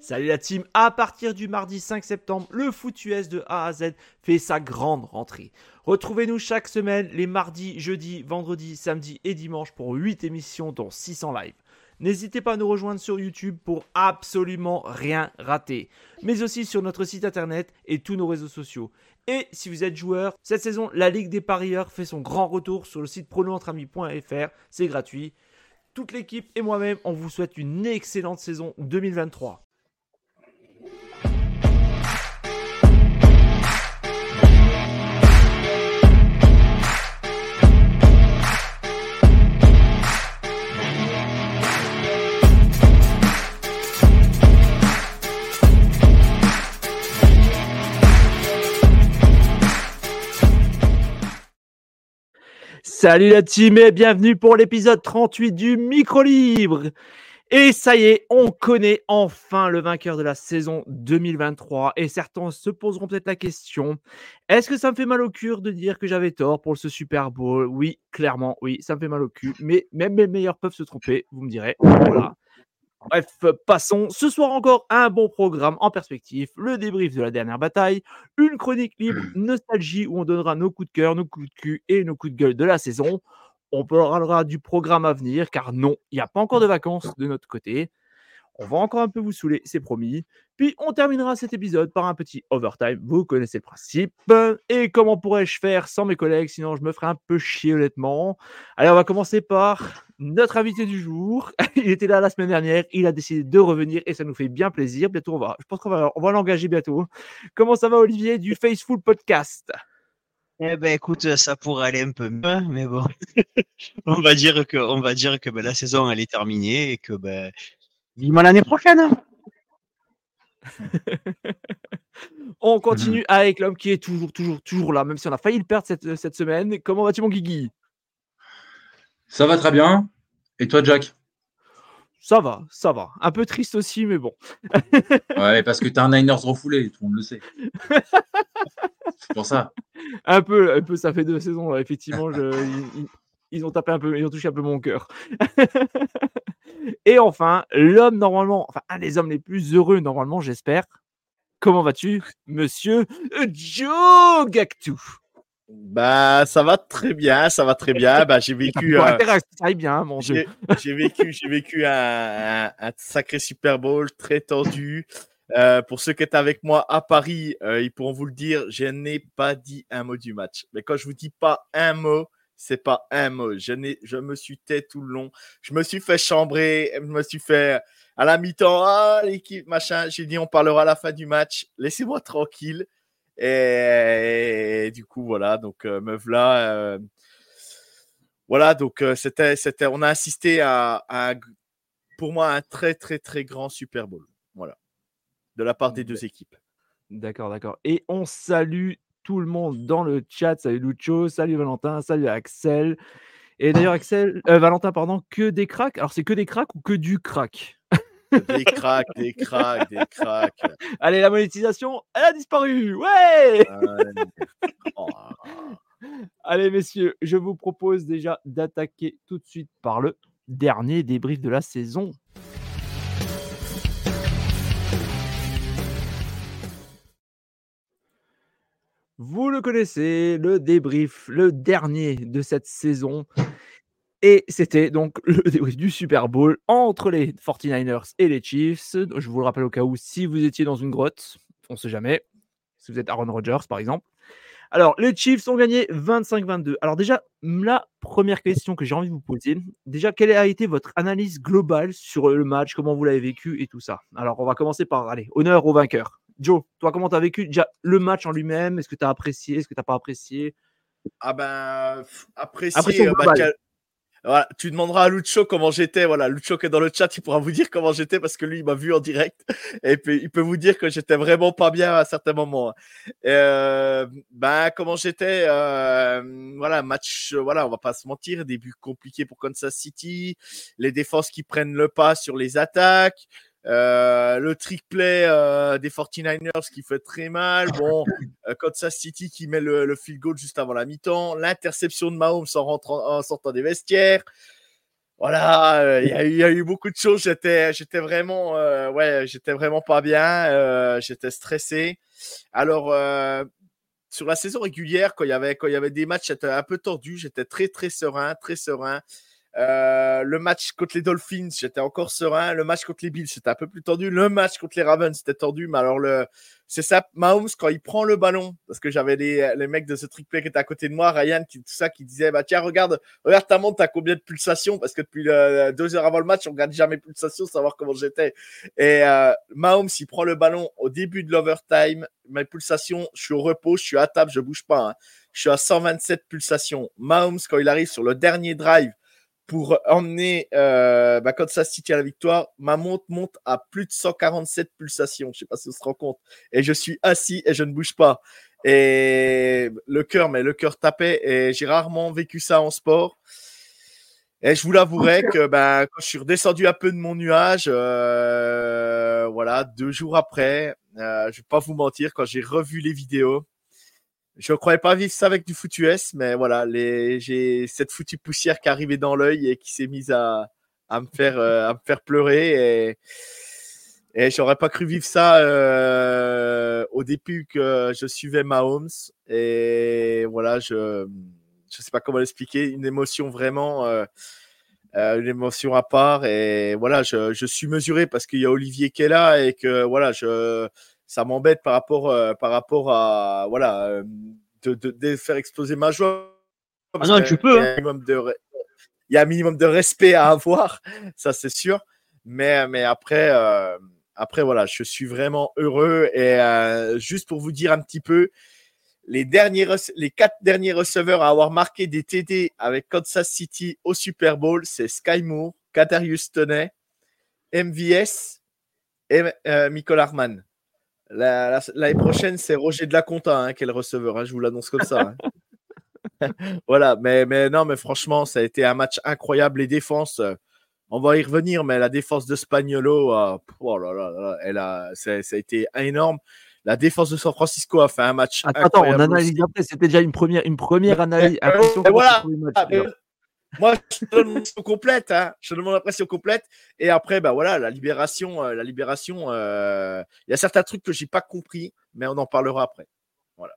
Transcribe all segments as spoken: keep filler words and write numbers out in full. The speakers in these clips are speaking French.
Salut la team, à partir du mardi cinq septembre, le foot U S de A à Z fait sa grande rentrée. Retrouvez-nous chaque semaine les mardis, jeudis, vendredis, samedis et dimanches pour huit émissions dont six en live. N'hésitez pas à nous rejoindre sur YouTube pour absolument rien rater, mais aussi sur notre site internet et tous nos réseaux sociaux. Et si vous êtes joueur, cette saison, la Ligue des parieurs fait son grand retour sur le site prono entre amis point f r, c'est gratuit. Toute l'équipe et moi-même, on vous souhaite une excellente saison deux mille vingt-trois. Salut la team et bienvenue pour l'épisode trente-huit du Micro Libre. Et ça y est, on connaît enfin le vainqueur de la saison deux mille vingt-trois. Et certains se poseront peut-être la question, est-ce que ça me fait mal au cul de dire que j'avais tort pour ce Super Bowl ? Oui, clairement, oui, ça me fait mal au cul. Mais même les meilleurs peuvent se tromper, vous me direz. Voilà. Bref, passons. Ce soir encore, un bon programme en perspective, le débrief de la dernière bataille, une chronique libre, nostalgie où on donnera nos coups de cœur, nos coups de cul et nos coups de gueule de la saison. On parlera du programme à venir, car non, il n'y a pas encore de vacances de notre côté. On va encore un peu vous saouler, c'est promis. Puis on terminera cet épisode par un petit overtime, vous connaissez le principe. Et comment pourrais-je faire sans mes collègues, sinon je me ferais un peu chier honnêtement. Allez, on va commencer par notre invité du jour. Il était là la semaine dernière, il a décidé de revenir et ça nous fait bien plaisir. Bientôt, on va, je pense qu'on va, on va l'engager bientôt. Comment ça va Olivier du Faceful Podcast ? Eh ben écoute, ça pourrait aller un peu mieux, mais bon, on va dire que, on va dire que ben, la saison elle est terminée et que ben, vivement l'année prochaine. On continue avec l'homme qui est toujours, toujours, toujours là, même si on a failli le perdre cette, cette semaine. Comment vas-tu mon Guigui ? Ça va très bien. Et toi, Jack ? Ça va, ça va. Un peu triste aussi, mais bon. Ouais, parce que t'es un Niners refoulé, tout le monde le sait. C'est pour ça. Un peu, un peu, ça fait deux saisons, effectivement. Je, ils, ils ont tapé un peu, ils ont touché un peu mon cœur. Et enfin, l'homme normalement, enfin un des hommes les plus heureux normalement, j'espère. Comment vas-tu, monsieur Joe Gactou ? Bah, ça va très bien, ça va très bien. Bah, j'ai vécu, euh, euh, ça aille bien, mon j'ai, Dieu. j'ai vécu, j'ai vécu un, un, un sacré Super Bowl très tendu. Euh, pour ceux qui étaient avec moi à Paris, euh, ils pourront vous le dire, je n'ai pas dit un mot du match. Mais quand je vous dis pas un mot, c'est pas un mot. Je n'ai, je me suis tait tout le long. Je me suis fait chambrer, je me suis fait à la mi-temps, ah l'équipe machin. J'ai dit on parlera à la fin du match. Laissez-moi tranquille. Et, et du coup voilà, donc euh, me voilà. Euh, voilà, donc euh, c'était, c'était, on a assisté à, à, pour moi, un très très très grand Super Bowl. Voilà, de la part des deux équipes. D'accord, d'accord. Et on salue tout le monde dans le chat. Salut Lucho, salut Valentin, salut Axel. Et d'ailleurs, Axel, euh, Valentin, pardon, que des cracks. Alors, c'est que des cracks ou que du crack ? Des cracks, des cracks, des cracks. Allez, la monétisation, elle a disparu. Ouais. Euh... Oh. Allez, messieurs, je vous propose déjà d'attaquer tout de suite par le dernier débrief de la saison. Vous le connaissez, le débrief, le dernier de cette saison. Et c'était donc le débrief du Super Bowl entre les forty-niners et les Chiefs. Je vous le rappelle au cas où, si vous étiez dans une grotte, on ne sait jamais, si vous êtes Aaron Rodgers par exemple. Alors, les Chiefs ont gagné vingt-cinq vingt-deux. Alors déjà, la première question que j'ai envie de vous poser, déjà, quelle a été votre analyse globale sur le match, comment vous l'avez vécu et tout ça ? Alors, on va commencer par, allez, honneur au vainqueur. Joe, toi, comment tu as vécu déjà le match en lui-même ? Est-ce que tu as apprécié ? Est-ce que tu n'as pas apprécié ? Ah ben, apprécié. Impression Euh, bah, globale. quel... Voilà, tu demanderas à Lucho comment j'étais. Voilà, Lucho qui est dans le chat, il pourra vous dire comment j'étais parce que lui, il m'a vu en direct et puis il peut vous dire que j'étais vraiment pas bien à certains moments. Euh, ben comment j'étais euh, Voilà, match. Voilà, on va pas se mentir, début compliqué pour Kansas City, les défenses qui prennent le pas sur les attaques. Euh, le trick play euh, des forty-niners qui fait très mal. Bon, euh, Kansas City qui met le, le field goal juste avant la mi-temps. L'interception de Mahomes en, rentrant, en sortant des vestiaires. Voilà, il y, a eu- il y a eu beaucoup de choses. J'étais, j'étais vraiment, euh, ouais, j'étais vraiment pas bien. euh, j'étais stressé. Alors, euh, sur la saison régulière, quand il y avait, quand il y avait des matchs, j'étais un peu tordu. J'étais très, très serein, très serein. Euh, le match contre les Dolphins, j'étais encore serein. Le match contre les Bills, c'était un peu plus tendu. Le match contre les Ravens, c'était tendu. Mais alors, le, c'est ça, Mahomes, quand il prend le ballon, parce que j'avais les, les mecs de ce trick play qui étaient à côté de moi, Ryan, qui, tout ça, qui disait, bah, tiens, regarde, regarde ta montre, t'as combien de pulsations? Parce que depuis euh, deux heures avant le match, on regarde jamais pulsations, savoir comment j'étais. Et, euh, Mahomes, il prend le ballon au début de l'overtime. Mes pulsations, je suis au repos, je suis à table, je bouge pas, hein. Je suis à cent vingt-sept pulsations. Mahomes, quand il arrive sur le dernier drive, pour emmener euh, bah, Kansas City à la victoire, ma montre monte à plus de cent quarante-sept pulsations. Je ne sais pas si on se rend compte. Et je suis assis et je ne bouge pas. Et le cœur, mais le cœur tapait. Et j'ai rarement vécu ça en sport. Et je vous l'avouerai que bah, quand je suis redescendu un peu de mon nuage, euh, voilà, deux jours après, euh, je ne vais pas vous mentir, quand j'ai revu les vidéos, je ne croyais pas vivre ça avec du foutu S, mais voilà, les, j'ai cette foutue poussière qui est arrivée dans l'œil et qui s'est mise à, à, me, faire, euh, à me faire pleurer. Et, et j'aurais pas cru vivre ça euh, au début que je suivais Mahomes. Et voilà, je je sais pas comment l'expliquer, une émotion vraiment, euh, euh, une émotion à part. Et voilà, je, je suis mesuré parce qu'il y a Olivier qui est là et que voilà, je ça m'embête par rapport, euh, par rapport à voilà, euh, de, de, de faire exploser ma joie. Ah non, tu peux. Hein. De, il y a un minimum de respect à avoir, ça c'est sûr. Mais, mais après, euh, après, voilà, je suis vraiment heureux. Et euh, juste pour vous dire un petit peu, les, derniers, les quatre derniers receveurs à avoir marqué des T D avec Kansas City au Super Bowl, c'est Sky Moore, Kadarius Toney, M V S et euh, Michael Harman. La, la, l'année prochaine, c'est Roger de la Conta hein, qui est le receveur. Hein, je vous l'annonce comme ça. Hein. Voilà, mais, mais non, mais franchement, ça a été un match incroyable. Les défenses, euh, on va y revenir, mais la défense de Spaniolo, euh, oh là là là, elle a, ça, ça a été énorme. La défense de San Francisco a fait un match attends, incroyable. Attends, on analyse après. C'était déjà une première, une première analyse. Mais, euh, voilà. Match, mais, moi, je te donne mon impression complète. Hein. Je te donne mon impression complète. Et après, bah voilà, la libération, euh, la libération. Il euh, y a certains trucs que j'ai pas compris, mais on en parlera après. Voilà.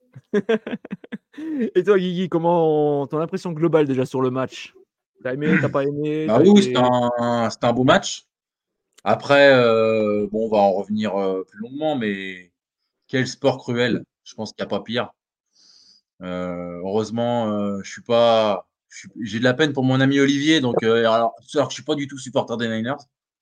Et toi, Guigui, comment ton impression globale déjà sur le match? T'as aimé, t'as pas aimé? Bah oui, été... c'était un, c'était un beau match. Après, euh, bon, on va en revenir euh, plus longuement, mais quel sport cruel. Je pense qu'il n'y a pas pire. Euh, heureusement, euh, je suis pas. Je suis, j'ai de la peine pour mon ami Olivier, donc euh, alors, alors que je suis pas du tout supporter des Niners.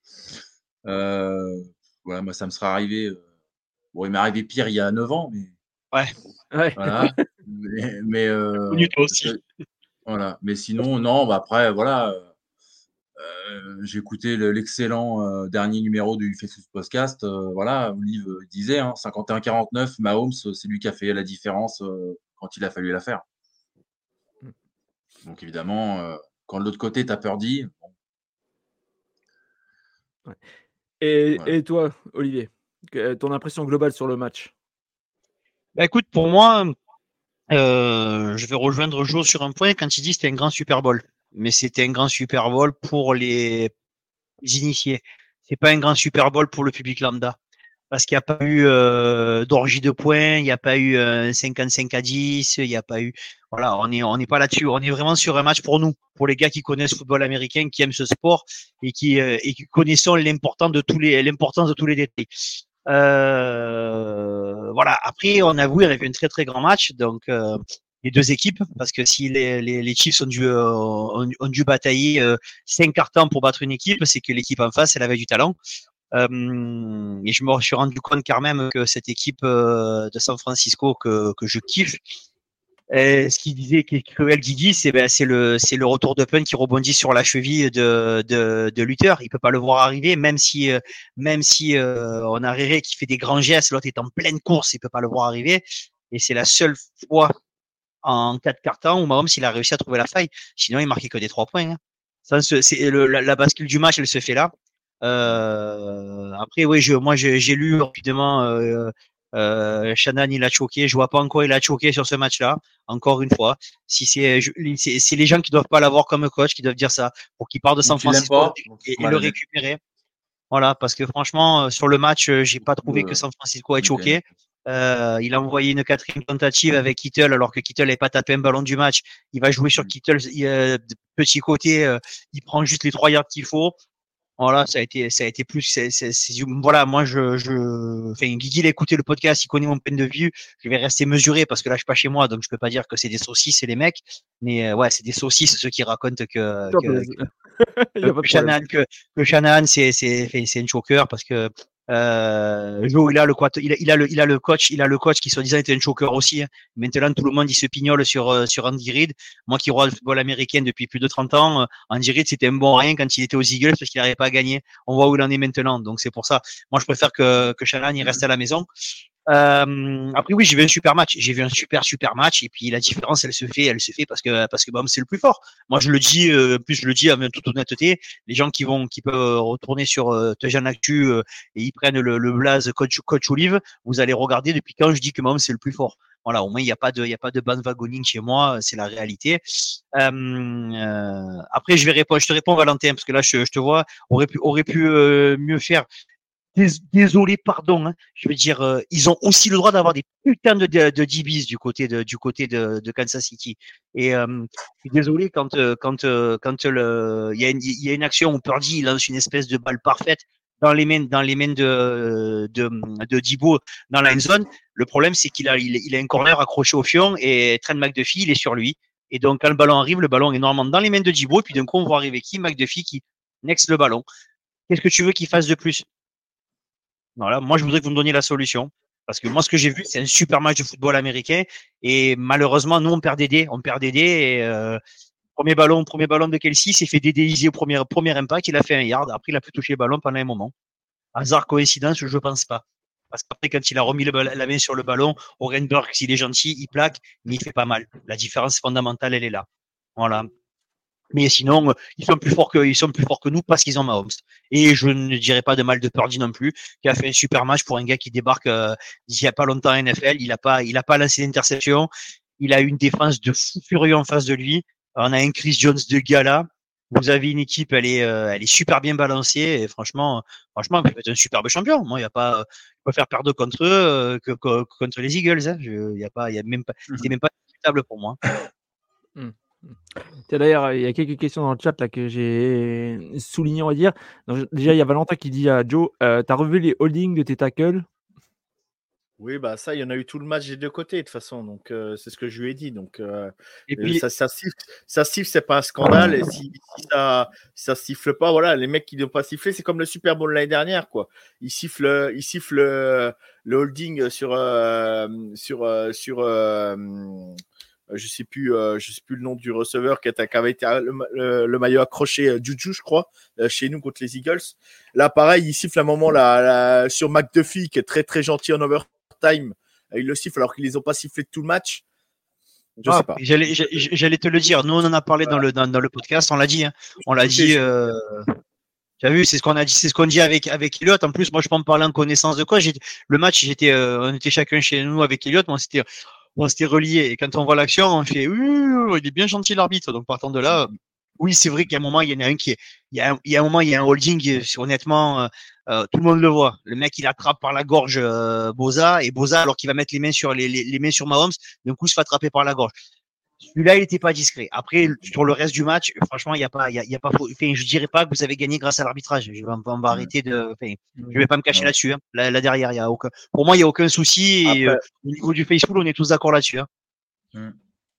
Euh, voilà, moi, ça me serait arrivé. Euh, bon, il m'est arrivé pire il y a neuf ans, mais. Ouais. Ouais. Voilà. mais. mais euh, connu toi aussi. Euh, voilà. Mais sinon, non, bah après, voilà. Euh, j'ai écouté le, l'excellent euh, dernier numéro du Facebook Podcast. Euh, voilà, Olive disait hein, cinquante et un quarante-neuf, Mahomes, c'est lui qui a fait la différence euh, quand il a fallu la faire. Donc évidemment, euh, quand de l'autre côté, tu as Purdy. Bon. Ouais. Et, voilà. Et toi, Olivier, ton impression globale sur le match? Bah, écoute, pour moi, euh, je vais rejoindre Jo sur un point quand il dit que c'était un grand Super Bowl. Mais c'était un grand Super Bowl pour les, les initiés. C'est pas un grand Super Bowl pour le public lambda. Parce qu'il n'y a pas eu euh, d'orgie de points, il n'y a pas eu euh, cinquante-cinq à dix, il n'y a pas eu... Voilà, on n'est on est pas là-dessus. On est vraiment sur un match pour nous, pour les gars qui connaissent le football américain, qui aiment ce sport et qui, euh, et qui connaissent l'importance de tous les, l'importance de tous les détails. Euh, voilà, après, on avoue, il y avait un très très grand match, donc euh, les deux équipes, parce que si les, les, les Chiefs ont dû, euh, ont, ont dû batailler euh, cinq cartons pour battre une équipe, c'est que l'équipe en face, elle avait du talent. Euh, et je me suis rendu compte quand même que cette équipe euh, de San Francisco que, que je kiffe, et ce qu'il disait, qui est cruel, Guigui, c'est ben, c'est le c'est le retour de punt qui rebondit sur la cheville de de, de Luther. Il peut pas le voir arriver, même si euh, même si euh, on a Réré qui fait des grands gestes, l'autre est en pleine course, il peut pas le voir arriver. Et c'est la seule fois en quatre cartons où Mahomes il a réussi à trouver la faille. Sinon, il marquait que des trois points. Hein. Ça, c'est le, la, la bascule du match, elle se fait là. Euh, après, oui, je, moi, j'ai, j'ai lu rapidement euh, Euh, Shannon, il a choqué. Je vois pas encore il a choqué sur ce match-là. Encore une fois, si c'est, je- c'est, c'est les gens qui doivent pas l'avoir comme coach qui doivent dire ça pour qu'il parte de San Donc tu l'aimes Francisco pas, donc et, c'est et mal le honnête. récupérer. Voilà, parce que franchement, euh, sur le match, euh, j'ai pas trouvé que Euh, San Francisco ait ok. choqué. Euh, il a envoyé une quatrième tentative avec Kittle alors que Kittle n'avait pas tapé un ballon du match. Il va jouer sur Mm. Kittle, il, euh, de petit côté, euh, il prend juste les trois yards qu'il faut. Voilà, ça a été, ça a été plus, c'est, c'est, c'est, voilà, moi, je, je, enfin, Guigui, il a écouté le podcast, il connaît mon peine de vue. Je vais rester mesuré parce que là, je suis pas chez moi, donc je peux pas dire que c'est des saucisses, c'est les mecs. Mais, euh, ouais, c'est des saucisses, ceux qui racontent que, Toi, que, plaisir. Il que, y a pas que de problème. Shanahan, que, que Shanahan, c'est, c'est, enfin, c'est un choker parce que, euh, Joe, il a le quoi, il a, il a le, il a le coach, il a le coach qui soi-disant était un choker aussi. Hein. Maintenant, tout le monde, il se pignole sur, euh, sur Andy Reid. Moi qui regarde le football américain depuis plus de trente ans, euh, Andy Reid, c'était un bon rien quand il était aux Eagles parce qu'il n'arrivait pas à gagner. On voit où il en est maintenant. Donc, c'est pour ça. Moi, je préfère que, que Shanahan, il reste à la maison. Euh, après oui, j'ai vu un super match. J'ai vu un super super match et puis la différence, elle se fait, elle se fait parce que parce que Mahomes c'est le plus fort. Moi je le dis, euh, plus je le dis avec toute honnêteté, les gens qui vont qui peuvent retourner sur euh, Tejan Actu euh, et ils prennent le, le blaze coach coach Olive, vous allez regarder depuis quand je dis que Mahomes c'est le plus fort. Voilà, au moins il n'y a pas de il y a pas de bandwagoning chez moi, c'est la réalité. Euh, euh, après je vais répondre, je te réponds Valentin parce que là je, je te vois, aurait pu aurait pu euh, mieux faire. Désolé, pardon. Hein. Je veux dire, euh, ils ont aussi le droit d'avoir des putains de, de, de D Bs du côté de du côté de, de Kansas City. Et euh, je suis désolé quand euh, quand euh, quand le il y a une il y a une action où Purdy il lance une espèce de balle parfaite dans les mains dans les mains de de de Debo dans la end zone. Le problème c'est qu'il a il, il a un corner accroché au fion et Trent McDuffie il est sur lui. Et donc quand le ballon arrive, le ballon est normalement dans les mains de Debo et puis d'un coup on voit arriver qui McDuffie qui next le ballon. Qu'est-ce que tu veux qu'il fasse de plus? Voilà, moi je voudrais que vous me donniez la solution. Parce que moi, ce que j'ai vu, c'est un super match de football américain. Et malheureusement, nous, on perd des dés. On perd des dés. Et, euh, premier ballon, premier ballon de Kelsey, s'est fait dédéiser au premier, premier impact. Il a fait un yard. Après, il a pu toucher le ballon pendant un moment. Hasard, coïncidence, je pense pas. Parce qu'après, quand il a remis le, la main sur le ballon, Orenberg, s'il est gentil, il plaque, mais il fait pas mal. La différence fondamentale, elle est là. Voilà. Mais sinon, ils sont plus forts que, ils sont plus forts que nous parce qu'ils ont Mahomes. Et je ne dirais pas de mal de Purdy non plus, qui a fait un super match pour un gars qui débarque euh, il y a pas longtemps en N F L. Il a pas, il a pas lancé d'interception. Il a une défense de fou furieux en face de lui. On a un Chris Jones de gala. Vous avez une équipe, elle est, euh, elle est super bien balancée. Et franchement, franchement, vous êtes un superbe champion. Moi, il y a pas, je préfère perdre contre eux euh, que, que, contre les Eagles. Hein. Je, il y a pas, il y a même pas, c'est même pas discutable pour moi. Mmh. Tiens, d'ailleurs, il y a quelques questions dans le chat là, que j'ai soulignées, on va dire. Donc, déjà, il y a Valentin qui dit à Joe, euh, t'as revu les holdings de tes tackles? Oui, bah ça, il y en a eu tout le match des deux côtés de toute façon. Donc, euh, c'est ce que je lui ai dit. Donc, euh, Et puis, ça, ça siffle, ça siffle, c'est pas un scandale. Et si, si ça, si ça siffle pas, voilà, les mecs qui ne doivent pas siffler, c'est comme le Super Bowl l'année dernière, quoi. Ils sifflent, ils sifflent euh, le holding sur, euh, sur, euh, sur, euh, je sais plus, euh, je sais plus le nom du receveur qui, a, qui avait été le, le, le maillot accroché, euh, Juju, je crois, euh, chez nous contre les Eagles. Là, pareil, il siffle à un moment là, là, sur McDuffie qui est très très gentil en overtime. Il le siffle alors qu'ils les ont pas sifflé de tout le match. Je ah, sais pas. j'allais, j'allais te le dire. Nous, on en a parlé dans le, dans, dans le podcast. On l'a dit. Hein. On l'a dit. Euh... Tu as vu, c'est ce qu'on a dit, c'est ce qu'on dit avec avec Elliot. En plus, moi, je peux en parler en connaissance de quoi. J'ai le match, j'étais, euh, on était chacun chez nous avec Elliot. On s'était, on s'était reliés. Et quand on voit l'action, on fait, oui, il est bien gentil l'arbitre. Donc partant de là, oui, c'est vrai qu'à un moment, il y en a un qui est, il y a un, il y a un moment, il y a un holding. Honnêtement, euh, euh, tout le monde le voit. Le mec, il attrape par la gorge euh, Boza et Boza, alors qu'il va mettre les mains sur les, les, les mains sur Mahomes, d'un coup, il se fait attraper par la gorge. Celui-là, il n'était pas discret. Après, sur le reste du match, franchement, il n'y a pas, il y a, il y a pas, enfin, je dirais pas que vous avez gagné grâce à l'arbitrage. Je vais, on va arrêter de, enfin, je vais pas me cacher ouais. là-dessus. Hein. Là, là derrière, il y a aucun, pour moi, il y a aucun souci. Et, euh, au niveau du Facebook, on est tous d'accord là-dessus. Hein.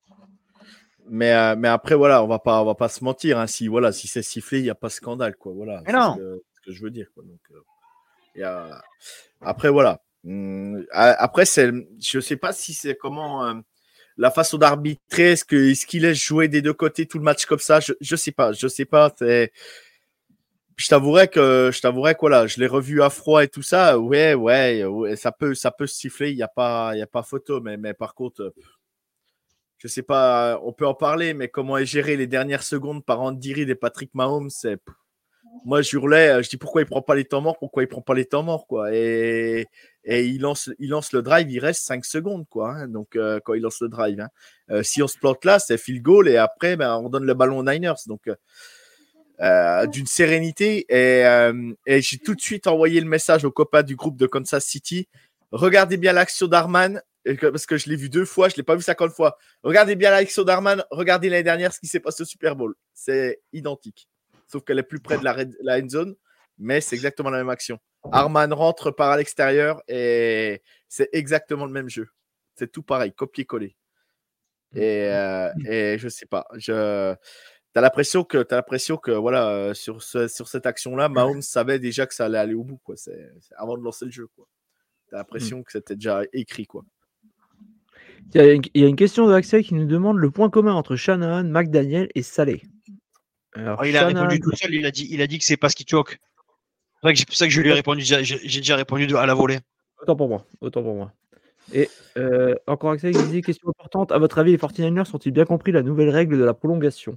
Mais, euh, mais après, voilà, on va pas, on va pas se mentir. Hein. Si, voilà, si c'est sifflé, il n'y a pas de scandale, quoi. Voilà. Mais non. Ce que, ce que je veux dire, quoi. Donc, euh, y a... après, voilà. Hum, après, c'est, je sais pas si c'est comment. Euh, la façon d'arbitrer, est-ce, que, est-ce qu'il laisse jouer des deux côtés tout le match comme ça? Je, je sais pas, je sais pas. C'est... Je t'avouerais que, je t'avouerais que voilà, je l'ai revu à froid et tout ça. Ouais, ouais, ouais ça peut, ça peut se siffler. Il y a pas, il y a pas photo. Mais, mais par contre, je sais pas, on peut en parler, mais comment est géré les dernières secondes par Andy Reid et Patrick Mahomes, c'est. Moi, je hurlais, je dis pourquoi il prend pas les temps morts, pourquoi il prend pas les temps morts, quoi. Et, et il lance, il lance le drive, il reste cinq secondes, quoi. Hein, donc, euh, quand il lance le drive, hein. euh, si on se plante là, c'est field goal et après, ben, on donne le ballon aux Niners. Donc, euh, d'une sérénité. Et, euh, et j'ai tout de suite envoyé le message aux copains du groupe de Kansas City. Regardez bien l'action d'Harman, parce que je l'ai vu deux fois, je ne l'ai pas vu cinquante fois. Regardez bien l'action d'Harman, regardez l'année dernière ce qui s'est passé au Super Bowl. C'est identique. Sauf qu'elle est plus près de la, red, la end zone, mais c'est exactement la même action. Harman rentre par à l'extérieur et c'est exactement le même jeu. C'est tout pareil, copier-coller. Et, euh, et je sais pas. Je... Tu as l'impression que, t'as l'impression que voilà, sur, ce, sur cette action-là, Mahomes savait déjà que ça allait aller au bout, quoi. C'est, c'est avant de lancer le jeu, quoi. Tu as l'impression que c'était déjà écrit, quoi. Il y a une, il y a une question de Axel qui nous demande le point commun entre Shanahan, McDaniel et Saleh. Alors, oh, il Shanahan... a répondu tout seul, il a dit, il a dit que c'est parce qu'il choque. C'est pour ça que je lui ai répondu, j'ai, j'ai déjà répondu à la volée. Autant pour moi, autant pour moi. Et euh, encore Axel qui disait, question importante, à votre avis, les forty-niners ont-ils bien compris la nouvelle règle de la prolongation?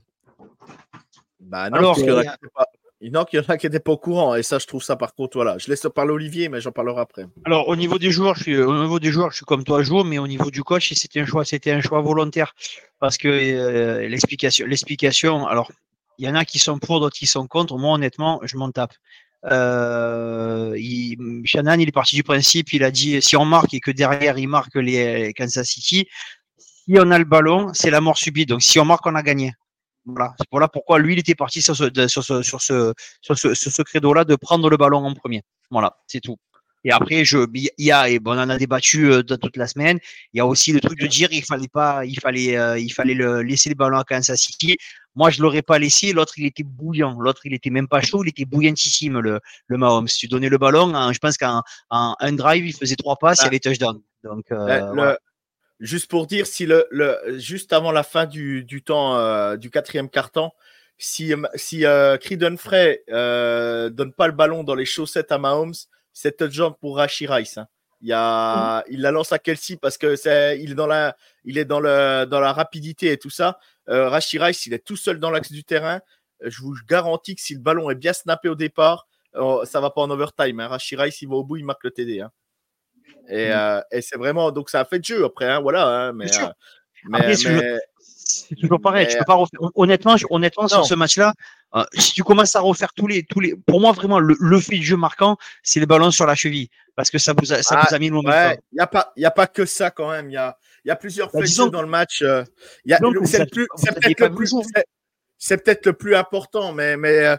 Bah non, alors, parce qu'il y, a... pas... non, qu'il y en a qui n'étaient pas au courant, et ça, je trouve ça par contre, voilà. Je laisse parler Olivier, mais j'en parlerai après. Alors, au niveau des joueurs, je suis, au niveau des joueurs, je suis comme toi, Joe, mais au niveau du coach, c'était un choix, c'était un choix volontaire, parce que euh, l'explication, l'explication, alors, il y en a qui sont pour, d'autres qui sont contre. Moi, honnêtement, je m'en tape. Euh, il, Shanahan, il est parti du principe, il a dit, si on marque et que derrière, il marque les, les Kansas City, si on a le ballon, c'est la mort subite. Donc, si on marque, on a gagné. Voilà, c'est voilà pourquoi lui il était parti sur ce sur ce sur ce sur ce, sur ce credo-là de prendre le ballon en premier. Voilà, c'est tout. Et après je il y a et bon, on en a débattu euh, toute la semaine. Il y a aussi le truc de dire il fallait pas il fallait euh, il fallait le laisser le ballon à Kansas City. Moi je l'aurais pas laissé. L'autre il était bouillant. L'autre il était même pas chaud. Il était bouillantissime le le Mahomes. Tu donnais le ballon. Hein, je pense qu'en en un drive il faisait trois passes. Ah. Il y avait touchdown. Donc euh, le... voilà. Juste pour dire, si le, le juste avant la fin du, du temps euh, du quatrième quart-temps, si si euh, Creed Humphrey euh, donne pas le ballon dans les chaussettes à Mahomes, c'est touchdown pour Rashee Rice. Hein. Il y a, mmh. il la lance à Kelsey parce que c'est, il est dans la, il est dans le dans la rapidité et tout ça. Euh, Rashee Rice, il est tout seul dans l'axe du terrain. Je vous garantis que si le ballon est bien snappé au départ, euh, ça va pas en overtime. Hein. Rashee Rice, il va au bout, il marque le T D. Hein. Et, mmh. euh, et c'est vraiment donc ça a fait de jeu après, hein, voilà. Hein, mais, euh, mais, après, c'est, mais c'est toujours pareil. Mais, tu peux pas refaire, honnêtement, honnêtement, non. sur ce match-là, euh, si tu commences à refaire tous les, tous les, pour moi vraiment le, le fait de jeu marquant, c'est les ballons sur la cheville, parce que ça vous a, ça ah, vous a mis le moment. Ouais, il y a pas, il y a pas que ça quand même. Il y a, il y a plusieurs bah, faits de jeu dans le match. Euh, y a, le, c'est, le plus, c'est peut-être le plus, c'est, c'est peut-être le plus important, mais, mais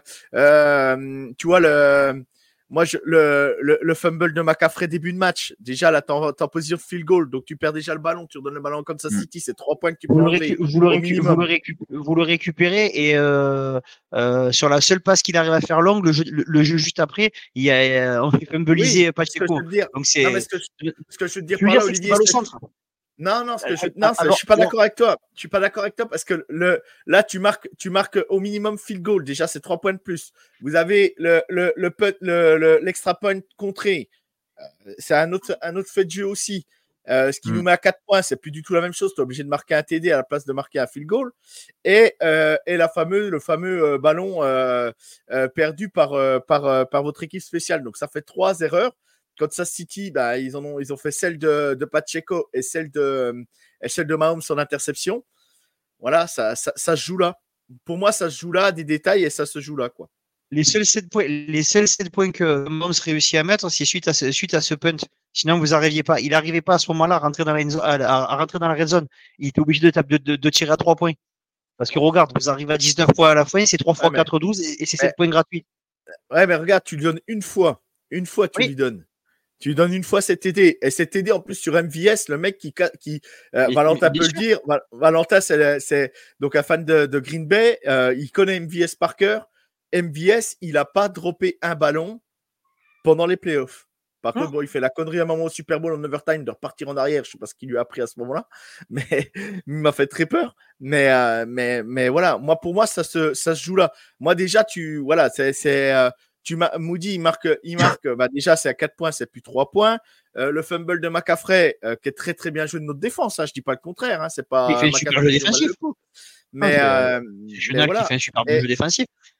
euh, tu vois le. Moi, je, le, le, le fumble de McCaffrey début de match, déjà là, t'es en, t'es en position de field goal, donc tu perds déjà le ballon, tu redonnes le ballon à Kansas City, c'est trois points que tu peux vous, récu- vous, le, récu- vous, le, récu- vous le récupérez et euh, euh, sur la seule passe qu'il arrive à faire longue, le jeu, le, le jeu juste après, il y a, on fait fumbleiser oui, Pacheco. Donc c'est. Non, mais ce que je, ce que je veux te dire par là, Olivier, c'est centre. Non, non, ce que je, non, alors, je suis pas d'accord avec toi. Je suis pas d'accord avec toi parce que le, là, tu marques, tu marques au minimum field goal. Déjà, c'est trois points de plus. Vous avez le, le, le, put, le, le l'extra point contré. C'est un autre, un autre fait de jeu aussi. Euh, ce qui mm. nous met à quatre points, c'est plus du tout la même chose. Tu es obligé de marquer un T D à la place de marquer un field goal. Et, euh, et la fameuse, le fameux euh, ballon euh, euh, perdu par, euh, par, euh, par votre équipe spéciale. Donc, ça fait trois erreurs. Kansas City, bah, ils, en ont, ils ont fait celle de, de Pacheco et celle de, et celle de Mahomes en interception. Voilà, ça, ça, ça se joue là. Pour moi, ça se joue là, des détails, et ça se joue là, quoi. Les seuls sept points, les seuls sept points que Mahomes réussit à mettre, c'est suite à ce, suite à ce punt. Sinon, vous n'arriviez pas. Il n'arrivait pas à ce moment-là à rentrer dans la, à, à rentrer dans la red zone. Il était obligé de, de, de, de tirer à trois points. Parce que regarde, vous arrivez à dix-neuf points à la fin, c'est trois fois ouais, quatre, douze, et, et c'est sept points gratuits. Ouais, mais regarde, tu lui donnes une fois. Une fois, tu oui. lui donnes. Tu lui donnes une fois cet T D. Et cet T D, en plus, sur M V S, le mec qui. qui euh, mais, Valentin mais, peut le dire. Valentin, c'est, c'est donc un fan de, de Green Bay. Euh, il connaît M V S par cœur. M V S, il n'a pas droppé un ballon pendant les playoffs. Par contre, bon, il fait la connerie à un moment au Super Bowl en overtime de repartir en arrière. Je ne sais pas ce qu'il lui a appris à ce moment-là. Mais il m'a fait très peur. Mais, euh, mais, mais voilà, moi, pour moi, ça se, ça se joue là. Moi, déjà, tu. Voilà, c'est. c'est euh, Tu Moody, il marque, il marque bah déjà, c'est à quatre points, c'est plus trois points. Euh, le fumble de McCaffrey, euh, qui est très très bien joué de notre défense, hein, je dis pas le contraire. Hein, c'est pas il fait un super jeu défensif. Mais, ah, euh, c'est Junal voilà. qui fait un super et, jeu défensif.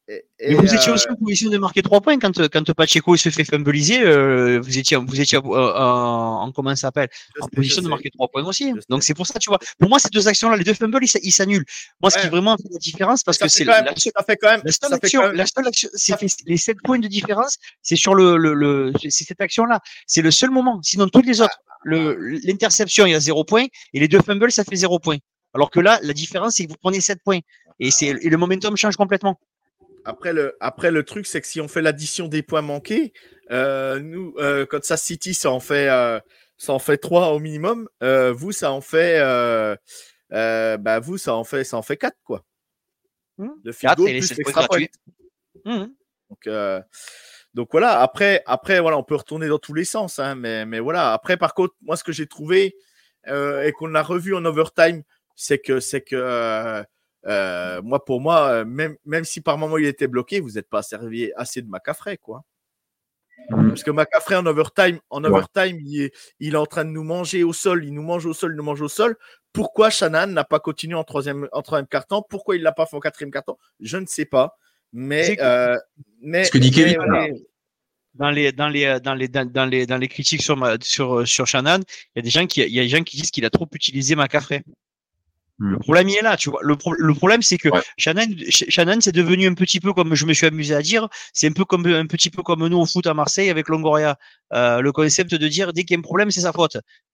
Et, et, mais vous euh... étiez aussi en position de marquer trois points quand, quand Pacheco se fait fumbleiser. Euh, vous étiez, vous étiez euh, en, en comment ça s'appelle, en sais, position de marquer trois points aussi. Donc c'est pour ça, tu vois. Pour moi, ces deux actions-là, les deux fumbles, ils, ils s'annulent. Moi, ouais. ce qui vraiment fait la différence, parce que c'est la, la seule, ça fait quand même, la seule action, même... la seule action, c'est fait les sept points de différence, c'est sur le, le, le c'est cette action-là. C'est le seul moment. Sinon, toutes les autres, le, l'interception, il y a zéro point, et les deux fumbles, ça fait zéro point. Alors que là, la différence, c'est que vous prenez sept points, et c'est et le momentum change complètement. Après le, après, le truc, c'est que si on fait l'addition des points manqués, euh, nous, euh, Kansas City, ça en fait, euh, ça en fait trois au minimum. Euh, vous, ça en fait, euh, euh, bah, vous, ça en fait, ça en fait quatre, quoi. Mmh. Le field goal plus l'extra point. Mmh. Donc, euh, donc voilà. Après, après, voilà, on peut retourner dans tous les sens, hein, mais, mais voilà. Après, par contre, moi, ce que j'ai trouvé euh, et qu'on a revu en overtime, c'est que, c'est que. Euh, Euh, moi, pour moi, même, même si par moment il était bloqué, vous n'êtes pas servi assez de McCaffrey, quoi. Mmh. Parce que McCaffrey en overtime, en overtime, ouais. il, est, il est en train de nous manger au sol, il nous mange au sol, il nous mange au sol. Pourquoi Shanahan n'a pas continué en troisième, en troisième quart-temps? Pourquoi il l'a pas fait en quatrième quart-temps? Je ne sais pas. Mais, euh, mais, ce que dit Kevin. Dans les dans les dans les dans les dans les critiques sur sur sur Shanahan, il y a des gens qui il y a des gens qui disent qu'il a trop utilisé McCaffrey. Le problème, il est là, tu vois. Le, pro- le problème, c'est que ouais. Shanahan, Shanahan, c'est devenu un petit peu comme je me suis amusé à dire, c'est un peu comme un petit peu comme nous au foot à Marseille avec Longoria. Euh, le concept de dire dès qu'il y a un problème, c'est sa faute.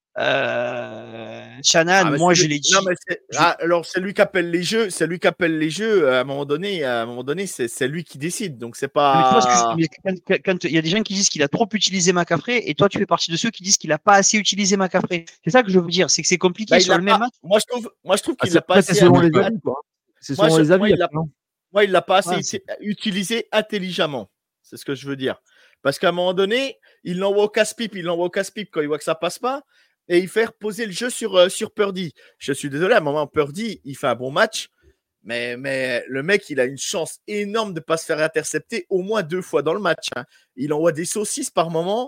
Euh, Shanahan, ah, moi je l'ai dit. Non, mais c'est, je... ah, alors c'est lui qui appelle les jeux, c'est lui qui appelle les jeux. À un moment donné, à un moment donné, c'est, c'est lui qui décide. Donc c'est pas. Mais quand, quand il y a des gens qui disent qu'il a trop utilisé McCaffrey, et toi tu fais partie de ceux qui disent qu'il a pas assez utilisé McCaffrey. C'est ça que je veux dire, c'est que c'est compliqué bah, sur le même match. Moi je trouve, moi je trouve qu'il ah, l'a pas assez. C'est selon les avis, quoi. C'est selon les avis. Moi, il l'a, moi, il l'a pas assez ouais, utilisé intelligemment. C'est ce que je veux dire. Parce qu'à un moment donné, il l'envoie au casse-pipe, il l'envoie au casse-pipe quand il voit que ça passe pas. Et il fait reposer le jeu sur, euh, sur Purdy. Je suis désolé, à un moment, Purdy, il fait un bon match, mais, mais le mec, il a une chance énorme de ne pas se faire intercepter au moins deux fois dans le match. Hein. Il envoie des saucisses par moment.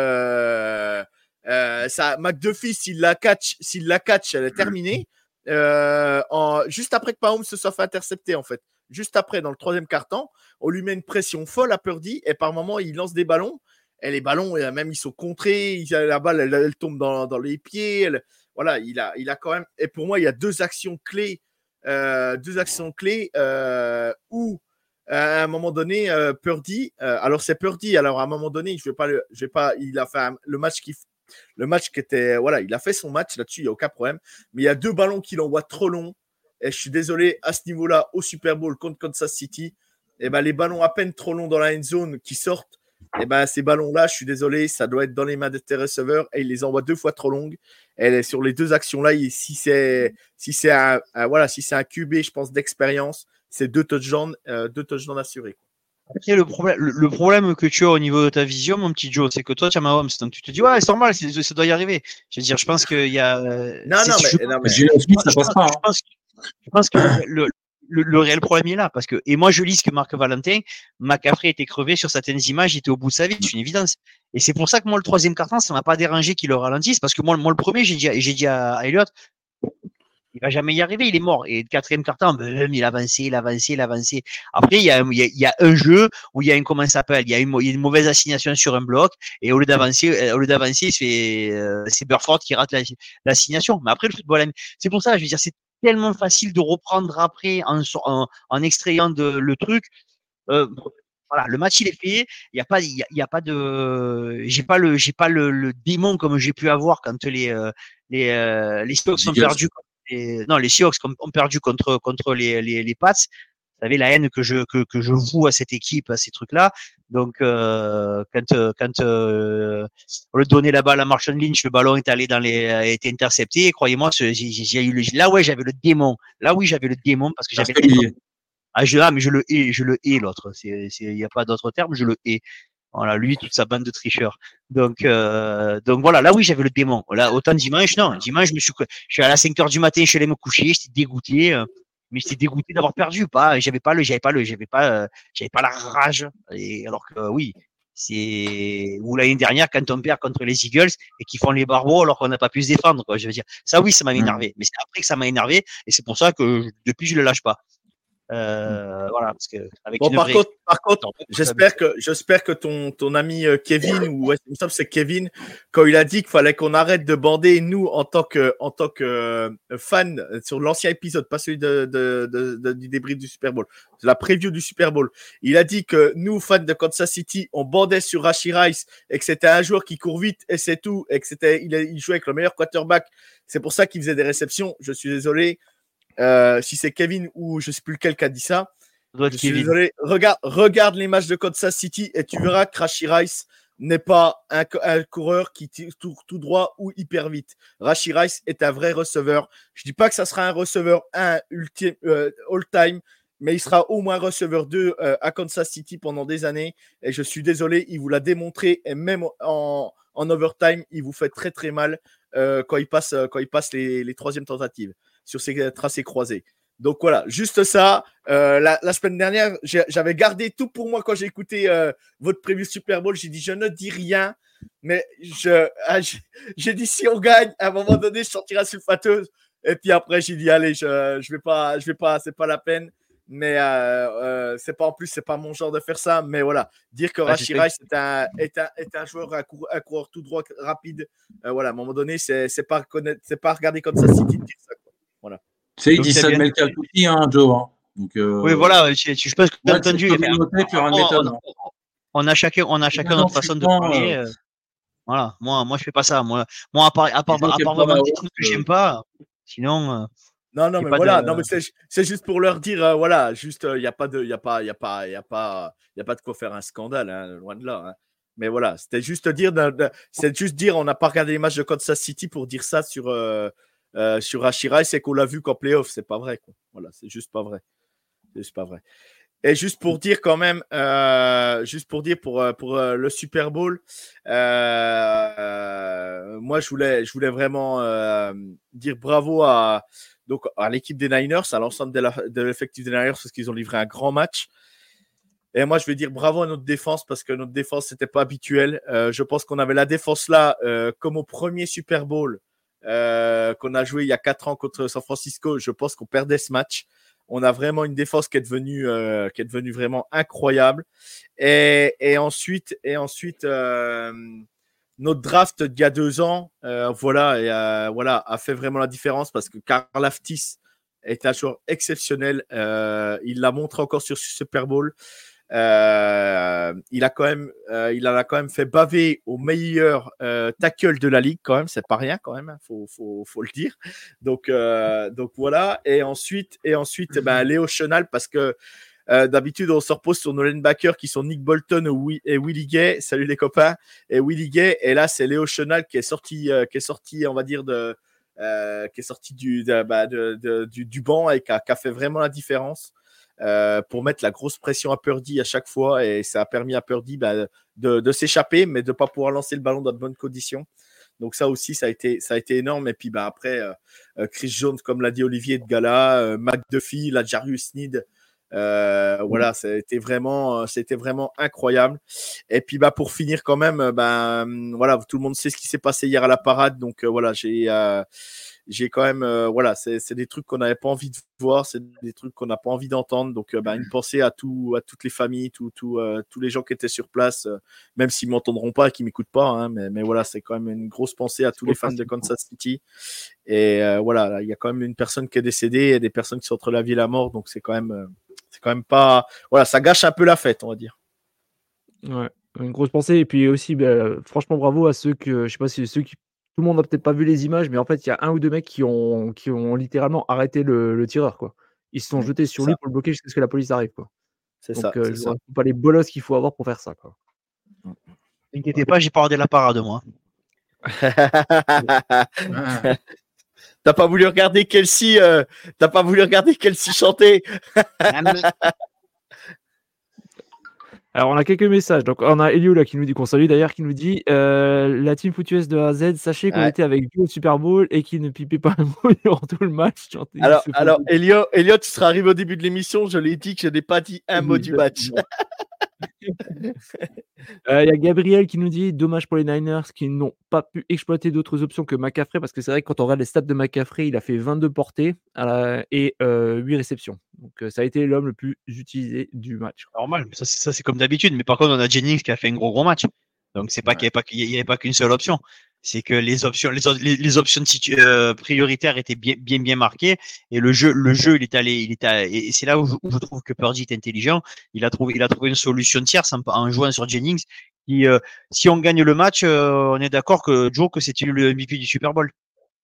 Euh, euh, ça, McDuffie, s'il la catch, s'il la catch, elle est terminée. Euh, en, juste après que Mahomes se soit fait intercepter, en fait. Juste après, dans le troisième quart-temps, on lui met une pression folle à Purdy et par moment, il lance des ballons. Et les ballons, même ils sont contrés, il, la balle, elle, elle tombe dans, dans les pieds. Elle, voilà, il a, il a quand même. Et pour moi, il y a deux actions clés, euh, deux actions clés euh, où à un moment donné, euh, Purdy. Euh, alors c'est Purdy. Alors à un moment donné, je vais pas, le, je vais pas. Il a fait un, le match qui, le match qui était, voilà, il a fait son match là-dessus, il y a aucun problème. Mais il y a deux ballons qu'il envoie trop longs. Et je suis désolé, à ce niveau-là, au Super Bowl contre Kansas City, et ben les ballons à peine trop longs dans la end zone qui sortent. Et ben ces ballons-là, je suis désolé, ça doit être dans les mains de tes receveurs et il les envoie deux fois trop longues. Et sur les deux actions-là, il, si c'est si c'est un, un voilà, si c'est un Q B, je pense d'expérience, c'est deux touchdowns, euh, deux touchdowns assurés. Après, le problème, le, le problème que tu as au niveau de ta vision, mon petit Joe, c'est que toi, tu as Mahomes, donc tu te dis ouais, c'est normal, c'est, ça doit y arriver. Je veux dire, je pense qu'il y a. Non, non, mais, je, non, mais je, je, ça passe pas. Je pense, je pense que le Le, le réel problème est là parce que et moi je lis ce que Marc Valentin, McCaffrey était crevé sur certaines images, il était au bout de sa vie, c'est une évidence. Et c'est pour ça que moi le troisième quart-temps, ça m'a pas dérangé qu'il le ralentisse parce que moi, moi le premier, j'ai dit, j'ai dit à, à Elliott, il va jamais y arriver, il est mort. Et le quatrième quart-temps, ben, il avançait, il avançait, il avançait. Après il y a, il y a, il y a un jeu où il y a une comment ça s'appelle, il y a une, il y a une mauvaise assignation sur un bloc et au lieu d'avancer, au lieu d'avancer, c'est euh, c'est Burford qui rate la, l'assignation. Mais après le football, c'est pour ça, je veux dire, c'est tellement facile de reprendre après en, en, en extrayant de, le truc. Euh, voilà, le match il est fait. Il y a pas, il y a, il y a pas de, j'ai pas le, j'ai pas le, le démon comme j'ai pu avoir quand les euh, les euh, les Seahawks ont perdu. Les, non, les Seahawks ont perdu contre contre les les, les Pats. Vous savez la haine que je que que je voue à cette équipe, à ces trucs-là. Donc euh, quand quand euh, on lui donnait la balle à Marshawn Lynch, le ballon est allé dans les a été intercepté. Et croyez-moi, j'ai, j'ai eu le, là ouais j'avais le démon. Là oui j'avais le démon parce que j'avais. Ah je ah mais je le hais, je le hais l'autre. C'est c'est il y a pas d'autre terme, je le hais. Voilà, lui toute sa bande de tricheurs. Donc euh, donc voilà, là oui j'avais le démon. Là autant dimanche non, dimanche je me suis je suis à la cinq heures du matin, je suis allé me coucher, j'étais dégoûté. Euh, mais j'étais dégoûté d'avoir perdu, pas, j'avais pas le, j'avais pas le, j'avais pas, euh, j'avais pas la rage. Et alors que euh, oui, c'est ou l'année dernière quand on perd contre les Eagles et qu'ils font les barbeaux alors qu'on n'a pas pu se défendre, quoi. Je veux dire, ça oui, ça m'a énervé. Mais c'est après que ça m'a énervé et c'est pour ça que depuis je le lâche pas. Euh, voilà, parce que avec Bon, une par vraie contre, par contre, expérience, j'espère que, j'espère que ton, ton ami euh, Kevin, ou ouais, il me semble que c'est Kevin, quand il a dit qu'il fallait qu'on arrête de bander, nous, en tant que, en tant que euh, fan, euh, sur l'ancien épisode, pas celui de, de, de, de- du débrief du Super Bowl, c'est la preview du Super Bowl. Il a dit que nous, fans de Kansas City, on bandait sur Rashee Rice et que c'était un joueur qui court vite et c'est tout, et que c'était, il, il jouait avec le meilleur quarterback. C'est pour ça qu'il faisait des réceptions. Je suis désolé. Euh, si c'est Kevin ou je sais plus lequel qui a dit ça. ça doit Je être suis Kevin. désolé. Regarde, regarde les matchs de Kansas City et tu verras que Rashee Rice n'est pas un, un coureur qui tire tout, tout droit ou hyper vite. Rashee Rice est un vrai receveur. Je dis pas que ça sera un receveur un ultime euh, all-time, mais il sera au moins receveur deux euh, à Kansas City pendant des années. Et je suis désolé, il vous l'a démontré et même en, en overtime, il vous fait très très mal euh, quand il passe, quand il passe les, les troisièmes tentatives sur ces tracés croisés. Donc voilà, juste ça. Euh, la, la semaine dernière, j'ai, j'avais gardé tout pour moi quand j'ai écouté euh, votre preview Super Bowl. J'ai dit, je ne dis rien, mais je, ah, j'ai, j'ai dit, si on gagne, à un moment donné, je sortirai sulfateuse. Et puis après, j'ai dit, allez, je, je vais pas, je vais pas, c'est pas la peine. Mais euh, euh, c'est pas en plus, c'est pas mon genre de faire ça. Mais voilà, dire que Ah, Rashee c'est Rice est un, est un, est un joueur, un, cour, un coureur tout droit, rapide. Euh, voilà, à un moment donné, c'est, c'est pas connaître, c'est pas regarder Kansas City de dire ça. Quoi. Voilà. Tu sais, il Donc, dit c'est ça de bien. Melcal Petit, hein, Joe. Hein. Donc, euh, Oui, voilà, je, je pense que tu moi, as de cette entendu. communauté, plus rien ne On, m'étonne. on- hein. on a chacun, on a chacun Maintenant, notre je suis façon de franc, parler. euh, euh, Voilà, moi, moi, je fais pas ça. Moi, moi à part, à part, je vois à quel part point vraiment ma des honte, trucs que euh, j'aime pas. Sinon, euh, Non, non, j'ai mais pas voilà, de. non, mais c'est, c'est juste pour leur dire, euh, voilà, juste, il euh, n'y a pas de, il y a pas, il y a pas, il y a pas, il y a pas de quoi faire un scandale, hein, loin de là. Hein. Mais voilà, c'était juste dire, de, de, c'est juste dire, on n'a pas regardé les matchs de Kansas City pour dire ça sur, euh, euh, sur Rashee Rice et qu'on l'a vu qu'en playoff, c'est pas vrai, quoi. Voilà, c'est juste pas vrai, c'est juste pas vrai. Et juste pour dire quand même, euh, juste pour dire pour pour euh, le Super Bowl, euh, euh, moi je voulais je voulais vraiment euh, dire bravo à donc à l'équipe des Niners, à l'ensemble de, la, de l'effectif des Niners parce qu'ils ont livré un grand match. Et moi je vais dire bravo à notre défense parce que notre défense c'était pas habituel. Euh, je pense qu'on avait la défense là euh, comme au premier Super Bowl euh, qu'on a joué il y a quatre ans contre San Francisco. Je pense qu'on perdait ce match. On a vraiment une défense qui est devenue, euh, qui est devenue vraiment incroyable. Et, et ensuite, et ensuite euh, notre draft d'il y a deux ans, euh, voilà, et, euh, voilà, a fait vraiment la différence parce que Karlaftis est un joueur exceptionnel. Euh, il l'a montré encore sur ce Super Bowl. Euh, il a quand même, euh, il en a quand même fait baver au meilleur euh, tackle de la ligue quand même, c'est pas rien quand même, hein, faut, faut, faut le dire. Donc, euh, donc voilà. Et ensuite, et ensuite, ben Léo Chenal parce que euh, d'habitude on se repose sur nos linebackers qui sont Nick Bolton et Willie Gay. Salut les copains. Et Willie Gay. Et là c'est Léo Chenal qui est sorti, euh, qui est sorti, on va dire de, euh, qui est sorti du, de, bah, de, de, du, du banc et qui a, qui a fait vraiment la différence. Euh, pour mettre la grosse pression à Purdy à chaque fois et ça a permis à Purdy bah, de, de s'échapper mais de ne pas pouvoir lancer le ballon dans de bonnes conditions. Donc ça aussi ça a été, ça a été énorme. Et puis bah, après euh, Chris Jones comme l'a dit Olivier de Gala, euh, McDuffie, la Jarius Sneed, euh, mmh. voilà, c'était vraiment, c'était vraiment incroyable. Et puis bah pour finir quand même, bah, voilà, tout le monde sait ce qui s'est passé hier à la parade. Donc euh, voilà, j'ai euh, j'ai quand même, euh, voilà, c'est, c'est des trucs qu'on n'avait pas envie de voir, c'est des trucs qu'on n'a pas envie d'entendre. Donc, euh, bah, une pensée à, tout, à toutes les familles, tout, tout, euh, tous les gens qui étaient sur place, euh, même s'ils ne m'entendront pas et qu'ils ne m'écoutent pas. Hein, mais, mais voilà, c'est quand même une grosse pensée à tous les fans de Kansas City. Et euh, voilà, il y a quand même une personne qui est décédée et des personnes qui sont entre la vie et la mort. Donc, c'est quand même, euh, c'est quand même pas. Voilà, ça gâche un peu la fête, on va dire. Ouais, une grosse pensée. Et puis aussi, bah, franchement, bravo à ceux que, je sais pas si ceux qui. Tout le monde n'a peut-être pas vu les images, mais en fait, il y a un ou deux mecs qui ont, qui ont littéralement arrêté le, le tireur, quoi. Ils se sont Ouais, jetés sur ça. lui pour le bloquer jusqu'à ce que la police arrive, quoi. C'est Donc, ça. euh, C'est je ça. vois pas les bolosses qu'il faut avoir pour faire ça, quoi. N'inquiétez pas, j'ai pas regardé la parade, moi. ah. T'as pas voulu regarder Kelsey, euh, t'as pas voulu regarder Kelsey chanter. Alors, on a quelques messages. Donc, on a Elio là qui nous dit, qu'on salue d'ailleurs, qui nous dit euh, la team Footus de A à Z, sachez qu'on Ouais. était avec Joe au Super Bowl et qu'il ne pipait pas un mot durant tout le match. Genre, il Alors, se alors faisait- Elliot, Elliot, tu seras arrivé au début de l'émission. Je l'ai dit que je n'ai pas dit un mot du match. Euh, Il y a Gabriel qui nous dit dommage pour les Niners qui n'ont pas pu exploiter d'autres options que McCaffrey parce que c'est vrai que quand on regarde les stats de McCaffrey, il a fait vingt-deux portées à la- et euh, huit réceptions. Donc euh, ça a été l'homme le plus utilisé du match. Normal, ça c'est, ça c'est comme d'habitude. Mais par contre, on a Jennings qui a fait un gros gros match. Donc c'est pas Ouais. qu'il n'y avait pas, qu'il y avait pas qu'une seule option. C'est que les options, les, autres- les, les options situ- euh, prioritaires étaient bien, bien, bien marquées. Et le jeu, le jeu, il est allé, il est allé, et c'est là où je, où je trouve que Purdy est intelligent. Il a trouvé, il a trouvé une solution tierce en, en jouant sur Jennings. Qui, euh, si on gagne le match, euh, on est d'accord que Joe, que c'était le M V P du Super Bowl.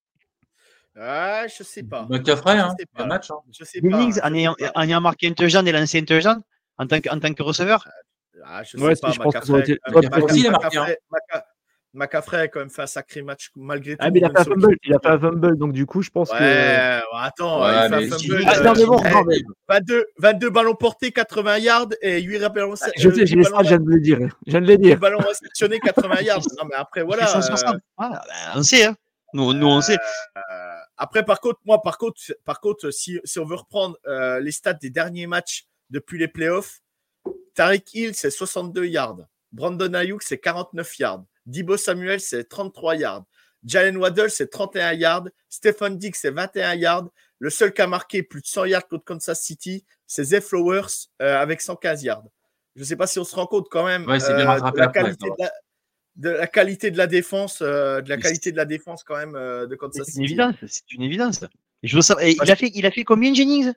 Ah, je sais pas. McCaffrey, Je hein, sais le pas. match. Hein. Je sais pas. Jennings, Je en ayant, sais pas. en ayant marqué un touchdown et lancé un touchdown en tant que, en tant que receveur. Ah, je Ouais, sais pas. si, je pense que ça aurait McCaffrey, été- ça aurait été facile à marquer, McCaffrey, Maca- McCaffrey a quand même fait un sacré match malgré tout. Ah, mais il a même fait un sur le fumble, kick. il a fait un fumble, donc du coup, je pense Ouais, que. ouais, attends, Ouais, il fait mais un fumble. Jennings, Ah, non, mais bon, euh, non, mais- vingt-deux, vingt-deux ballons portés, quatre-vingts yards et huit ballons. Ah, je sais, j'ai les stats, je viens de le dire. Je viens de les huit dire. ballons réceptionnés, quatre-vingts yards. Non, mais après, Il fait cent voilà. soixante. euh, Voilà, ben, on sait, hein. Nous, nous on sait. euh, après, par contre, moi, par contre, par contre si, si on veut reprendre euh, les stats des derniers matchs depuis les playoffs, Tariq Hill, c'est soixante-deux yards. Brandon Ayuk, c'est quarante-neuf yards. Debo Samuel, c'est trente-trois yards. Jalen Waddle, c'est trente et un yards. Stephen Diggs, c'est vingt et un yards. Le seul qui a marqué plus de cent yards contre Kansas City, c'est Zay Flowers euh, avec cent quinze yards. Je ne sais pas si on se rend compte quand même Ouais, c'est bien euh, rattrapé de, la après, qualité ça va. de, la, de la qualité de la défense, euh, de la Mais qualité de la défense quand même euh, de Kansas C'est une City. évidence. C'est une évidence. Et je veux savoir, et il a fait, il a fait combien Jennings?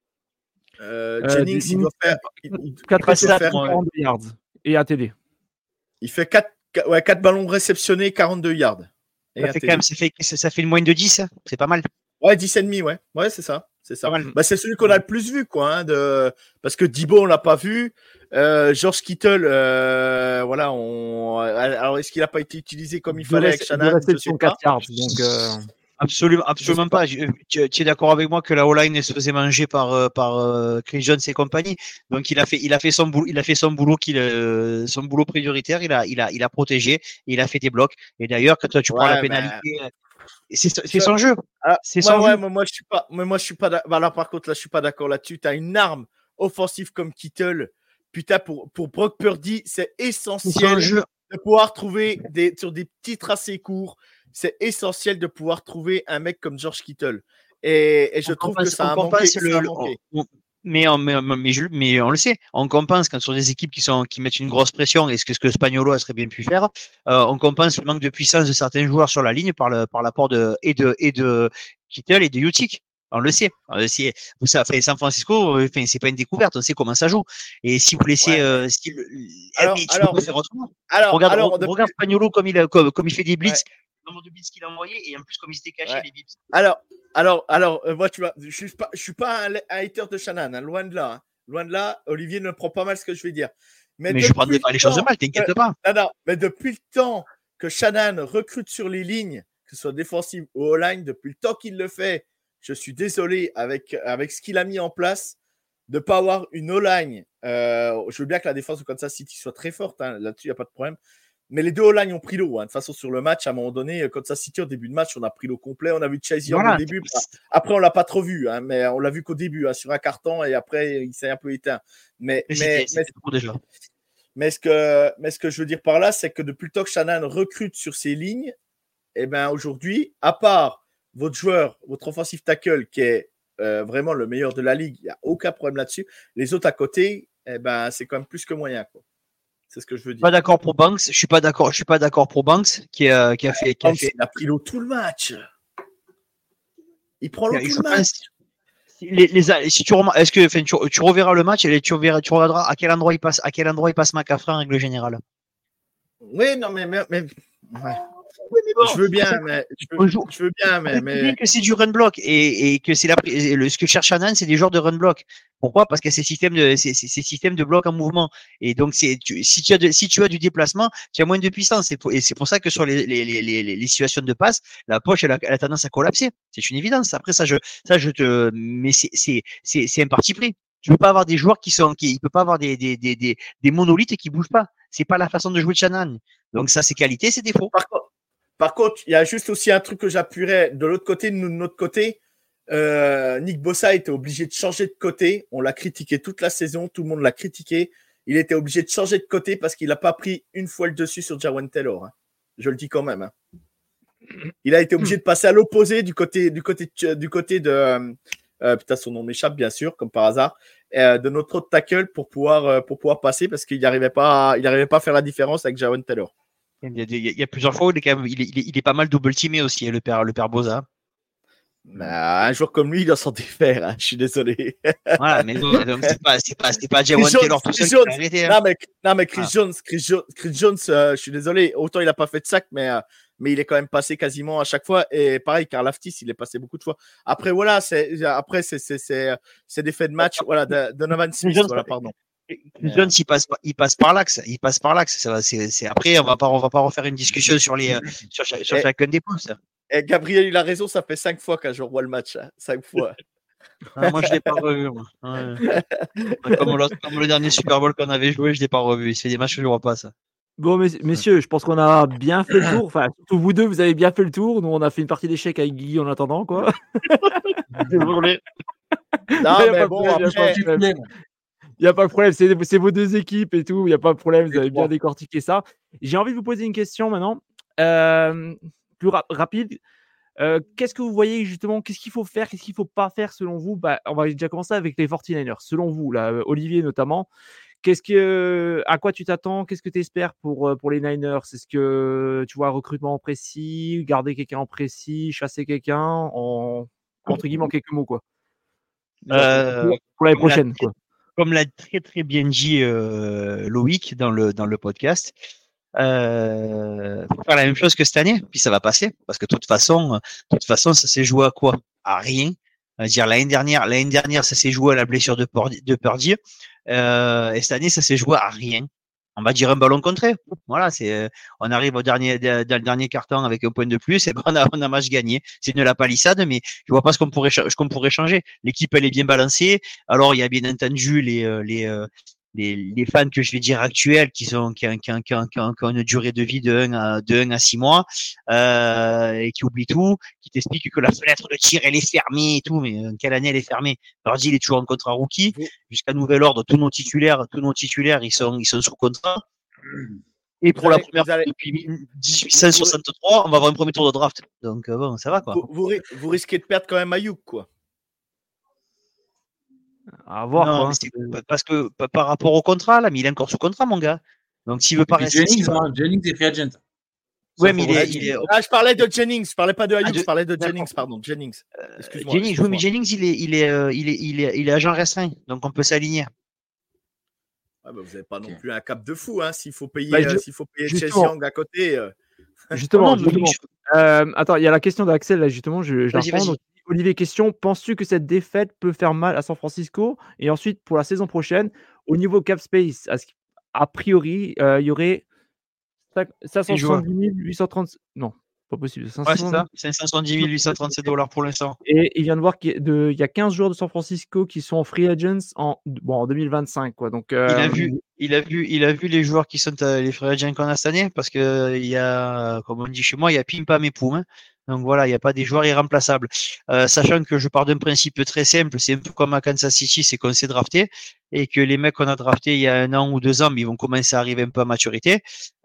Euh, Euh, Jennings, il Jennings, doit faire. Il, il- quatre passe ça, réceptions, moi. quarante-deux yards et un T D. il fait quatre, ouais, quatre ballons réceptionnés, quarante-deux yards. Et Ça un fait T D. quand même, ça fait, ça fait une moyenne de dix. Hein. C'est pas mal. Ouais, dix et demi, ouais. Ouais, c'est ça. C'est ça. Pas mal. Bah, c'est celui qu'on a le plus vu, quoi. Hein, de... Parce que Debo, on l'a pas vu. Euh, George Kittle, euh, voilà. On... Alors, est-ce qu'il n'a pas été utilisé comme il fallait avec Shannon? Deux Je sais réceptions, pas. quatre yards. Donc, euh, Absolument, absolument pas. Je- Tu, tu es d'accord avec moi que la O-line se faisait manger par euh, par euh, Chris Jones et compagnie. Donc il a fait il a fait son boulot, il a fait son boulot qu'il euh, son boulot prioritaire. Il a il a il a protégé. Et il a fait des blocs. Et d'ailleurs quand tu prends Ouais, la mais- pénalité, euh, c'est c'est Je- son jeu. Ah, C'est moi, son ouais, jeu. moi, moi, je suis pas. Mais moi, je suis pas. d'ac- Bah, là, par contre, là, je suis pas d'accord là-dessus. Tu as une arme offensive comme Kittle. Putain, pour pour Brock Purdy, c'est C'est essentiel. son jeu. De pouvoir trouver des, sur des petits tracés courts, c'est essentiel de pouvoir trouver un mec comme George Kittle. Et, et je On trouve compense- que ça on a manqué. compense ça le- a le- manqué. on- mais, on, mais, mais, je- mais on le sait, on compense quand sur des équipes qui sont qui mettent une grosse pression, et ce que ce que Spagnuolo serait bien pu faire, euh, on compense le manque de puissance de certains joueurs sur la ligne par le par l'apport de et de et de Kittle et de Utic. On le sait. On le sait. Vous savez, San Francisco, euh, enfin, c'est pas une découverte. On sait comment ça joue. Et si vous laissez, Ouais. euh, si le- Alors- mais tu alors- peux pas faire autrement. Alors, Regarde, alors, re- depuis- regarde Spagnuolo comme il a, comme, comme il fait des blitz, Ouais. le nombre de blitz qu'il a envoyé, et en plus comme il s'était caché Ouais. les blitz. alors, alors, alors, euh, moi, tu vois, je suis pas, je suis pas un, un hater de Shannon, hein, loin de là. hein. Loin de là, Olivier ne prend pas mal ce que je vais dire. Mais depuis je prendrai pas le les choses temps- mal, t'inquiète pas. Non, non, mais depuis le temps que Shannon recrute sur les lignes, que ce soit défensive ou all-line, depuis le temps qu'il le fait, je suis désolé avec, avec ce qu'il a mis en place, de ne pas avoir une all-line. Euh, je veux bien que la défense de Kansas City soit très forte, hein, là-dessus, il n'y a pas de problème. Mais les deux all-line ont pris l'eau. Hein. De toute façon, sur le match, à un moment donné, Kansas City, au début de match, on a pris l'eau complet. On a vu Chase Young Voilà. au début. Après, on ne l'a pas trop vu, hein, mais on l'a vu qu'au début, hein, sur un carton, et après, il s'est un peu éteint. Mais, Mais mais, c'était mais c'était trop déjà. mais ce, que, mais ce que je veux dire par là, c'est que depuis le temps que Shannon recrute sur ces lignes, eh ben aujourd'hui, à part votre joueur, votre offensive tackle, qui est euh, vraiment le meilleur de la ligue, il n'y a aucun problème là-dessus. Les autres à côté, eh ben, c'est quand même plus que moyen. Quoi. C'est ce que je veux dire. Pas d'accord pour Banks. Je suis pas d'accord. Je suis pas d'accord pour Banks qui a, qui a fait, qui a Banks, fait. il a pris l'eau tout le match. Il prend l'eau Je tout le pense- match. Les, les, si tu remarques, est-ce que enfin, tu, tu reverras le match et tu, reverras, tu regarderas à quel endroit il passe, à quel endroit il passe McCaffrey en règle générale. Oui, non, mais, mais, mais- ouais. Oui, mais bon, je veux bien, mais je veux, Bonjour. je veux bien, mais, On mais... dit que c'est du run block et, et que c'est la, et le, ce que cherche Shannon, c'est des joueurs de run block. Pourquoi? Parce qu'il y a ces systèmes de, ces, ces, ces systèmes de bloc en mouvement. Et donc, c'est, tu, si tu as de, si tu as du déplacement, tu as moins de puissance. Et, pour, et c'est pour ça que sur les, les, les, les, les situations de passe, la poche, elle a, elle a tendance à collapser. C'est une évidence. Après, ça, je, ça, je te, mais c'est, c'est, c'est, c'est un parti pris. Tu peux pas avoir des joueurs qui sont, qui, il peut pas avoir des, des, des, des, des monolithes qui bougent pas. C'est pas la façon de jouer de Shannon. Donc, ça, c'est qualité, c'est défaut. Par contre, par contre, il y a juste aussi un truc que j'appuierais de l'autre côté, de notre côté. Euh, Nick Bossa était obligé de changer de côté. On l'a critiqué toute la saison. Tout le monde l'a critiqué. il était obligé de changer de côté parce qu'il n'a pas pris une fois le dessus sur Jawaan Taylor. Hein. Je le dis quand même. Hein. Il a été obligé de passer à l'opposé du côté, du côté, du côté de. Euh, putain, son nom m'échappe, bien sûr, comme par hasard, euh, de notre autre tackle pour pouvoir, euh, pour pouvoir passer parce qu'il n'arrivait pas, il n'arrivait pas à faire la différence avec Jawaan Taylor. Il y, a, il y a plusieurs fois où il est, quand même, il est, il est, il est pas mal double teamé aussi, le père, le père Boza. Bah, un joueur comme lui, il doit s'en défaire. Hein, je suis désolé. Voilà, mais donc, donc c'est pas, c'est pas, c'est pas Jawaan Taylor tout seul qui l'a arrêté. Hein. Non, mais, non, mais Chris ah. Jones, Chris, jo- Chris Jones, euh, je suis désolé. Autant il a pas fait de sac, mais, euh, mais il est quand même passé quasiment à chaque fois. Et pareil, Karl Aftis, il est passé beaucoup de fois. Après, voilà, c'est, après, c'est, c'est, c'est, c'est des faits de match. Voilà, de, Donovan Smith, Jones, voilà, pardon. Chris Jones, il passe, il passe par l'axe. Il passe par l'axe. Ça va, c'est, c'est après, on va pas, on va pas refaire une discussion sur les, sur, sur, sur chacun des postes. Et Gabriel, il a raison, ça fait cinq fois que je revois le match. Hein. Cinq fois. Ah, moi, je ne l'ai pas revu. Moi. Ouais. Comme, le, comme le dernier Super Bowl qu'on avait joué, je ne l'ai pas revu. Il se fait des matchs que je ne vois pas, ça. Bon, messieurs, je pense qu'on a bien fait le tour. Enfin, surtout vous deux, vous avez bien fait le tour. Nous, on a fait une partie d'échecs avec Guy en attendant, quoi. Désolé. Non, mais bon, après... Il n'y a pas de problème. C'est, c'est vos deux équipes et tout. Il n'y a pas de problème. Vous avez bien décortiqué ça. J'ai envie de vous poser une question maintenant. Euh... plus ra- rapide. Euh, qu'est-ce que vous voyez justement? Qu'est-ce qu'il faut faire? Qu'est-ce qu'il ne faut pas faire selon vous? Bah, on va déjà commencer avec les forty-niners. Selon vous, là, Olivier notamment, qu'est-ce que, à quoi tu t'attends? Qu'est-ce que tu espères pour, pour les Niners? Est-ce que tu vois un recrutement précis, garder quelqu'un en précis, chasser quelqu'un en, entre guillemets, en quelques mots, quoi? Euh, pour, pour l'année prochaine, quoi. Comme l'a très très bien dit euh, Loïc dans le, dans le podcast, Euh, faut faire la même chose que cette année, puis ça va passer, parce que de toute façon, de toute façon, ça s'est joué à quoi? À rien. À dire l'année dernière, l'année dernière, ça s'est joué à la blessure de Purdy, de Purdy, euh, et cette année, ça s'est joué à rien. On va dire un ballon contré. Voilà, c'est, on arrive au dernier, dans le dernier carton avec un point de plus, et ben on a, on a match gagné. C'est une la palissade, mais je vois pas ce qu'on pourrait, ce qu'on pourrait changer. L'équipe, elle est bien balancée. Alors, il y a bien entendu les, les, Les, les fans que je vais dire actuels qui sont qui ont, qui ont, qui ont, qui ont, qui ont une durée de vie de un à, de un à six mois euh, et qui oublient tout, qui t'expliquent que la fenêtre de tir elle est fermée et tout, mais en quelle année elle est fermée? Purdy il est toujours en contrat rookie jusqu'à nouvel ordre. Tous nos titulaires, tous nos titulaires ils sont ils sont sous contrat. Et pour vous la allez, première fois allez... depuis dix-huit cent soixante-trois, on va avoir un premier tour de draft. Donc bon, ça va quoi. Vous, vous, vous risquez de perdre quand même Aiyuk quoi. À voir, non, quoi. C'est parce que par rapport au contrat, là, mais il est encore sous contrat, mon gars. Donc s'il veut pas rester. Jennings, hein, Jennings est free agent. Ouais, mais il est, il est... Ah, je parlais de Jennings, je parlais pas de Aiyuk, ah, de... je parlais de Jennings, pardon, Jennings. Excuse-moi. Jennings, excuse-moi. Oui, mais Jennings, il est, il est, euh, il est, il est, il est agent restreint, donc on peut s'aligner. Ah bah vous n'avez pas okay. non plus un cap de fou, hein, s'il faut payer, bah, je... euh, s'il faut payer Chase Young à côté. Euh... Justement, justement. Euh, attends, il y a la question d'Axel là, justement, je, je la reprends. Donc, Olivier, question, penses-tu que cette défaite peut faire mal à San Francisco? Et ensuite, pour la saison prochaine, au niveau cap space, a priori, euh, il y aurait cinq cent soixante-dix mille huit cent trente... Non, pas possible. cinq cent soixante... Ouais, c'est ça. cinq cent soixante-dix mille huit cent trente-sept dollars pour l'instant. Et il vient de voir qu'il y a, de, il y a quinze joueurs de San Francisco qui sont free agents en, bon, en deux mille vingt-cinq. Quoi. Donc, euh, il, a vu, il, a vu, il a vu les joueurs qui sont euh, les free agents qu'on a cette année parce qu'il y a, comme on dit chez moi, il y a Pimpa mes poux. Hein. Donc voilà, il n'y a pas des joueurs irremplaçables. Euh, sachant que je pars d'un principe très simple, c'est un peu comme à Kansas City, c'est qu'on s'est drafté et que les mecs qu'on a draftés il y a un an ou deux ans, mais ils vont commencer à arriver un peu à maturité.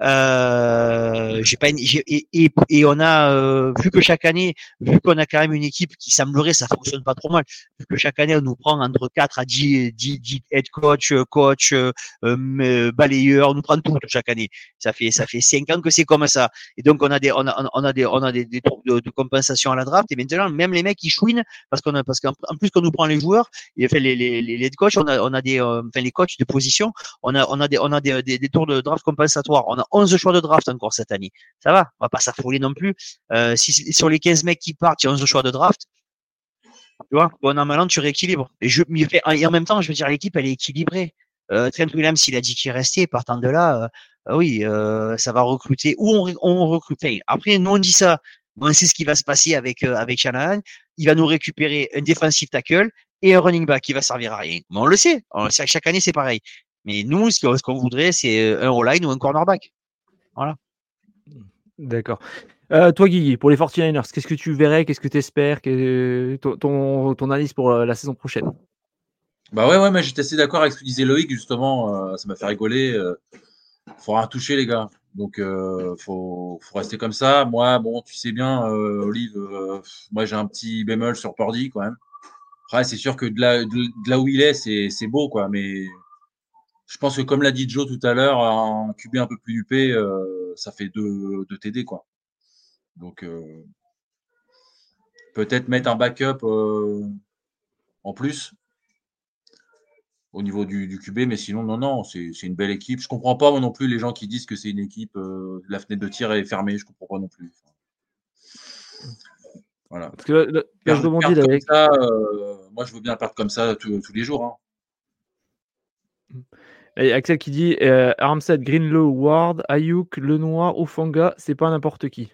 Euh, j'ai pas une, j'ai, et, et, et on a euh, vu que chaque année, vu qu'on a quand même une équipe qui semblerait ça fonctionne pas trop mal, vu que chaque année on nous prend entre quatre à dix, dix, dix head coach, coach, euh, euh, balayeur, on nous prend tout chaque année. Ça fait ça fait cinq ans que c'est comme ça. Et donc on a des on a on a des on a des, des trucs de, de compensation à la draft. Et maintenant même les mecs ils chouinent parce qu'on a parce qu'en plus qu'on nous prend les joueurs, et fait les les les head coach, on a on a des euh, enfin les coachs de position, on a on a des on a des, des, des tours de draft compensatoires. On a onze choix de draft encore cette année. Ça va, on va pas s'affoler non plus. Euh, si sur les quinze mecs qui partent, il y a onze choix de draft. Tu vois, bon, en allant, tu rééquilibres. Et je m'y fais, et en même temps, je veux dire, l'équipe, elle est équilibrée. Euh, Trent Williams, il a dit qu'il restait, partant de là, euh, oui, euh, ça va recruter. Ou on, on recrute. Enfin, après, nous, on dit ça. On sait ce qui va se passer avec, euh, avec Shanahan. Il va nous récupérer un defensive tackle et un running back qui va servir à rien. Mais on le sait. On le sait, chaque année, c'est pareil. Mais nous, ce qu'on, ce qu'on voudrait, c'est un O-line ou un cornerback. Voilà. D'accord. Euh, toi, Guigui, pour les forty-niners, qu'est-ce que tu verrais, qu'est-ce que tu espères, que, ton, ton, ton analyse pour la saison prochaine? Bah ouais, ouais, mais j'étais assez d'accord avec ce que disait Loïc, justement. Euh, ça m'a fait rigoler. Euh, faut rien toucher, les gars. Donc, euh, faut, faut rester comme ça. Moi, bon, tu sais bien, euh, Olive, euh, moi, j'ai un petit bémol sur Purdy, quand même. Après, c'est sûr que de là, de, de là où il est, c'est, c'est beau, quoi. Mais je pense que, comme l'a dit Joe tout à l'heure, un Q B un peu plus huppé, euh, ça fait deux, deux T D, quoi. Donc, euh, peut-être mettre un backup euh, en plus au niveau du, du Q B, mais sinon, non, non, c'est c'est une belle équipe. Je comprends pas, moi non plus, les gens qui disent que c'est une équipe, euh, la fenêtre de tir est fermée, je comprends pas non plus. Voilà. Parce que là, là- là, je Perdre, rebondis perdre là, comme avec. ça, euh, moi je veux bien perdre comme ça tous tous les jours. Hein. Et Axel qui dit euh, Armstead, Greenlaw, Ward, Ayuk, Lenoir, Ofanga, c'est pas n'importe qui.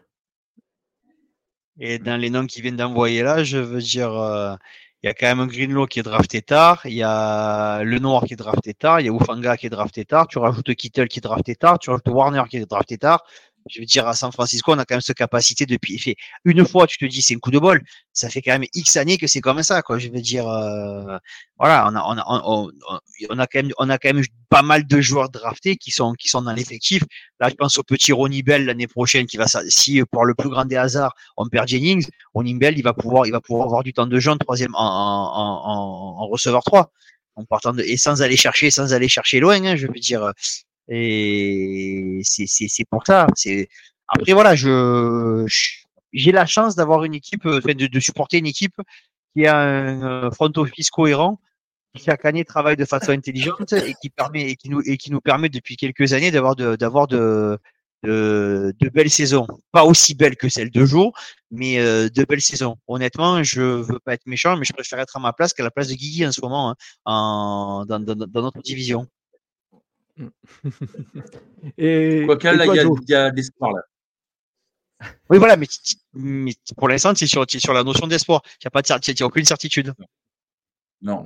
Et dans les noms qui viennent d'envoyer là, je veux dire, euh, il y a quand même un Greenlaw qui est drafté tard, il y a Le Noir qui est drafté tard, il y a Ufanga qui est drafté tard, tu rajoutes Kittle qui est drafté tard, tu rajoutes Warner qui est drafté tard. Je veux dire, à San Francisco, on a quand même cette capacité depuis. Fait une fois, tu te dis, c'est un coup de bol. Ça fait quand même X années que c'est comme ça, quoi. Je veux dire, euh, voilà, on a, on a, on, on, on a quand même, on a quand même pas mal de joueurs draftés qui sont, qui sont dans l'effectif. Là, je pense au petit Ronnie Bell l'année prochaine qui va, si pour le plus grand des hasards, on perd Jennings, Ronnie Bell, il va pouvoir, il va pouvoir avoir du temps de jeu en troisième, en, en, en, en receveur trois. En partant de, et sans aller chercher, sans aller chercher loin, hein, je veux dire. Et c'est, c'est, c'est pour ça. C'est, après, voilà, je, je- j'ai la chance d'avoir une équipe, enfin, de, de supporter une équipe qui a un front office cohérent, qui chaque année travaille de façon intelligente et qui permet, et qui nous, et qui nous permet depuis quelques années d'avoir de, d'avoir de, de, de belles saisons. Pas aussi belles que celles de jour, mais euh, de belles saisons. Honnêtement, je veux pas être méchant, mais je préfère être à ma place qu'à la place de Guigui en ce moment, hein, en, dans, dans, dans notre division. Et, Quoique et là, il toi, y a, Joe? il y a de l'espoir là. Oui, voilà, mais, mais pour l'instant, c'est sur, sur la notion d'espoir. Il n'y a pas de certitude, il n'y a aucune certitude. Non.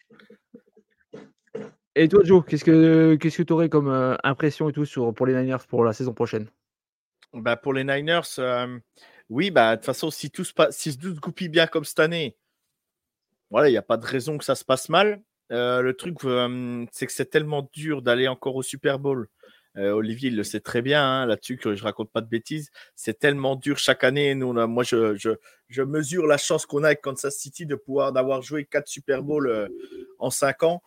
Et toi, Joe, qu'est-ce que qu'est-ce que tu aurais comme euh, impression et tout sur, pour les Niners pour la saison prochaine? Bah, pour les Niners, euh, oui, bah, de toute façon, si tout se, passe, si tout se goupille bien comme cette année, voilà, il n'y a pas de raison que ça se passe mal. Euh, le truc, euh, c'est que c'est tellement dur d'aller encore au Super Bowl. Euh, Olivier, il le sait très bien hein, là-dessus, que je raconte pas de bêtises. C'est tellement dur chaque année. Nous, là, moi, je, je, je mesure la chance qu'on a avec Kansas City de pouvoir d'avoir joué quatre Super Bowls euh, en cinq ans.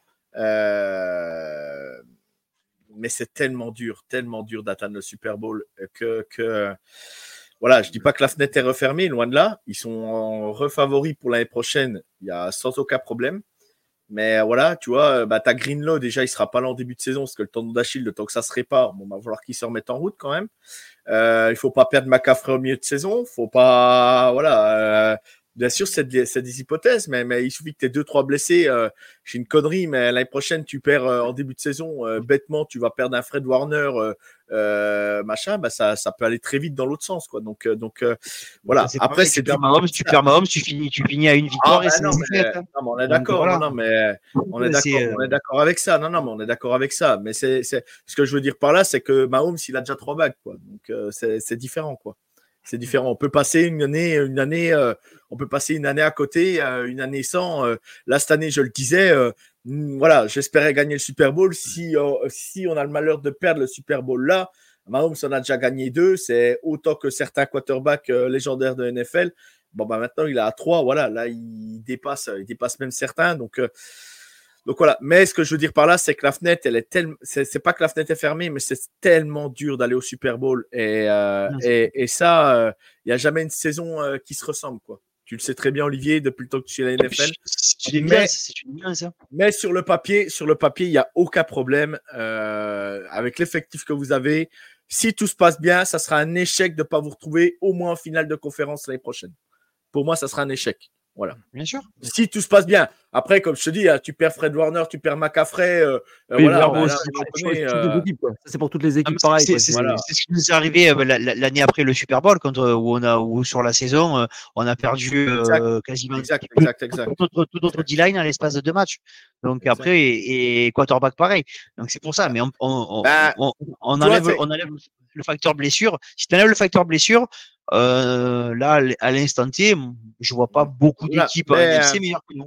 Euh, mais c'est tellement dur, tellement dur d'atteindre le Super Bowl que, que voilà, je dis pas que la fenêtre est refermée, loin de là. Ils sont refavoris pour l'année prochaine, il y a sans aucun problème. Mais voilà, tu vois, bah, t'as Greenlaw, déjà, il sera pas là en début de saison parce que le tendon d'Achille, le temps que ça se répare, bon, va falloir qu'il se remette en route quand même. Euh, il faut pas perdre McCaffrey au milieu de saison. Faut pas, voilà. Euh, bien sûr, c'est des, c'est des hypothèses, mais, mais il suffit que tu aies deux, trois blessés. Euh, j'ai une connerie, mais l'année prochaine, tu perds euh, en début de saison. Euh, bêtement, tu vas perdre un Fred Warner, euh, euh, machin. Bah, ça, ça peut aller très vite dans l'autre sens, quoi. Donc, euh, donc euh, voilà. C'est Après, pareil, c'est tu perds Mahomes, tu perds Mahomes, tu finis, tu finis à une victoire ah, et bah, c'est non, mais, fait, hein. non, mais on est Donc, d'accord. voilà. Non, non, mais on est d'accord. C'est, euh, On est d'accord avec ça. Non, non, mais on est d'accord avec ça. Mais c'est, c'est ce que je veux dire par là, c'est que Mahomes, il a déjà trois bagues, quoi. Donc euh, c'est, c'est différent, quoi. C'est différent. On peut passer une année, une année, euh, on peut passer une année à côté, euh, une année sans. Euh, là, cette année, je le disais, euh, voilà, j'espérais gagner le Super Bowl. Si, euh, si on a le malheur de perdre le Super Bowl là, Mahomes en a déjà gagné deux. C'est autant que certains quarterbacks euh, légendaires de N F L. Bon, bah maintenant, il a trois. Voilà, là, il dépasse, il dépasse même certains. Donc, euh, donc voilà. Mais ce que je veux dire par là, c'est que la fenêtre, elle est tellement. C'est, c'est pas que la fenêtre est fermée, mais c'est tellement dur d'aller au Super Bowl. Et, euh, et, et ça, il euh, n'y a jamais une saison euh, qui se ressemble, quoi. Tu le sais très bien, Olivier, depuis le temps que tu es à la N F L. C'est une mais, c'est une bien, ça. Mais sur le papier, sur le papier, il n'y a aucun problème euh, avec l'effectif que vous avez. Si tout se passe bien, ça sera un échec de ne pas vous retrouver au moins en finale de conférence l'année prochaine. Pour moi, ça sera un échec. Voilà. Bien sûr. Si tout se passe bien. Après, comme je te dis, tu perds Fred Warner, tu perds McCaffrey. Euh, oui, voilà, bah, là, connaît, euh... équipes, c'est pour toutes les équipes ah, pareil. C'est, c'est, voilà. c'est ce qui nous est arrivé euh, l'année après le Super Bowl, quand, où, on a, où sur la saison, euh, on a perdu euh, quasiment exact, exact, exact. tout notre, tout notre D-line à l'espace de deux matchs. Donc exact. Après, et, et quarterback pareil. Donc c'est pour ça. Mais on, on, bah, on, on, on, enlève, vois, on enlève le facteur blessure. Si tu enlèves le facteur blessure, euh, là, à l'instant T, je vois pas beaucoup d'équipes voilà, à N F C meilleures que nous.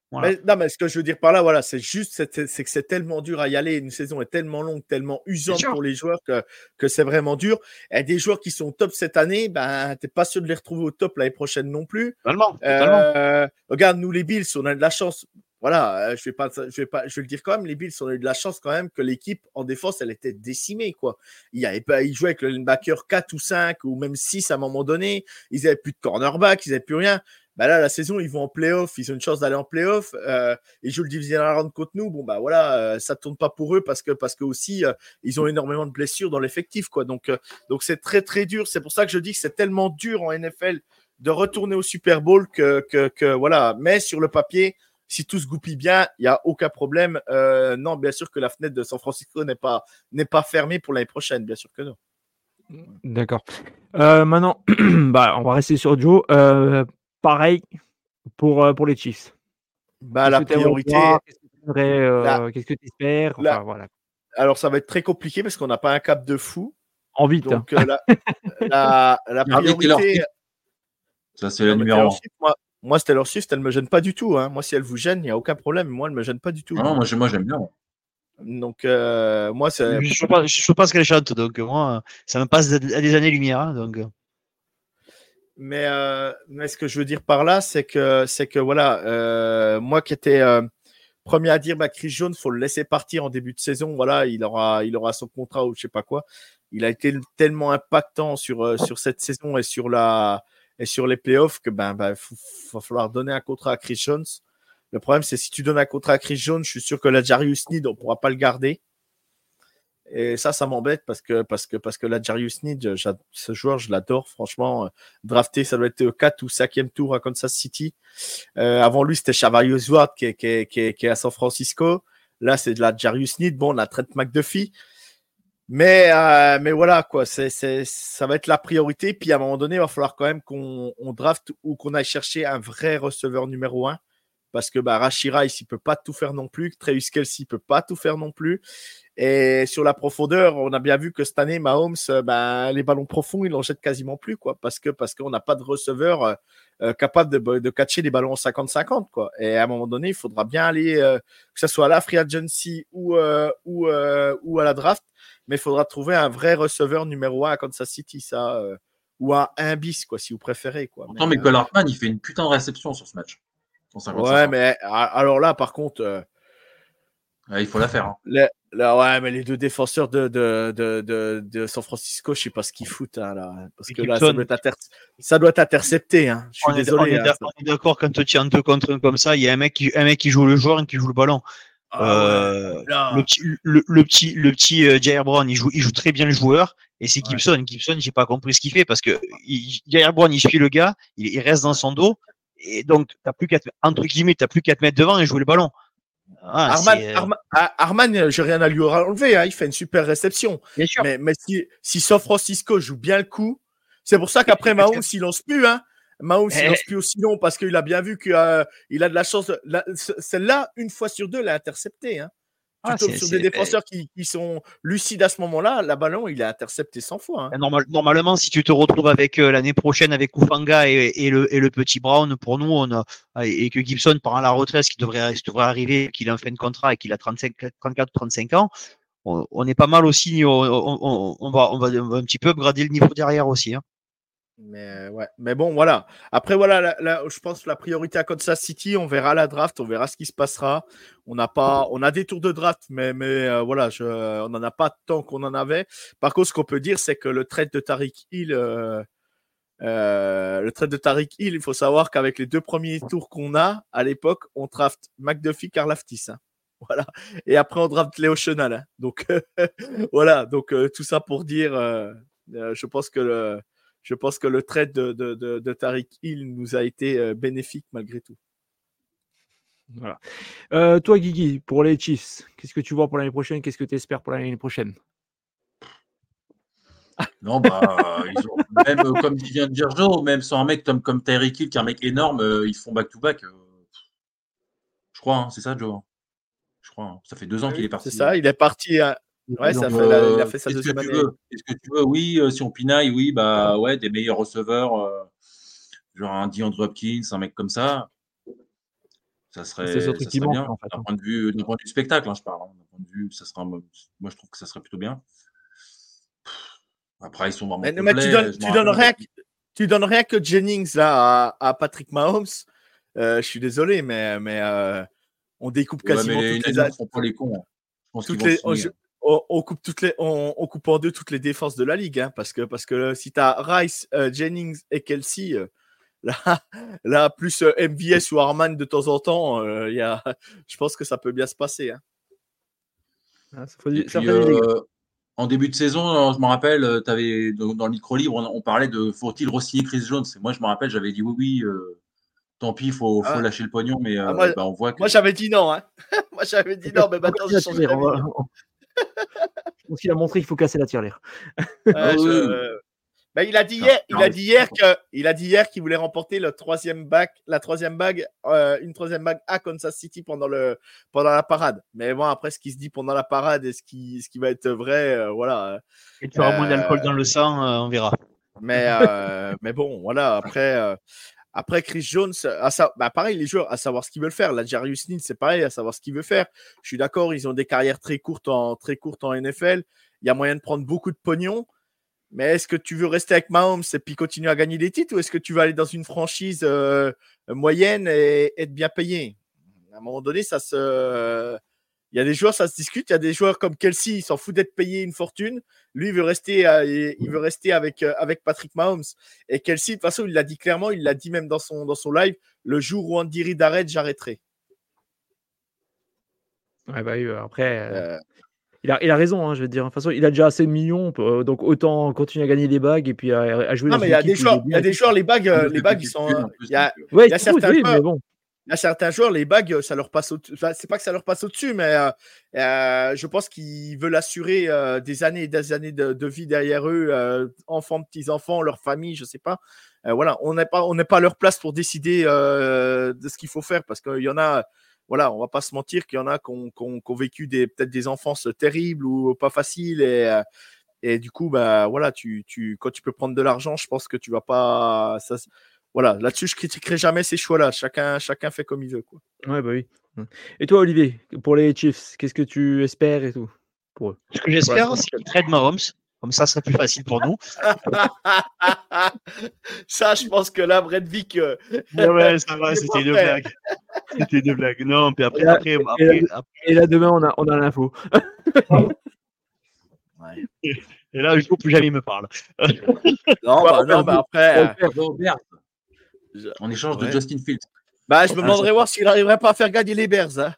Voilà. Mais, non, mais ce que je veux dire par là, voilà, c'est juste c'est, c'est que c'est tellement dur à y aller. Une saison est tellement longue, tellement usante pour les joueurs que, que c'est vraiment dur. Et des joueurs qui sont au top cette année, ben, t'es pas sûr de les retrouver au top l'année prochaine non plus. Totalement, totalement. Euh, regarde, nous, les Bills, on a de la chance. Voilà, je vais pas, je vais pas, je vais le dire quand même. Les Bills, on a eu de la chance quand même que l'équipe en défense, elle était décimée, quoi. Il y avait pas, ils jouaient avec le linebacker quatre ou cinq ou même six à un moment donné. Ils avaient plus de cornerback, ils avaient plus rien. Bah là, la saison, ils vont en playoff, ils ont une chance d'aller en playoff. Euh, ils jouent le divisional round contre nous. Bon, bah voilà, euh, ça tourne pas pour eux parce que, parce que aussi, euh, ils ont énormément de blessures dans l'effectif, quoi. Donc, euh, donc c'est très, très dur. C'est pour ça que je dis que c'est tellement dur en N F L de retourner au Super Bowl que, que, que voilà. Mais sur le papier, si tout se goupille bien, il n'y a aucun problème. Euh, non, bien sûr que la fenêtre de San Francisco n'est pas, n'est pas fermée pour l'année prochaine, bien sûr que non. D'accord. Euh, maintenant, bah, on va rester sur Joe. Euh, pareil pour, euh, pour les Chiefs. Bah, Qu'est-ce la que tu aimerais priorité. voir? Qu'est-ce que tu aimerais, euh, La- qu'est-ce que tu espères? la- Enfin, voilà. Alors, ça va être très compliqué parce qu'on n'a pas un cap de fou. En vite. hein. Donc, euh, la, la, la Hardy, Taylor priorité. Swift. Ça, c'est le Non, mais numéro Taylor un. Swift, moi, moi, c'est Taylor Swift, elle ne me gêne pas du tout. Hein. Moi, si elle vous gêne, il n'y a aucun problème. Moi, elle ne me gêne pas du tout. Ah non, moi, j'ai- moi, j'aime bien. Donc, euh, moi, c'est. Je ne sais pas, je sais pas ce qu'elle chante, donc moi, ça me passe à des années-lumière. Hein, donc. Mais, euh, mais ce que je veux dire par là, c'est que, c'est que voilà, euh, moi qui étais euh, premier à dire, bah, Chris Jones, faut le laisser partir en début de saison. Voilà, il aura, il aura son contrat ou je sais pas quoi. Il a été tellement impactant sur, euh, sur cette saison et sur, la, et sur les playoffs que ben, ben, faut, va falloir donner un contrat à Chris Jones. Le problème, c'est si tu donnes un contrat à Chris Jones, je suis sûr que la Jarius Sneed, on pourra pas le garder. Et ça, ça m'embête parce que, parce que, parce que la Jarius Sneed, ce joueur, je l'adore. Franchement, drafté, ça doit être au quatre ou cinquième tour à Kansas City. Euh, avant lui, c'était Charvarius Ward qui est, qui, est, qui, est, qui est à San Francisco. Là, c'est de la Jarius Sneed. Bon, on a Trent McDuffie. Mais, euh, mais voilà, quoi. C'est, c'est, ça va être la priorité. Puis à un moment donné, il va falloir quand même qu'on on draft ou qu'on aille chercher un vrai receveur numéro un. Parce que bah, Rashee Rice, il ne peut pas tout faire non plus. Travis Kelce, il ne peut pas tout faire non plus. Et sur la profondeur, on a bien vu que cette année, Mahomes, ben, les ballons profonds, il n'en jette quasiment plus, quoi, parce que parce qu'on n'a pas de receveur euh, capable de, de catcher des ballons en cinquante cinquante, quoi. Et à un moment donné, il faudra bien aller, euh, que ce soit à la free agency ou, euh, ou, euh, ou à la draft, mais il faudra trouver un vrai receveur numéro un à Kansas City, ça, euh, ou à un bis, quoi, si vous préférez, quoi. Pourtant, mais, mais Cole Hartman, il fait une putain de réception sur ce match. Ouais, mais alors là, par contre, euh, ouais, il faut la faire. Hein. Les, là, ouais, mais les deux défenseurs de, de, de, de, de San Francisco, je sais pas ce qu'ils foutent hein, là, parce que là, ça doit être, inter... ça doit être intercepté. Hein. Je suis on désolé. Est, on, hein, est on est d'accord quand tu tiens deux contre un comme ça, il y a un mec qui, un mec qui joue le joueur et qui joue le ballon. Ah, euh, ouais, le petit, le, le petit, le petit euh, Jair Brown, il joue, il joue très bien le joueur. Et c'est Gibson. Ouais. Gibson, j'ai pas compris ce qu'il fait parce que il, Jair Brown, il suit le gars, il, il reste dans son dos. Et donc, t'as plus qu'à, entre guillemets, t'as plus qu'à te mettre devant et jouer le ballon. Ah, Arman, Arman, Arman, j'ai rien à lui enlever, hein, il fait une super réception. Bien sûr. Mais, mais si, si San Francisco joue bien le coup, c'est pour ça qu'après Mahomes, il lance plus, hein. Mahomes, il lance plus aussi long parce qu'il a bien vu qu'il euh, a de la chance. La, celle-là, une fois sur deux, l'a intercepté, hein. Tu ah, tombes sur des défenseurs qui, qui sont lucides à ce moment-là, la ballon, il a intercepté cent fois. Hein. Normal, normalement, si tu te retrouves avec euh, l'année prochaine avec Kufanga et, et, le, et le petit Brown, pour nous, on a, et que Gibson part à la retraite, ce qui devrait, ce devrait arriver, qu'il a en fin de contrat et qu'il a trente-cinq, trente-quatre ou trente-cinq ans, on, on est pas mal aussi. On, on, on, va, on, va, on va un petit peu upgrader le niveau derrière aussi. Hein. Mais ouais, mais bon, voilà. Après, voilà, la, la, je pense que la priorité à Kansas City, on verra la draft, on verra ce qui se passera. On n'a pas, on a des tours de draft, mais, mais euh, voilà, je, on n'en a pas tant qu'on en avait. Par contre, ce qu'on peut dire, c'est que le trade de Tariq Hill, euh, euh, le trade de Tariq Hill, il faut savoir qu'avec les deux premiers tours qu'on a à l'époque, on draft McDuffie, Karlaftis. Hein. Voilà. Et après, on draft Léo Chenal. Hein. Donc voilà. Donc euh, tout ça pour dire, euh, euh, je pense que le Je pense que le trade de, de, de, de Tariq Hill nous a été euh, bénéfique malgré tout. Voilà. Euh, toi, Guigui, pour les Chiefs, qu'est-ce que tu vois pour l'année prochaine? Qu'est-ce que tu espères pour l'année prochaine? Non, bah, ils ont, même euh, comme vient de dire Joe, même sans un mec comme, comme Tyreek Hill, qui est un mec énorme, euh, ils font back-to-back. Euh, je crois, hein, c'est ça, Joe? Je crois. Hein. Ça fait deux ans oui, qu'il est parti. C'est ça, il est parti à. Ouais, donc, ça fait, euh, il a fait sa deuxième année. Est-ce que tu veux, oui, euh, si on pinaille, oui, bah ouais, des meilleurs receveurs, euh, genre un DeAndre Hopkins, un mec comme ça. Ça C'est le serait, truc ça qui serait manque, bien. en fait. D'un hein. point de vue, d'un point de vue spectacle, hein, je parle. hein. D'un point de vue, ça sera, moi, je trouve que ça serait plutôt bien. Après, ils sont vraiment Mais, mais tu complets. donnes, Je me tu donnes rappelle, rien, que- tu donnes rien que Jennings là à, à Patrick Mahomes. Euh, je suis désolé, mais, mais euh, on découpe ouais, mais quasiment les toutes les, Niners ne font pas les cons. hein. Je pense qu'ils toutes vont le les, on, signer. je- hein. on- on coupe toutes les, on, on coupe en deux toutes les défenses de la ligue, hein, parce que parce que si tu as Rice, euh, Jennings et Kelsey, euh, là, là plus euh, M V S ou Harman de temps en temps, euh, il y a, je pense que ça peut bien se passer. Hein. Ah, ça ferait Et du, ça puis, ferait du dégât. euh, en début de saison, je me rappelle, euh, t'avais, dans, dans le micro libre, on, on parlait de faut-il re-signer Chris Jones. Et moi, je me rappelle, j'avais dit oui, oui, euh, tant pis, il faut, faut Ah, lâcher le pognon. Mais ah, euh, moi, bah, on voit que. moi j'avais dit non. Hein. moi j'avais dit non, mais Faut maintenant casser j'ai la changé tirelire. On d'avis. va- on- Je pense qu'il a montré qu'il faut casser la tirelire. Ah Ouais, oui, oui. je... ben, il a dit C'est un hier, super il a dit hier investissement. que, il a dit hier qu'il voulait remporter le troisième bague, la troisième bague, euh, une troisième bague à Kansas City pendant le, pendant la parade. Mais bon, après, ce qui se dit pendant la parade et ce qui, ce qui va être vrai, euh, voilà. Et tu auras moins Euh, d'alcool dans le sang, euh, on verra. mais, euh, mais bon, voilà. Après, euh, après Chris Jones, à sa... bah, pareil, les joueurs, à savoir ce qu'ils veulent faire. La Jarius Neal, c'est pareil, à savoir ce qu'il veut faire. Je suis d'accord, ils ont des carrières très courtes en, très courtes en N F L. Il y a moyen de prendre beaucoup de pognon. Mais est-ce que tu veux rester avec Mahomes et puis continuer à gagner des titres ou est-ce que tu vas aller dans une franchise euh, moyenne et être bien payé? À un moment donné, ça se. Il y a des joueurs, ça se discute. Il y a des joueurs comme Kelsey, il s'en fout d'être payé une fortune. Lui, il veut rester, euh, il veut rester avec, euh, avec Patrick Mahomes. Et Kelsey, de toute façon, il l'a dit clairement, il l'a dit même dans son, dans son live, le jour où Andy Reid arrête, j'arrêterai. Ouais, bah, oui, euh, après, euh, Euh, il, a, il a raison, hein, je veux dire. De toute façon, il a déjà assez de millions, euh, donc autant continuer à gagner des bagues et puis à, à jouer Non, dans mais il une y a des équipe où il est joueurs, il y bien. a et des tout. joueurs, les bagues, Ça euh, nous les fait bagues, péter ils le sont. cul, euh, en plus, Il y a, donc, euh, Ouais, il y a c'est cool, certains oui, joueurs. mais bon. Il y a certains joueurs, les bagues, ça leur passe au-dessus. Enfin, c'est pas que ça leur passe au-dessus, mais euh, euh, je pense qu'ils veulent assurer euh, des années et des années de, de vie derrière eux, euh, enfants, petits-enfants, leur famille, je sais pas. Euh, voilà, on n'est pas, on n'est pas à leur place pour décider euh, de ce qu'il faut faire parce qu'il y en a. Voilà, on va pas se mentir qu'il y en a qui ont, qui ont- qui ont vécu des, peut-être des enfances terribles ou pas faciles et, euh, et du coup, bah voilà, tu, tu, quand tu peux prendre de l'argent, je pense que tu vas pas. Ça, voilà, là-dessus, je critiquerai jamais ces choix-là. Chacun, chacun fait comme il veut, quoi. Ouais, bah oui. Et toi, Olivier, pour les Chiefs, qu'est-ce que tu espères et tout pour eux? Ce que Pour la j'espère, saison c'est prochaine. qu'ils trade Mahomes. Comme ça, ce serait plus facile pour nous. Ça, je pense que là, Brett Vick, euh, Ouais, ouais, ça va, il est c'était pas une prêt. blague. C'était une blague. Non, puis Et après, là, après, et après, là- après- et là, demain, on a, on a l'info. Ouais. et là, il faut plus jamais il me parle. Non, Ouais, bah, on non, perd bah, deux. après, On euh, le perd. Bordeaux, Bears, je- en échange de ouais. Justin Fields. bah, je me Ah, demanderais ça- voir s'il n'arriverait pas à faire gagner les Bears. Hein.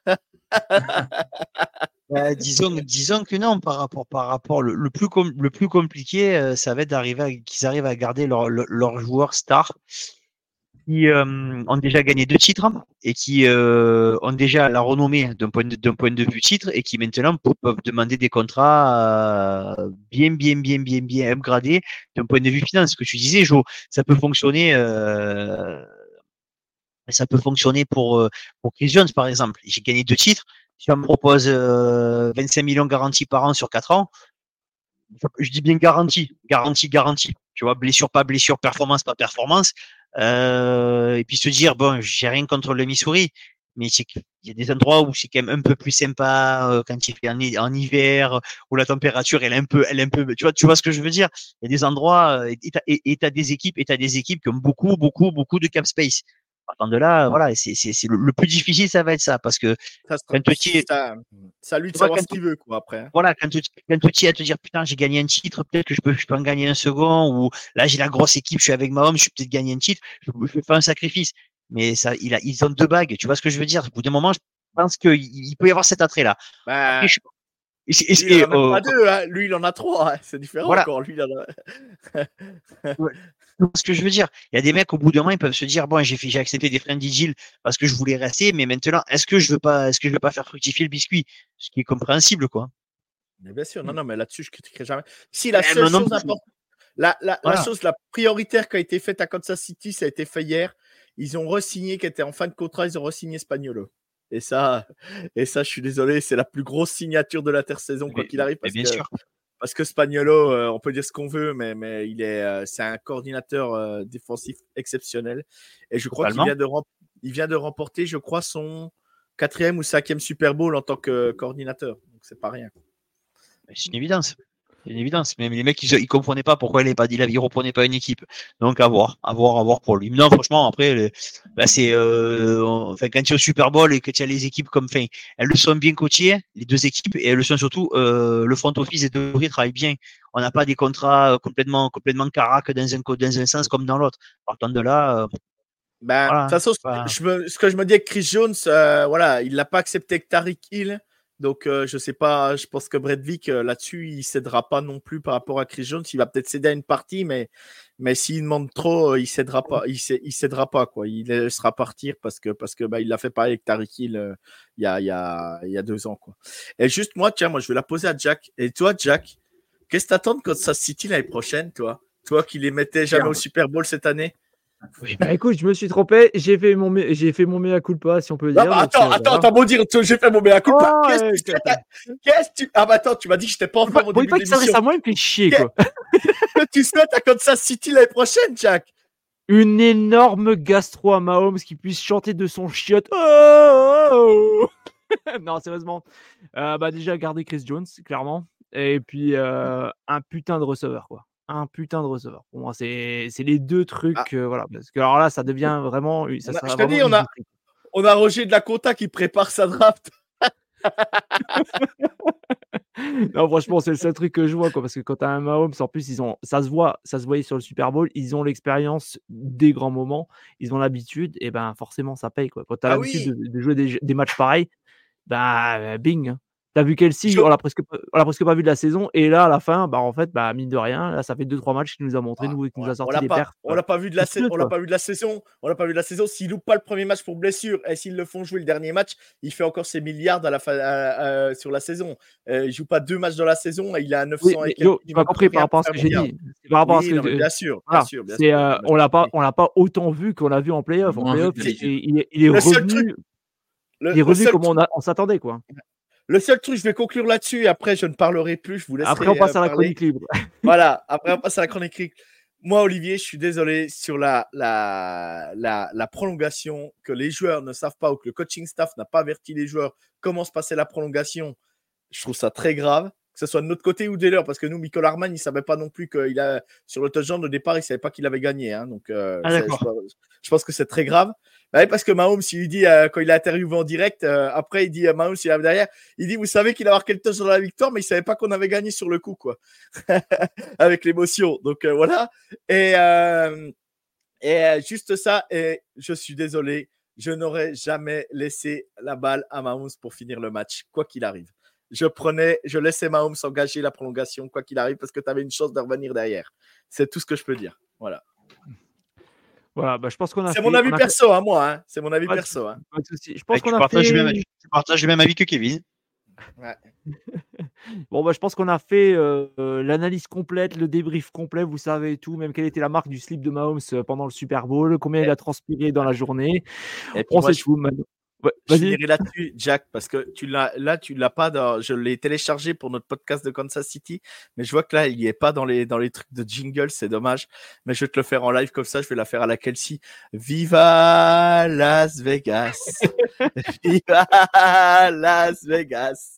Bah, disons, disons que non, par rapport, par rapport, le, le plus, com- le plus compliqué, euh, ça va être d'arriver à- qu'ils arrivent à garder leurs leur, leurs joueurs stars qui euh, ont déjà gagné deux titres et qui euh, ont déjà la renommée d'un point de, d'un point de vue titre et qui maintenant pe- peuvent demander des contrats euh, bien, bien, bien, bien, bien upgradés d'un point de vue finance. Ce que tu disais, Jo, ça peut fonctionner. Euh, ça peut fonctionner pour euh, pour Chris Jones, par exemple. J'ai gagné deux titres. Si on me propose euh, vingt-cinq millions garantis par an sur quatre ans, je dis bien garantie, garantie, garantie. Tu vois, blessure, pas blessure, performance, pas performance. Euh, et puis se dire, bon, j'ai rien contre le Missouri, mais c'est qu'il y a des endroits où c'est quand même un peu plus sympa euh, quand il fait en, en hiver, où la température elle est un peu, elle est un peu, tu vois, tu vois ce que je veux dire. Il y a des endroits euh, et t'as, et, et t'as des équipes, et t'as des équipes qui ont beaucoup, beaucoup, beaucoup de cap space. Partant de là, voilà, c'est, c'est, c'est le, le plus difficile, ça va être ça, parce que Ça, sera- quand tu es, ça, ça à lui de tu vois, savoir quand ce qu'il veut, quoi, après. Hein. voilà, quand tu quand tu es à te dire putain, j'ai gagné un titre, peut-être que je peux, je peux en gagner un second, ou là j'ai la grosse équipe, je suis avec Mahomes, je peux peut-être gagner un titre, je, je fais un sacrifice. Mais ça, il a, ils ont deux bagues, tu vois ce que je veux dire? Au bout d'un moment, je pense qu'il il peut y avoir cet attrait-là. Bah, Après, je, et, lui, il en et, a même euh, pas deux. Hein. Lui, il en a trois. Hein. C'est différent voilà, encore. Lui, il en a. ce que je veux dire. Il y a des mecs au bout d'un moment, ils peuvent se dire bon, j'ai fait, j'ai accepté des friendly deals parce que je voulais rester, mais maintenant, est-ce que je veux pas, est-ce que je veux pas faire fructifier le biscuit? Ce qui est compréhensible, quoi. Mais bien sûr, non, non, mais là-dessus, je critiquerai jamais. Si la Mais seule maintenant, chose importante, la, la, voilà. la chose la prioritaire qui a été faite à Kansas City, ça a été fait hier. Ils ont re-signé, qui était en fin de contrat, ils ont re-signé Spagnolo. Et ça, et ça, je suis désolé, c'est la plus grosse signature de l'intersaison, quoi Mais- qu'il arrive, mais parce bien que, sûr. parce que Spagnolo, euh, on peut dire ce qu'on veut, mais, mais il est, euh, c'est un coordinateur euh, défensif exceptionnel. Et je crois qu'il Totalement. vient de rem- il vient de remporter, je crois, son quatrième ou cinquième Super Bowl en tant que coordinateur. Donc, c'est pas rien. C'est une évidence. C'est une évidence. Même les mecs, ils, ils comprenaient pas pourquoi il n'avait pas dit là, il reprenait pas une équipe. Donc, à voir, à voir, à voir pour lui. Non, franchement, après, le, bah, c'est, euh, enfin, quand tu es au Super Bowl et que tu as les équipes comme, enfin, elles le sont bien coachées, les deux équipes, et elles le sont surtout, euh, le front office et de travaillent bien. On n'a pas des contrats complètement, complètement carac dans un, dans un sens comme dans l'autre. Partant de là, euh, ben, voilà, de toute façon, voilà. je me, ce que je me dis avec Chris Jones, euh, voilà, il l'a pas accepté avec Tariq Hill. Donc, euh, je sais pas, je pense que Brett Vick, euh, là-dessus, il cédera pas non plus par rapport à Chris Jones. Il va peut-être céder à une partie, mais, mais s'il demande trop, euh, il cédera pas, il, cé- il cédera pas, quoi. Il laissera partir parce que, parce que, bah, il l'a fait pareil avec Tariq Hill, euh, il y a, il y a, il y a deux ans, quoi. Et juste, moi, tiens, moi, je vais la poser à Jack. Et toi, Jack, qu'est-ce que t'attends de Kansas City l'année prochaine, toi? Toi qui les mettais jamais au Super Bowl cette année? Oui, bah écoute, je me suis trompé. J'ai fait mon, mé- j'ai fait mon mea culpa, si on peut Non, dire. bah, donc, attends, euh, attends, voilà. t'as beau dire, tu- j'ai fait mon mea culpa. Oh, Qu'est-ce ouais, que tu attends. fais Qu'est-ce que tu. Ah, bah attends, tu m'as dit que j'étais pas en Bon, forme au bon, il début pas de qu'il s'adresse l'émission. à moi, il me fait chier, Qu'est- quoi. Que tu souhaites à Kansas City l'année prochaine, Jack? Une énorme gastro à Mahomes qui puisse chanter de son chiotte. Oh, oh, oh. Non, sérieusement. Euh, bah, déjà, garder Chris Jones, clairement. Et puis, euh, un putain de receveur, quoi. Un putain de receveur. Pour moi, c'est c'est les deux Ah, trucs. euh, voilà. Parce que alors là, ça devient vraiment. Ça on a- sera je te vraiment dis, on une a, vitrine. on a Roger de la Conta qui prépare sa draft. Non, franchement, c'est le seul truc que je vois, quoi. Parce que quand tu as un Mahomes, en plus, ils ont, ça se voit, ça se voyait sur le Super Bowl, ils ont l'expérience des grands moments, ils ont l'habitude, et ben forcément, ça paye, quoi. Quand tu as Ah l'habitude oui, de, de jouer des, des matchs pareils, bah, bing. Hein. T'as vu Kelsey, je- on l'a presque, pas- on l'a presque pas vu de la saison, et là, à la fin, bah, en fait, bah, mine de rien, là, ça fait deux trois matchs qu'il nous a montré, Ah, nous, et qu'il on nous a on sorti l'a des pas, perfs. on euh, l'a pas vu de la, sa- monstrueuses, on l'a quoi. pas vu de la saison. On l'a pas vu de la saison. S'il loupe pas le premier match pour blessure et s'ils le font jouer le dernier match, il fait encore ses milliards à la fin, à- à- sur la saison. Euh, il joue pas deux matchs dans la saison et il est à Oui, neuf cents et mais quelques yo, tu millions m'as de compris par rien rapport pour à ce faire que un j'ai milliard. dit. C'est par rapport à ce Oui, que. non, mais euh, bien sûr, bien Voilà. sûr, bien C'est, sûr. euh, Non, mais on je l'a pas, compris. on l'a pas autant vu qu'on l'a vu en playoff. En Moins vu playoff, que il, d'habitude. il est, il est Le seul truc, revenu, le, il est le revenu seul comme truc, on, a- on s'attendait, quoi. le seul truc, je vais conclure là-dessus et après je ne parlerai plus. Je vous Après, on laisserai euh, passe à la parler. chronique libre. Voilà, après on passe à la chronique. cric. Moi, Olivier, je suis désolé sur la, la, la, la prolongation, que les joueurs ne savent pas ou que le coaching staff n'a pas averti les joueurs comment se passait la prolongation. Je trouve ça très grave, que ce soit de notre côté ou des leurs, parce que nous, Michael Harman, il ne savait pas non plus qu'il a, sur le touchdown au départ, il ne savait pas qu'il avait gagné. Hein, donc, euh, Ah, c'est- je, d'accord. pense- je pense que c'est très grave. Bah oui, parce que Mahomes, il lui dit, euh, quand il est interviewé en direct, euh, après, il dit, euh, Mahomes, il est derrière, il dit, vous savez qu'il a marqué le touchdown dans la victoire, mais il ne savait pas qu'on avait gagné sur le coup, quoi. Avec l'émotion. Donc, euh, voilà. Et, euh, et euh, juste ça, et je suis désolé, je n'aurais jamais laissé la balle à Mahomes pour finir le match, quoi qu'il arrive. Je prenais, je laissais Mahomes engager la prolongation, quoi qu'il arrive, parce que tu avais une chance de revenir derrière. C'est tout ce que je peux dire. Voilà. Voilà, bah, je pense qu'on a C'est fait. mon avis on a- perso, hein, moi. Hein. C'est mon avis pas de- perso. Hein. pas de souci. Je Ouais, pense tu, qu'on a partages le même, fait. tu partages le même avis que Kevin. Ouais. Bon, bah, je pense qu'on a fait euh, euh, l'analyse complète, le débrief complet. Vous savez tout, même quelle était la marque du slip de Mahomes euh, pendant le Super Bowl, combien il a transpiré dans la journée. Et puis On moi, sait je, tout maintenant. Ouais, je vas-y. finirai là-dessus, Jack, parce que tu l'as, là, tu l'as pas dans, je l'ai téléchargé pour notre podcast de Kansas City, mais je vois que là, il n'y est pas dans les, dans les trucs de jingle, c'est dommage, mais je vais te le faire en live comme ça, je vais la faire à la Kelsey. Viva Las Vegas! Viva Las Vegas!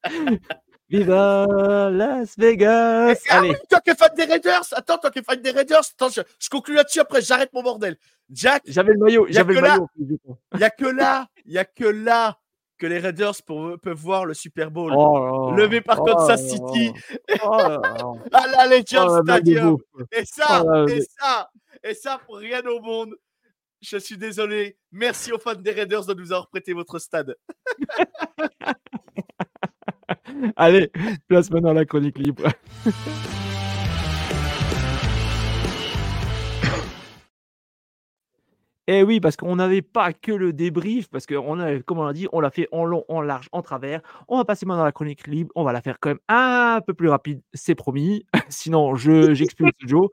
Viva Las Vegas! Et, ah Allez. oui, toi qui es fan des Raiders, attends, toi qui es fan des Raiders, attends, je, je conclue là-dessus, après j'arrête mon bordel. Jack, J'avais le maillot, y a j'avais que le là- maillot. il n'y a que là, il n'y a que là que les Raiders pour- peuvent voir le Super Bowl. Oh là Levé par là, Kansas oh City là là, oh là là. à l'Allegiant Oh, la blague est Stadium. beau. Et ça, Oh là là. et ça, et ça pour rien au monde. Je suis désolé. Merci aux fans des Raiders de nous avoir prêté votre stade. Allez, place maintenant la chronique libre. Et oui, parce qu'on n'avait pas que le débrief, parce que on a, comme on l'a dit, on l'a fait en long, en large, en travers. On va passer maintenant à la chronique libre. On va la faire quand même un peu plus rapide, c'est promis. Sinon, je, j'expulse Joe.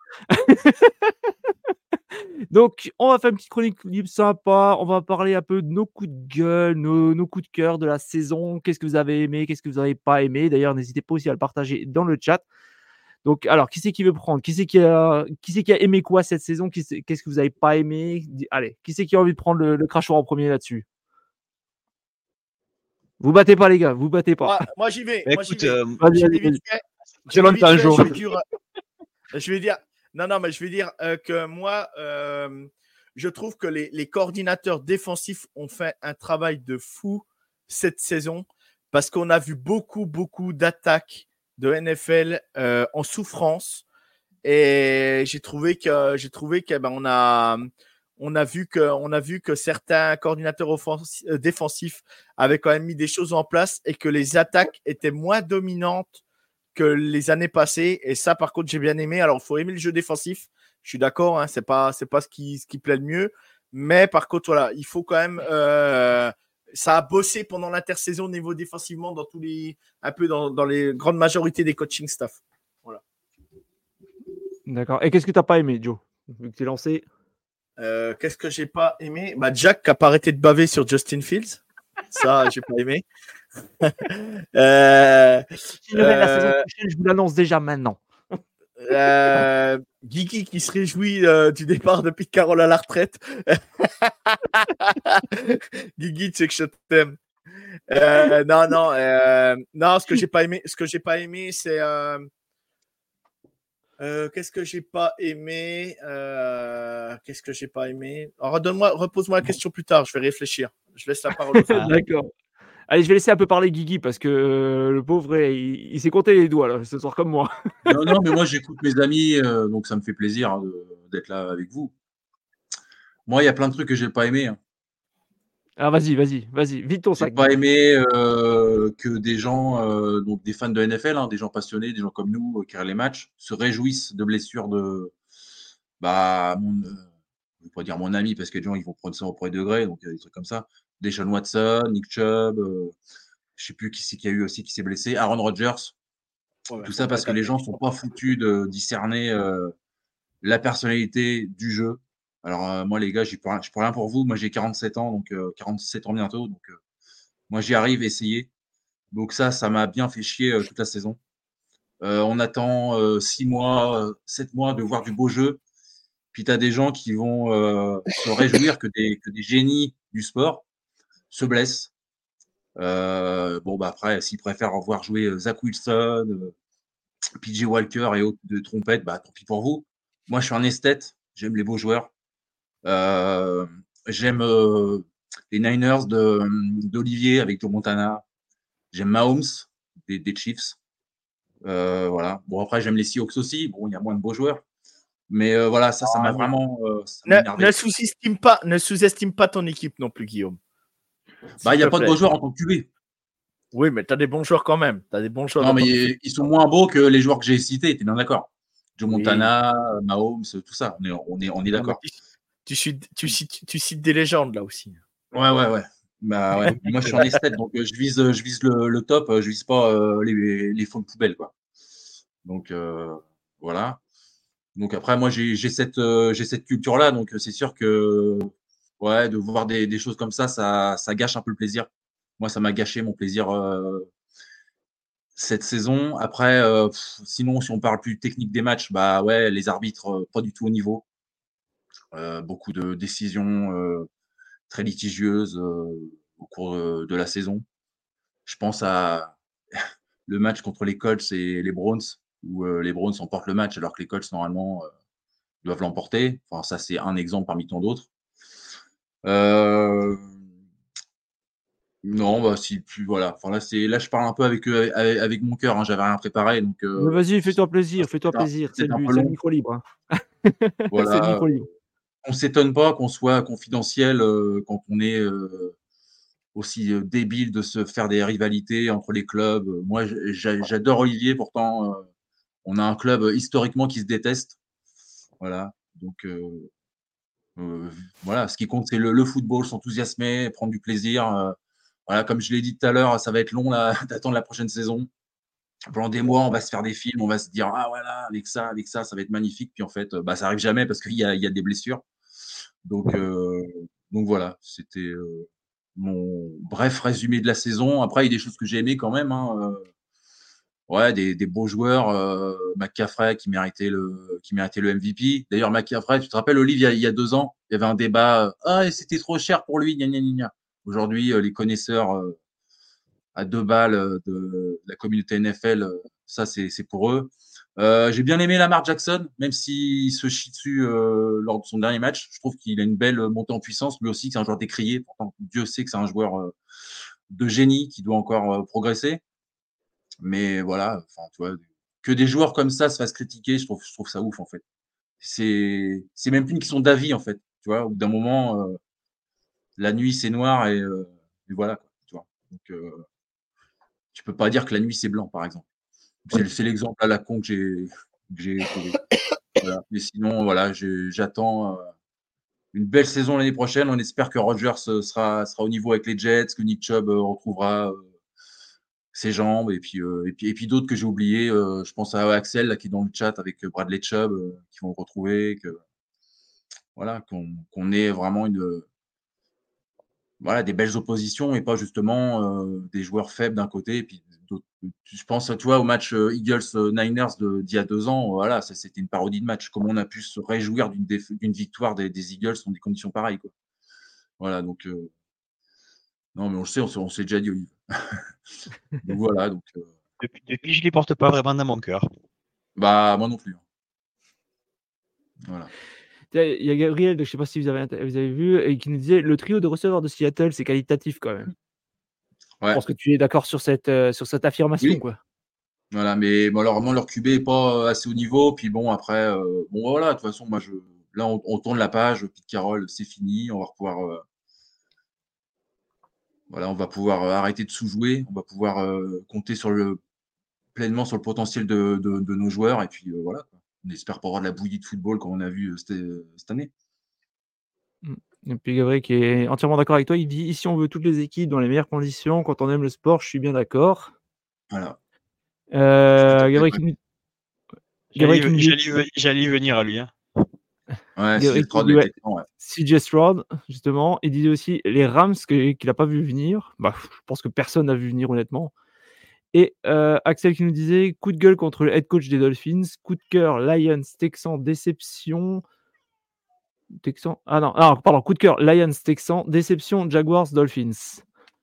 Donc, on va faire une petite chronique libre sympa. On va parler un peu de nos coups de gueule, nos, nos coups de cœur de la saison. Qu'est-ce que vous avez aimé, qu'est-ce que vous n'avez pas aimé. D'ailleurs, n'hésitez pas aussi à le partager dans le chat. Donc, alors, qui c'est qui veut prendre? Qui c'est qui a, qui c'est qui a aimé quoi cette saison? Qui c'est- Qu'est-ce que vous n'avez pas aimé? Dis- Allez, qui c'est qui a envie de prendre le, le crachoir en premier là-dessus? Vous battez pas, les gars, vous battez pas. Moi, moi, j'y vais. Bah, Moi, j'y écoute, vais. euh, Vas-y, J'y vas-y, vais vas-y. vite fait. C'est J'y vais vite longtemps un fait, jour. je vais dire- Je vais dire. Non, non, mais je vais dire euh, que moi, euh, je trouve que les, les coordinateurs défensifs ont fait un travail de fou cette saison parce qu'on a vu beaucoup, beaucoup d'attaques de N F L euh, en souffrance. Et j'ai trouvé que j'ai trouvé que ben, on a on a vu que on a vu que certains coordinateurs offensifs, euh, défensifs avaient quand même mis des choses en place et que les attaques étaient moins dominantes que les années passées. Et ça, par contre, j'ai bien aimé. Alors, il faut aimer le jeu défensif. Je suis d'accord, hein, c'est pas c'est pas ce qui ce qui plaît le mieux. Mais par contre, voilà, il faut quand même. Euh, ça a bossé pendant l'intersaison au niveau défensivement dans tous les un peu dans, dans les grandes majorités des coaching staff. D'accord. Et qu'est-ce que tu n'as pas aimé, Joe? Vu que tu es lancé. Euh, Qu'est-ce que j'ai pas aimé? Bah, Jack qui a pas arrêté de baver sur Justin Fields. Ça, j'ai pas aimé. euh, Continuerai la euh, saison prochaine, je vous l'annonce déjà maintenant. euh, Guigui qui se réjouit euh, du départ de Pete Carroll à la retraite. Guigui, tu sais que je t'aime. Euh, non, non, euh, non. Ce que j'ai pas aimé, ce que j'ai pas aimé, c'est euh, euh, qu'est-ce que j'ai pas aimé euh, Qu'est-ce que j'ai pas aimé Alors, redonne-moi, repose-moi la question plus tard. Je vais réfléchir. Je laisse la parole aux autres. D'accord. Allez, je vais laisser un peu parler Guigui parce que euh, le pauvre, il, il s'est compté les doigts là, ce soir comme moi. Non, non, mais moi j'écoute mes amis, euh, donc ça me fait plaisir hein, de- d'être là avec vous. Moi, il y a plein de trucs que j'ai pas aimé. Hein. Ah, vas-y, vas-y, vas-y, vite ton J'ai sac. pas Guigui. aimé euh, que des gens, euh, donc des fans de N F L, hein, des gens passionnés, des gens comme nous euh, qui regardent les matchs, se réjouissent de blessures de, bah, mon, euh, je vais pas dire mon ami parce que les gens ils vont prendre ça au premier degré, donc euh, des trucs comme ça. Deshaun Watson, Nick Chubb, euh, je sais plus qui c'est qu'il y a eu aussi qui s'est blessé, Aaron Rodgers. Ouais, Tout faut ça pas parce que être les gens attaqué. sont pas foutus de discerner euh, la personnalité du jeu. Alors euh, moi les gars, j'y peux rien- je peux rien pour vous. Moi j'ai quarante-sept ans, donc euh, quarante-sept ans bientôt, donc euh, moi j'y arrive, essayer. Donc ça, ça m'a bien fait chier euh, toute la saison. Euh, on attend euh, six mois, euh, sept mois de voir du beau jeu. Puis tu as des gens qui vont euh, se réjouir que des, que des génies du sport se blessent. Euh, bon, bah après, s'ils préfèrent voir jouer euh, Zach Wilson, euh, P J Walker et autres de trompettes, bah tant pis pour vous. Moi, je suis un esthète, j'aime les beaux joueurs. Euh, j'aime euh, les Niners de, d'Olivier avec Joe Montana. J'aime Mahomes des, des Chiefs. Euh, voilà. Bon, après, j'aime les Seahawks aussi. Bon, il y a moins de beaux joueurs. Mais euh, voilà, ça, ça m'a Ah, ne, vraiment euh, ça m'a ne, énervé. ne sous-estime pas, ne sous-estime pas ton équipe non plus, Guillaume. Bah, il S'il n'y a te pas de plaît. beaux joueurs en tant que Q B. Oui, mais tu as des bons joueurs quand même. Tu as des bons joueurs Non, dans mais ton équipe. ils sont moins beaux que les joueurs que j'ai cités. T'es bien d'accord? Joe Oui. Montana, Mahomes, tout ça. On est, on est, on est Non, mais d'accord. tu, tu, cites- tu, cites, tu cites des légendes là aussi. Ouais, ouais, ouais. Bah ouais. Moi, je suis un esthète, donc euh, je vise, euh, je vise le, le top. euh, Je vise pas euh, les, les fonds de poubelle, quoi. Donc euh, voilà. Donc après, moi, j'ai j'ai cette, euh, j'ai cette culture-là, donc euh, c'est sûr que ouais, de voir des, des choses comme ça, ça, ça gâche un peu le plaisir. Moi, ça m'a gâché mon plaisir euh, cette saison. Après, euh, pff, sinon, si on parle plus technique des matchs, bah ouais, les arbitres, euh, pas du tout au niveau. Euh, beaucoup de décisions euh, très litigieuses euh, au cours de, de la saison. Je pense à le match contre les Colts et les Browns, où euh, les Browns emportent le match alors que les Colts, normalement, euh, doivent l'emporter. Enfin, ça, c'est un exemple parmi tant d'autres. Euh, non, bah, si, puis voilà. Enfin, là, c'est, là, je parle un peu avec, euh, avec, avec mon cœur. Hein. J'avais rien préparé, donc Mais euh, vas-y, fais-toi ça, plaisir, c'est fais-toi peut-être un, plaisir. c'est C'est peut-être le un but, peu c'est le long. micro libre. Hein. C'est le Voilà. micro libre. On s'étonne pas qu'on soit confidentiel euh, quand on est euh, aussi euh, débile de se faire des rivalités entre les clubs. Moi, j'a- j'adore Olivier, pourtant, euh, on a un club euh, historiquement qui se déteste. Voilà. Donc, euh, euh, voilà, ce qui compte, c'est le, le football, s'enthousiasmer, prendre du plaisir. euh, voilà, comme je l'ai dit tout à l'heure, ça va être long là, d'attendre la prochaine saison. Pendant des mois, on va se faire des films, on va se dire, ah voilà, avec ça, avec ça, ça va être magnifique. Puis en fait, euh, bah, ça arrive jamais parce qu'il y a, il y a des blessures. Donc, euh, donc voilà, c'était euh, mon bref résumé de la saison. Après, il y a des choses que j'ai aimées quand même. Hein. Euh, ouais, des, des beaux joueurs, euh, McCaffrey qui méritait le, qui méritait le M V P. D'ailleurs, McCaffrey, tu te rappelles, Olive, il y a, il y a deux ans, il y avait un débat, euh, ah, et c'était trop cher pour lui, gna gna gna gna. Aujourd'hui, euh, les connaisseurs euh, à deux balles euh, de la communauté N F L, euh, ça, c'est, c'est pour eux. Euh, j'ai bien aimé Lamar Jackson, même s'il se chie dessus euh, lors de son dernier match. Je trouve qu'il a une belle montée en puissance. Lui aussi, c'est un joueur décrié. Pourtant, Dieu sait que c'est un joueur euh, de génie qui doit encore euh, progresser. Mais voilà, enfin, tu vois, que des joueurs comme ça se fassent critiquer, je trouve, je trouve ça ouf en fait. C'est, c'est même plus une question d'avis en fait. Tu vois, au bout d'un moment, euh, la nuit c'est noir et, euh, et voilà. Quoi, tu vois. Donc, euh, tu peux pas dire que la nuit c'est blanc, par exemple. C'est, c'est l'exemple à la con que j'ai, que j'ai trouvé. Voilà. Mais sinon, voilà, j'ai, j'attends euh, une belle saison l'année prochaine. On espère que Rodgers sera, sera au niveau avec les Jets, que Nick Chubb euh, retrouvera euh, ses jambes et puis euh, et puis et puis d'autres que j'ai oubliés. Euh, je pense à Axel là, qui est dans le chat avec Bradley Chubb euh, qui vont le retrouver. Que voilà, qu'on qu'on ait vraiment une voilà des belles oppositions et pas justement euh, des joueurs faibles d'un côté et puis d'autres. Je pense, tu vois, au match euh, Eagles-Niners de, d'il y a deux ans, voilà, ça, c'était une parodie de match. Comment on a pu se réjouir d'une, déf- d'une victoire des, des Eagles dans des conditions pareilles, quoi. Voilà, donc, euh, non, mais on le sait, on, s'est- on s'est déjà dit, Olive. Donc voilà, donc, euh, Depuis, depuis, je les porte pas vraiment dans mon cœur. bah, moi non plus. hein. Voilà. Tiens, il y a Gabriel, je ne sais pas si vous avez, vous avez vu, et qui nous disait le trio de receveurs de Seattle, c'est qualitatif quand même. Je Ouais. pense que tu es d'accord sur cette, euh, sur cette affirmation. Oui. Quoi. Voilà, mais malheureusement, leur Q B est pas euh, assez haut niveau. Puis bon, après, euh, bon, voilà, de toute façon, moi, je, là, on, on tourne la page. Pete Carroll, c'est fini. On va pouvoir, euh, voilà, on va pouvoir euh, arrêter de sous-jouer. On va pouvoir euh, compter sur le, pleinement sur le potentiel de, de, de nos joueurs. Et puis, euh, voilà, quoi. On espère pas avoir de la bouillie de football comme on a vu euh, cette, cette année. Et puis Gabriel qui est entièrement d'accord avec toi, il dit ici on veut toutes les équipes dans les meilleures conditions. Quand on aime le sport, je suis bien d'accord. Voilà. Euh, Gabriel qui nous Gabriel qui J'allais, nous dit j'allais, j'allais y venir à lui. Hein. Ouais, Gabriel c'est qui trop dit, ouais, effectivement, ouais. C J Stroud, justement. Il disait aussi les Rams que- qu'il n'a pas vu venir. Bah, je pense que personne n'a vu venir, honnêtement. Et euh, Axel qui nous disait coup de gueule contre le head coach des Dolphins, coup de cœur Lions, Texans, déception. Texans. Ah non, ah, pardon, coup de cœur Lions, Texans, déception Jaguars, Dolphins.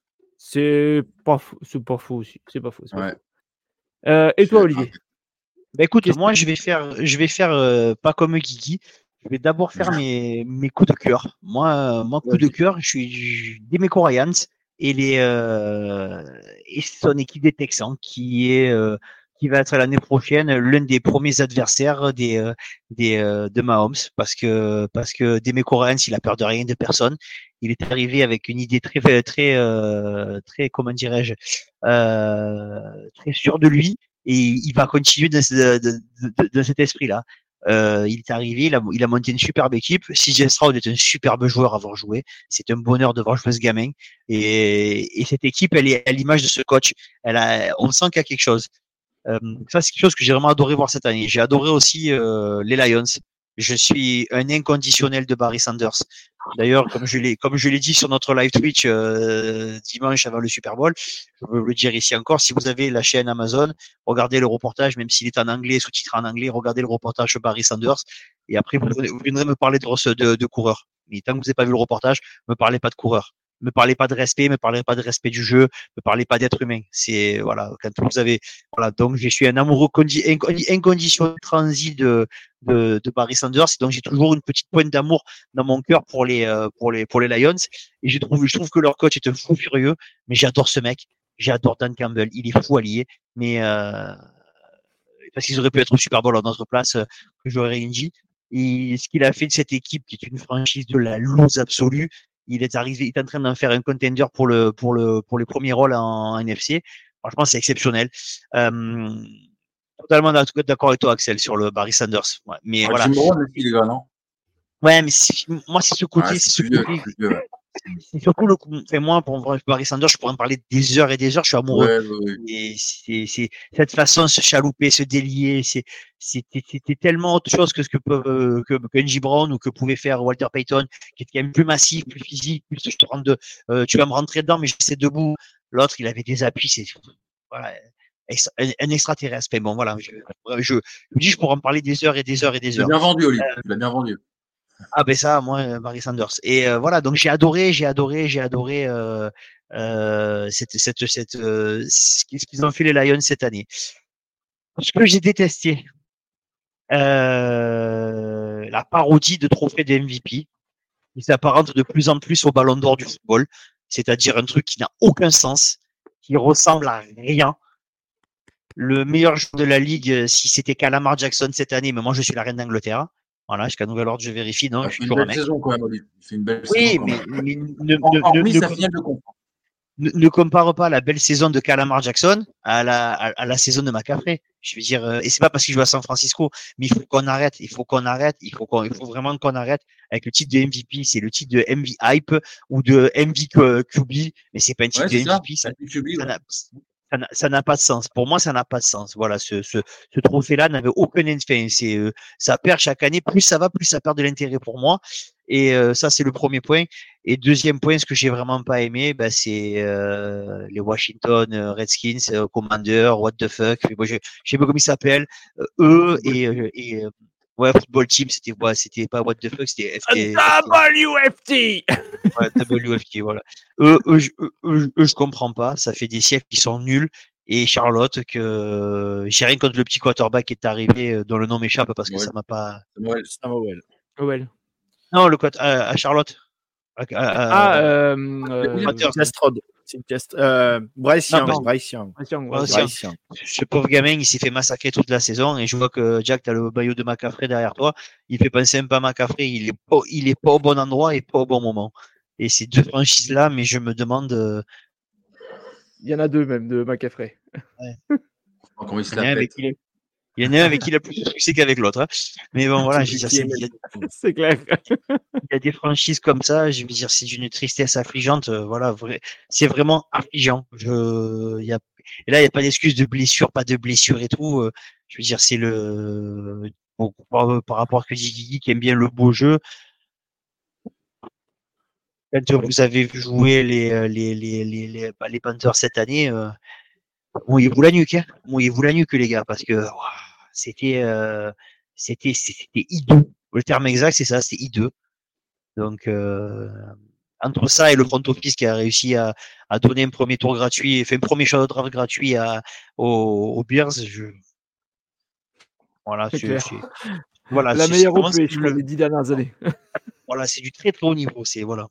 C'est pas faux, c'est pas faux aussi. C'est pas faux. C'est pas Ouais. faux. Euh, et Je suis toi, d'accord. Olivier Bah écoute, Qu'est-ce moi que- je vais faire, je vais faire euh, pas comme Guigui. Je vais d'abord faire mes, mes coups de cœur. Moi, euh, moi coup de Vas-y. cœur, je suis je- Demeco Ryans et les euh, et son équipe des Texans qui est euh, qui va être l'année prochaine l'un des premiers adversaires des euh, des euh, de Mahomes parce que parce que Demeco Ryans il a peur de rien de personne. Il est arrivé avec une idée très très euh, très comment dirais-je euh, très sûre de lui et il va continuer de, de, de, de, de cet esprit-là. Euh, il est arrivé, il a, il a monté une superbe équipe. C J Stroud est un superbe joueur à avoir joué. C'est un bonheur de voir jouer ce gamin. Et, et cette équipe, elle est à l'image de ce coach. Elle a, on sent qu'il y a quelque chose. Euh, ça, c'est quelque chose que j'ai vraiment adoré voir cette année. J'ai adoré aussi euh, les Lions. Je suis un inconditionnel de Barry Sanders. D'ailleurs, comme je l'ai, comme je l'ai dit sur notre live Twitch euh, dimanche avant le Super Bowl, je veux le dire ici encore. Si vous avez la chaîne Amazon, regardez le reportage, même s'il est en anglais, sous-titré en anglais, regardez le reportage de Barry Sanders. Et après, vous, vous viendrez me parler de, de, de coureurs. Mais tant que vous n'avez pas vu le reportage, me parlez pas de coureurs. Me parlez pas de respect, me parlez pas de respect du jeu, me parlez pas d'être humain. C'est voilà, quand vous avez voilà, donc je suis un amoureux inconditionnel transi de, de de Barry Sanders, et donc j'ai toujours une petite pointe d'amour dans mon cœur pour les euh, pour les pour les Lions. Et je trouve je trouve que leur coach est un fou furieux, mais j'adore ce mec, j'adore Dan Campbell, il est fou allié, mais euh, parce qu'ils auraient pu être au Super Bowl à notre place, euh, que j'aurais rien dit. Et ce qu'il a fait de cette équipe, qui est une franchise de la loose absolue, il est arrivé, il est en train d'en faire un contender pour le pour le pour les premiers rôles en, en N F C. Franchement, c'est exceptionnel. Euh, totalement d'accord avec toi, Axel, sur le Barry Sanders. Ouais, mais Ah, voilà. Jim Brown aussi, les gars, non? Ouais, mais c'est- moi, c'est ce côté, Ouais, c'est c'est ce plus vieux, côté. c'est plus vieux. Ouais, C'est surtout le coup. Enfin, moi, pour Barry Sanders, je pourrais en parler des heures et des heures. Je suis amoureux. ouais, ouais, ouais. Et c'est, c'est cette façon de se chalouper, se délier. C'est, c'était, c'était tellement autre chose que ce que peut, euh, que, que N J Brown ou que pouvait faire Walter Payton, qui était quand même plus massif, plus physique, plus je te rentre de, euh, tu vas me rentrer dedans, mais je sais debout. L'autre, il avait des appuis. C'est, voilà. un, un extraterrestre. Mais bon, voilà, je, je, je me dis, je pourrais en parler des heures et des heures et des Tu l'as heures. bien vendu, Olivier. Euh, Tu l'as bien vendu. ah ben ça, moi, Barry Sanders. Et euh, voilà, donc j'ai adoré, j'ai adoré, j'ai adoré euh, euh, cette, cette, cette, euh, ce qu'ils ont fait les Lions cette année. Ce que j'ai détesté, euh, la parodie de trophée de M V P, qui s'apparente de plus en plus au Ballon d'Or du football, c'est-à-dire un truc qui n'a aucun sens, qui ressemble à rien. Le meilleur joueur de la ligue, si c'était Calamar Jackson cette année, mais moi je suis la reine d'Angleterre. Voilà, jusqu'à nouvel ordre, je vérifie. Non, Il je suis fait une toujours un belle mec. saison quand même, Olivier. Il fait une belle Oui, saison quand mais, même. mais ne, Hor- ne, ne, Hormis ne, sa finale de conf. ne, ne compare pas la belle saison de Calamar Jackson à la, à, à la saison de McCaffrey. Je veux dire, euh, et c'est pas parce qu'il joue à San Francisco, mais il faut qu'on arrête, il faut qu'on arrête, il faut qu'on, il faut vraiment qu'on arrête avec le titre de M V P. C'est le titre de M V Hype ou de M V Q B, mais c'est pas un titre Ouais, de c'est ça. M V P. Ça, Q B, ça ouais. n'a, ça n'a, ça n'a pas de sens. Pour moi, ça n'a pas de sens. Voilà, ce, ce, ce trophée-là n'avait aucun intérêt. C'est, euh, ça perd chaque année. Plus ça va, plus ça perd de l'intérêt pour moi. Et euh, ça, c'est le premier point. Et deuxième point, ce que j'ai vraiment pas aimé, bah, c'est euh, les Washington Redskins, euh, Commander, what the fuck. Moi, je, je sais pas comment ils s'appellent. Euh, eux et, euh, et euh, ouais, football team, c'était ouais, c'était pas what the fuck, c'était F T. W F T. Ouais, W F T, voilà. Eux, eux, je, eux, eux, eux, je comprends pas. Ça fait des siècles qu'ils sont nuls. Et Charlotte, que j'ai rien contre le petit quarterback qui est arrivé, dont le nom m'échappe parce que Ouais. ça m'a pas. Samuel. Samuel. Well. Non, le quat- à, à Charlotte. À, à, Ah, à- euh, William euh, Testrod. C'est une test. Euh, Bryce Non, Young. parce- Bryce Young. Bryce Young, Ouais, Bryce Young. Bryce Young. Ce pauvre gamin, il s'est fait massacrer toute la saison et je vois que Jack, t'as le maillot de McCaffrey derrière toi. Il fait penser un peu à McCaffrey. Il est pas, il est pas au bon endroit et pas au bon moment. Et ces deux franchises-là, mais je me demande, euh, Il y en a deux même de McCaffrey. Oh, comment il se il y en a la un avec pète. qui il est- il y en a un avec qui il a plus de succès qu'avec l'autre. hein. Mais bon, voilà, je veux dire, Qui c'est- est- il y, a, C'est clair. il y a des franchises comme ça. Je veux dire, c'est d'une tristesse affligeante. euh, Voilà, vrai, c'est vraiment affligeant. Je, il y a, et là, il n'y a pas d'excuse de blessure, pas de blessure et tout. euh, Je veux dire, c'est le, bon, par, par rapport à ce que dit Guigui, qui aime bien le beau jeu. Quand vous avez vu jouer les, euh, les, les, les, les, bah, les Panthers cette année, euh, mouillez-vous la nuque, hein. Mouillez-vous la nuque, les gars, parce que ouah, c'était, euh, c'était, c'était hideux. Le terme exact, c'est ça, c'était hideux. Donc, euh, entre ça et le front office qui a réussi à, à donner un premier tour gratuit, fait un premier choix de draft gratuit à, aux, aux Bears, je, voilà, C'est c'est, clair. c'est- voilà, La c'est, meilleure c'est vraiment, O P, c'est je crois, le- des dix dernières années. voilà, c'est du très très haut niveau, c'est, voilà.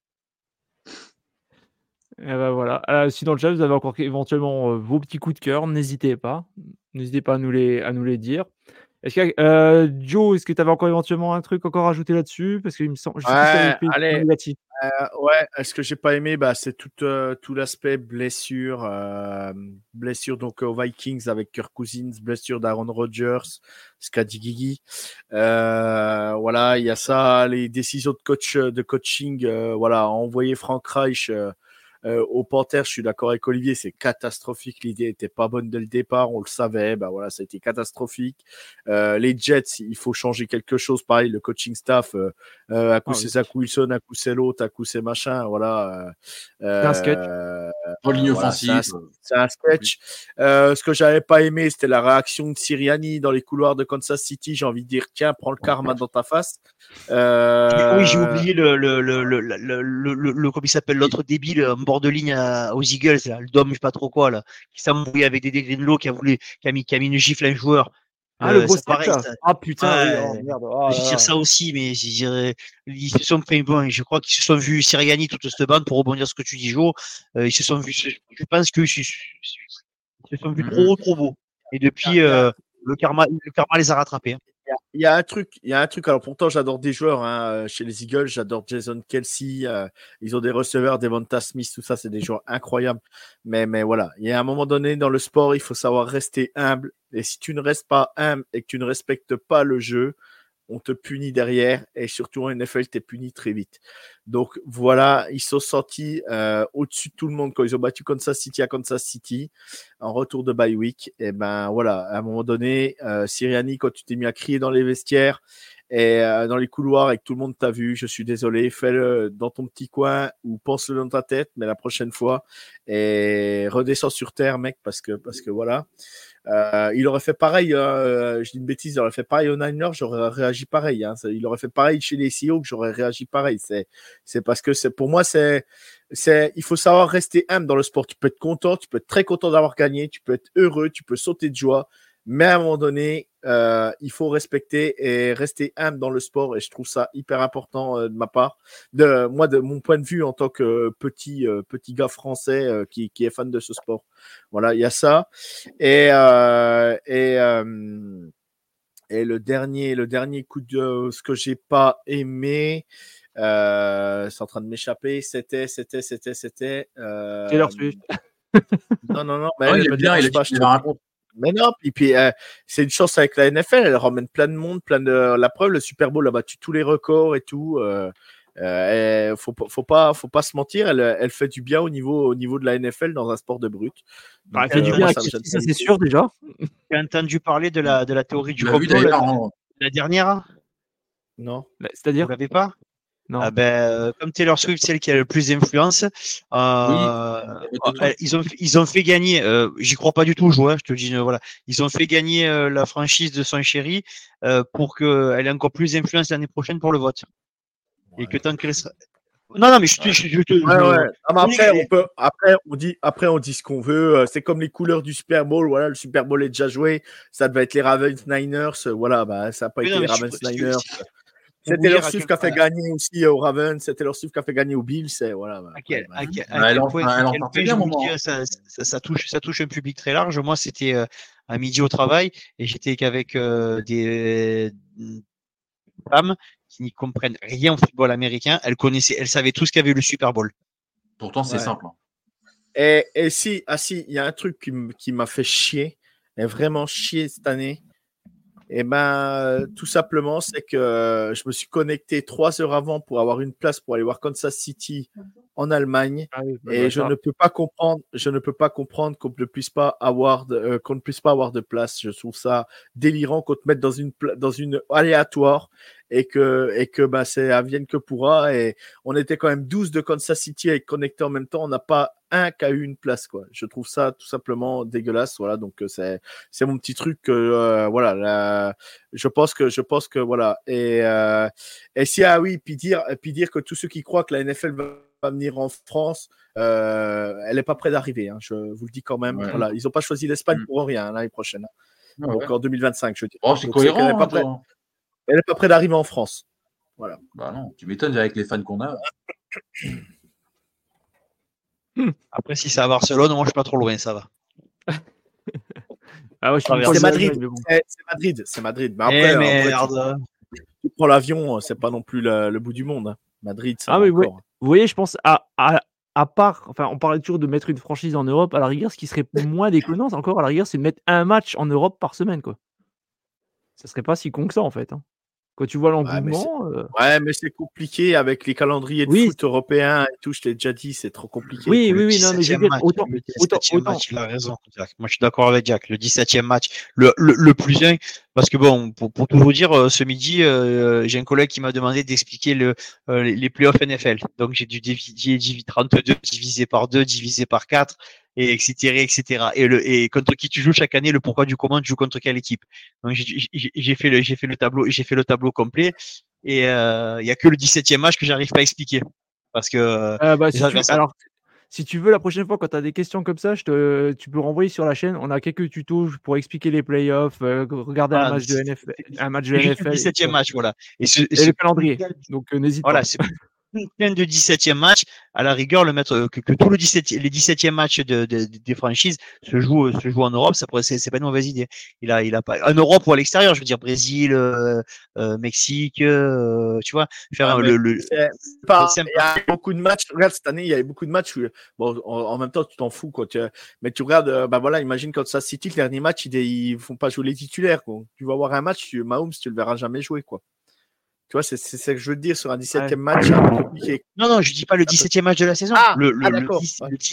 Et ben voilà. Euh, si dans le chat, vous avez encore éventuellement euh, vos petits coups de cœur, n'hésitez pas. N'hésitez pas à nous les, à nous les dire. Est-ce que, euh, Joe, est-ce que tu avais encore éventuellement un truc encore à ajouter là-dessus? Parce qu'il me semble, je sais plus si tu avais Ouais, fait un allez. négatif. Euh, ouais, ce que j'ai pas aimé, bah, c'est tout, euh, tout l'aspect blessure, euh, blessure donc aux Vikings avec Kirk Cousins, blessure d'Aaron Rodgers, ce qu'a dit Guigui. Euh, voilà, il y a ça, les décisions de coach, de coaching, euh, voilà, envoyer Frank Reich euh, euh, aux Panthers. Je suis d'accord avec Olivier, c'est catastrophique. L'idée était pas bonne dès le départ, on le savait. Bah voilà, ça a été catastrophique. Euh, les Jets, il faut changer quelque chose. Pareil, le coaching staff. Euh, Euh, à coup, Ah c'est oui. Zach Wilson, à coup, c'est l'autre, à coup, c'est machin. Voilà. Euh, C'est un sketch. euh, Pas de ligne voilà, c'est un, offensive. c'est un sketch. Euh, ce que j'avais pas aimé, c'était la réaction de Sirianni dans les couloirs de Kansas City. J'ai envie de dire, tiens, prends le karma dans ta face. Euh, Oui, j'ai oublié le, le, le, le, le, le, le, le- le- comment il s'appelle, l'autre débile, en bord de ligne à- aux Eagles, là, le Dom, je sais pas trop quoi, là, qui s'est embrouillé avec des Greenlow, qui a voulu, qui a mis, qui a mis une gifle à un joueur. Ah, le Euh, gros c'est sketch, pareil, là. ça. Ah putain, oui. Oh Ouais, merde. Oh je là dire là. ça aussi, mais je dirais, ils se sont fait bon, je crois qu'ils se sont vus Sirianni, toute cette bande, pour rebondir sur ce que tu dis, Joe, euh, ils se sont vus, je pense qu'ils se ils se sont vus Mhm. trop, trop beaux. Et depuis, euh, le karma, le karma les a rattrapés. hein. Il y a- il y a un truc, il y a un truc. Alors pourtant, j'adore des joueurs hein, chez les Eagles. J'adore Jason Kelsey. euh, ils ont des receveurs, Devonta Smith, tout ça, c'est des joueurs incroyables. Mais, mais voilà, il y a un moment donné dans le sport, il faut savoir rester humble. Et si tu ne restes pas humble et que tu ne respectes pas le jeu, on te punit derrière. Et surtout en N F L, tu es puni très vite. Donc voilà, ils sont sortis euh, au-dessus de tout le monde quand ils ont battu Kansas City à Kansas City en retour de bye week. Et ben voilà, à un moment donné, euh, Sirianni, quand tu t'es mis à crier dans les vestiaires et euh, dans les couloirs et que tout le monde t'a vu, je suis désolé, fais-le dans ton petit coin ou pense-le dans ta tête, mais la prochaine fois, et redescends sur terre, mec, parce que, parce que voilà. Euh, il aurait fait pareil, euh, je dis une bêtise, il aurait fait pareil aux Niners, j'aurais réagi pareil. Hein. Il aurait fait pareil chez les Seahawks, j'aurais réagi pareil. C'est, c'est parce que c'est, pour moi, c'est, c'est, il faut savoir rester humble dans le sport. Tu peux être content, tu peux être très content d'avoir gagné, tu peux être heureux, tu peux sauter de joie, mais à un moment donné, euh, il faut respecter et rester humble dans le sport. Et je trouve ça hyper important euh, de ma part, de moi, de mon point de vue en tant que petit euh, petit gars français euh, qui, qui est fan de ce sport. Voilà, il y a ça. Et euh, et euh, et le dernier le dernier coup de ce que j'ai pas aimé, euh, c'est en train de m'échapper. C'était c'était c'était c'était. Euh, Taylor Swift. Non non non. Mais Non, elle il est me bien, il dérange est pas, il je est te- raconté. mais non, puis, puis euh, c'est une chance avec la N F L, elle ramène plein de monde, plein de la preuve, le Super Bowl a battu tous les records et tout. Euh, euh, faut, pas- faut pas, faut pas se mentir, elle, elle fait du bien au niveau, au niveau de la N F L dans un sport de brut. Bah, elle Donc, fait du euh, bien moi, à ça me qui, gêne ça pas c'est du tout. sûr déjà. Tu as entendu parler de la, de la théorie Tu du l'as vu complot, la, d'ailleurs, hein. la dernière? Non. Bah, Vous C'est-à-dire l'avez pas? non. Ah ben, euh, comme Taylor Swift, celle qui a le plus d'influence, Oui, euh, de toi. euh, ils ont ils ont fait gagner. Euh, j'y crois pas du tout, je vois. Je te le dis, euh, voilà. Ils ont fait gagner euh, la franchise de son chéri euh, pour qu'elle ait encore plus d'influence l'année prochaine pour le vote. Et que tant qu'elle sera. Non, non, mais je, te- Ouais. je, je te. Ouais, je- ouais. Ah, mais Oui, après, mais- on peut, après, on dit, après, on dit ce qu'on veut. Euh, C'est comme les couleurs du Super Bowl. Voilà, le Super Bowl est déjà joué. Ça devait être les Ravens Niners. Euh, Voilà, bah, ça n'a pas mais été non, les mais je- Ravens parce que- Niners. pour C'était vous leur dire à Swift quel, qui a fait gagner aussi euh, aux Ravens. C'était leur Swift qui a fait gagner aux Bills. C'est, voilà, bah, à après, quel, bah, à quel, à Ouais, elle quel en- point, à elle en quel sortait point bien, je un vous le moment, dis, ça, ça, ça touche, ça touche un public très large. Moi, c'était euh, à midi au travail et j'étais qu'avec euh, des euh, femmes qui n'y comprennent rien au football américain. Elles connaissaient, elles savaient tout ce qu'avait le Super Bowl. Pourtant, c'est ouais. simple. hein. Et, et si, ah si, il y a un truc qui, m- qui m'a fait chier, et vraiment chier cette année. Et ben, tout simplement, c'est que euh, je me suis connecté trois heures avant pour avoir une place pour aller voir Kansas City en Allemagne. Ah oui, bah, Et bah, je ça. ne peux pas comprendre, je ne peux pas comprendre qu'on ne puisse pas avoir de, euh, qu'on ne puisse pas avoir de place. Je trouve ça délirant qu'on te mette dans une pla- dans une aléatoire et que et que bah c'est advienne que pourra. Et on était quand même douze de Kansas City à être connectés en même temps. On n'a pas un qui a eu une place, quoi. Je trouve ça tout simplement dégueulasse. Voilà, donc euh, c'est c'est mon petit truc. Euh, voilà, la- je pense que je pense que voilà. Et euh, et si ah oui, puis dire puis dire que tous ceux qui croient que la N F L va va venir en France, euh, elle n'est pas près d'arriver. Hein, je vous le dis quand même. Ouais. Voilà, ils n'ont pas choisi l'Espagne Mm. pour rien hein, l'année prochaine. hein. Ouais, Donc ouais. en deux mille vingt-cinq, je dis. Oh, c'est Donc c'est qu'elle cohérent, n'est pas hein, près, toi. elle est pas près d'arriver en France. Voilà. Bah non, tu m'étonnes avec les fans qu'on a. Après, si c'est à Barcelone, moi, je suis pas trop loin, ça va. Ah ouais, je suis Traverse. pas C'est de Madrid. l'Allemagne, mais bon. C'est c'est Madrid. C'est Madrid. Mais Eh après, en vrai, tu, merde. tu prends l'avion, c'est pas non plus la- le bout du monde. hein. Madrid, ça Ah va oui, oui. encore. Vous voyez, je pense à, à, à part, enfin, on parlait toujours de mettre une franchise en Europe. À la rigueur, ce qui serait moins déconnant, encore à la rigueur, c'est de mettre un match en Europe par semaine, quoi. Ça serait pas si con que ça, en fait. hein. Quand tu vois Ouais, mais c'est l'engouement, euh, ouais, mais c'est compliqué avec les calendriers de oui, foot européens et tout. Je t'ai déjà dit, c'est trop compliqué. oui, Pour oui, le oui, non, mais je veux dix-septième dire, match, autant, le autant, dix-septième autant. match, il a raison, Jack. Moi, je suis d'accord avec Jack. Le dix-septième match, le, le, le plus un, parce que bon, pour, pour tout vous dire, euh, ce midi, euh, j'ai un collègue qui m'a demandé d'expliquer le, euh, les les playoffs N F L. Donc, j'ai dû diviser divi- trente-deux divisé par deux, divisé par quatre, et etc., et cetera. Et le, et contre qui tu joues chaque année, le pourquoi du comment, tu joues contre quelle équipe. Donc, j'ai j'ai- j'ai fait le, j'ai fait le tableau, j'ai fait le tableau complet. Et euh, il y a que le dix-septième match que j'arrive pas à expliquer. Parce que euh, Euh, bah, les si tu, adversaires. alors, si tu veux, la prochaine fois, quand tu as des questions comme ça, je te, tu peux renvoyer sur la chaîne. On a quelques tutos pour expliquer les playoffs, euh, regarder un Voilà, match de c'est N F L, c'est- un match de c'est juste le N F L et, dix-septième tout. match, voilà. Et ce, et Et ce le calendrier. putain- Donc, euh, n'hésite voilà, pas. ce putain de dix-septième match, à la rigueur, le mettre, euh, que, que tout le dix-septième, les dix-septième matchs de, de- de- des franchises se jouent, euh, se jouent en Europe, ça pourrait, c'est, c'est pas une mauvaise idée. Il a, il a pas, en Europe ou à l'extérieur, je veux dire, Brésil, euh, euh, Mexique, euh, tu vois, faire Ah, un- mais le, le, c'est pas- c'est simple. il y a beaucoup de matchs. Regarde, cette année, il y avait beaucoup de matchs où, bon, en, en même temps, tu t'en fous, quoi. Tu- mais tu regardes, euh, bah voilà, imagine quand ça City, le dernier match, ils, ils font pas jouer les titulaires, quoi. Tu vas voir un match, tu, Mahomes, tu le verras jamais jouer, quoi. Tu vois, c'est c'est ce que je veux te dire sur un dix-septième match, c'est un peu compliqué. Non, non, je dis pas le dix-septième match de la saison. Ah, le, le, ah, le d'accord. dix- Ouais. le dix-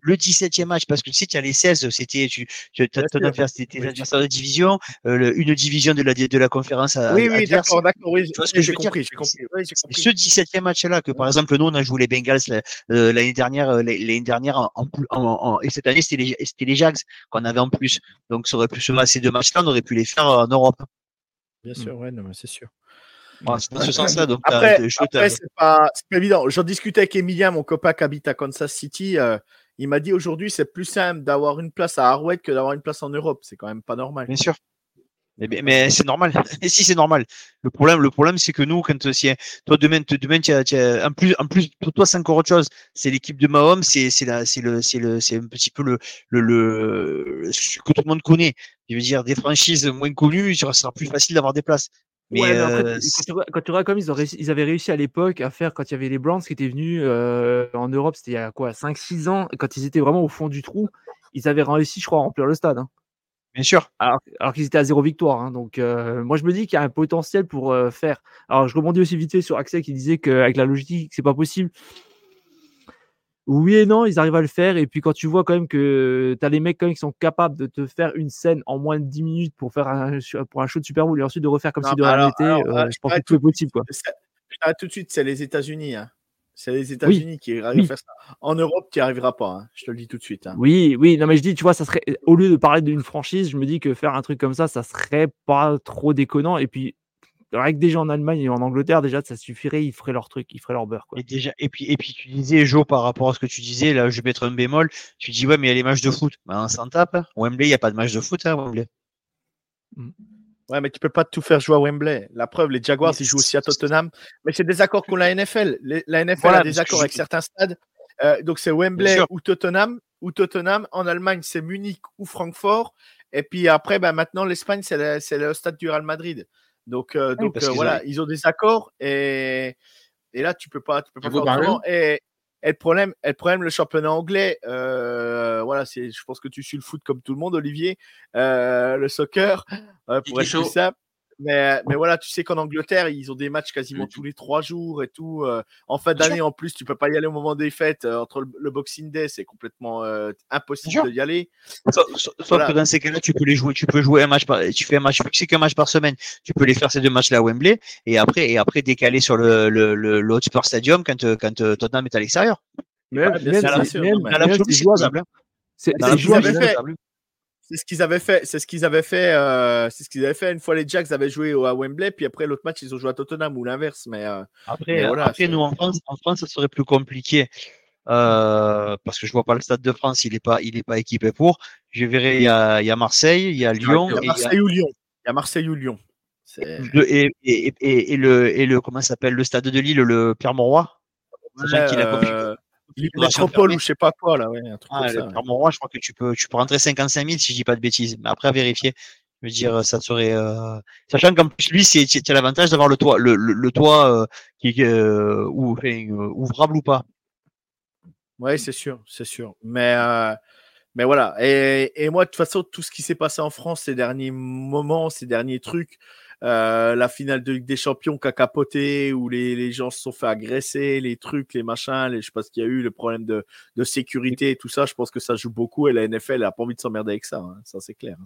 le dix-septième match, parce que tu sais, tu as les seize, c'était, tu, tu, ton adversaire, c'était tes adversaires de division, euh, le, une division de la, de la conférence à, Oui, oui, adverse. d'accord, d'accord, oui, Tu vois ce oui, que je j'ai veux dire? compris, j'ai compris. Oui, j'ai C'est compris. ce dix-septième match-là que, par exemple, nous, on a joué les Bengals euh, l'année dernière, euh, l'année dernière en, en, en, en, et cette année, c'était les, c'était les Jags qu'on avait en plus. Donc, ça aurait pu se passer ces deux matchs-là, on aurait pu les faire en Europe. Bien sûr, ouais, non, mais c'est sûr. Ouais, c'est dans ce sens-là. Donc, après, t'as, après c'est pas, c'est pas évident. J'en discutais avec Emilien, mon copain qui habite à Kansas City. Euh, il m'a dit aujourd'hui, c'est plus simple d'avoir une place à Arrowhead que d'avoir une place en Europe. C'est quand même pas normal. Bien sûr. Mais, mais c'est normal. Et si c'est normal. Le problème, le problème, c'est que nous, quand si, toi demain, demain, tu as, tu as, en plus, en plus, pour toi, c'est encore autre chose. C'est l'équipe de Mahomes, c'est, c'est la, c'est le, c'est le, c'est un petit peu le, le, le, ce que tout le monde connaît. Je veux dire, des franchises moins connues, ça sera plus facile d'avoir des places. Mais, ouais, mais après, euh, quand, tu, quand tu regardes comme ils, ont réussi, ils avaient réussi à l'époque à faire, quand il y avait les Browns qui étaient venus euh, en Europe, c'était il y a quoi, cinq six ans, quand ils étaient vraiment au fond du trou, ils avaient réussi, je crois, à remplir le stade. Hein. Bien sûr. Alors, alors qu'ils étaient à zéro victoire. Hein. Donc, euh, moi, je me dis qu'il y a un potentiel pour euh, faire. Alors, je rebondis aussi vite fait sur Axel qui disait qu'avec la logistique, c'est pas possible. Oui et non, ils arrivent à le faire. Et puis, quand tu vois quand même que tu as les mecs quand même qui sont capables de te faire une scène en moins de dix minutes pour faire un, pour un show de Super Bowl et ensuite de refaire comme non, si de rien n'était, euh, je pense que tout est possible. Quoi. Ah, tout de suite, c'est les États-Unis. Hein. C'est les États-Unis oui. qui arrivent oui. à faire ça. En Europe, tu n'y arriveras pas. Hein. Je te le dis tout de suite. Hein. Oui, oui. Non, mais je dis, tu vois, ça serait au lieu de parler d'une franchise, je me dis que faire un truc comme ça, ça serait pas trop déconnant. Et puis, avec des gens en Allemagne et en Angleterre, déjà, ça suffirait. Ils feraient leur truc, ils feraient leur beurre. Quoi. Et déjà, et puis, et puis, tu disais, Jo, par rapport à ce que tu disais, là, je vais mettre un bémol. Tu dis, ouais, mais il y a les matchs de foot. Ben, on s'en tape. Wembley, il n'y a pas de match de foot, hein, Wembley. Mm. Ouais, mais tu peux pas tout faire jouer à Wembley. La preuve, les Jaguars, mais ils jouent aussi à Tottenham. Mais c'est des accords qu'ont la N F L. Les, la N F L voilà, a des accords je... avec certains stades. Euh, donc, c'est Wembley ou Tottenham. Ou Tottenham. En Allemagne, c'est Munich ou Francfort. Et puis après, ben, maintenant, l'Espagne, c'est le, c'est le stade du Real Madrid. Donc, euh, oui, donc euh, voilà, ont... ils ont des accords. Et, et là, tu peux pas, tu peux pas faire autrement. Et, et le problème, et le problème, le championnat anglais, euh, voilà, c'est, je pense que tu suis le foot comme tout le monde, Olivier, euh, le soccer, euh, pour être chaud. Plus simple. Mais, mais voilà, tu sais qu'en Angleterre, ils ont des matchs quasiment oui. tous les trois jours et tout. Euh, en fin d'année, en plus, tu peux pas y aller au moment des fêtes. Euh, entre le, le Boxing Day, c'est complètement euh, impossible d'y aller. Sauf, sauf voilà. que dans ces cas-là, tu peux les jouer. Tu peux jouer un match par, tu fais un match, c'est qu'un match par semaine. Tu peux les faire ces deux matchs-là à Wembley et après, et après décaler sur le, le, le, le Hotspur Stadium quand, quand Tottenham est à l'extérieur. Même, ouais, même, c'est, sûr, même, même, même, c'est jouable. C'est, c'est jouable. C'est ce qu'ils avaient fait. C'est ce qu'ils avaient fait. Euh, c'est ce qu'ils avaient fait une fois. Les Jacks avaient joué à Wembley, puis après l'autre match ils ont joué à Tottenham ou l'inverse. Mais euh, après, mais voilà, après nous en France, en France, ça serait plus compliqué euh, parce que je vois pas le Stade de France. Il est pas, il est pas équipé pour. Je verrai. Il y a, il y a Marseille, il y a Lyon. Il y a Marseille et il y a... ou Lyon. Il y a Marseille ou Lyon. C'est... Et, et, et, et le et le comment ça s'appelle le Stade de Lille, le Pierre Mauroy. Ouais, qu'il a euh... Métropole ou je sais pas quoi là, ouais, un truc ah, comme le ça. Pierre Mauroy, je crois que tu peux, tu peux rentrer cinquante-cinq mille si je dis pas de bêtises. Mais après à vérifier, je veux dire, ça serait, euh... sachant qu'en plus lui, c'est, tu as l'avantage d'avoir le toit, le, le, le toit euh, qui est euh, ou, enfin, euh, ouvrable ou pas. Oui, c'est sûr, c'est sûr. Mais euh, mais voilà. Et, et moi, de toute façon, tout ce qui s'est passé en France ces derniers moments, ces derniers trucs. Euh, la finale de Ligue des Champions qui a capoté, où les, les gens se sont fait agresser, les trucs, les machins, les, je sais pas ce qu'il y a eu, le problème de, de sécurité et tout ça, je pense que ça joue beaucoup et la N F L n'a pas envie de s'emmerder avec ça, hein, ça c'est clair.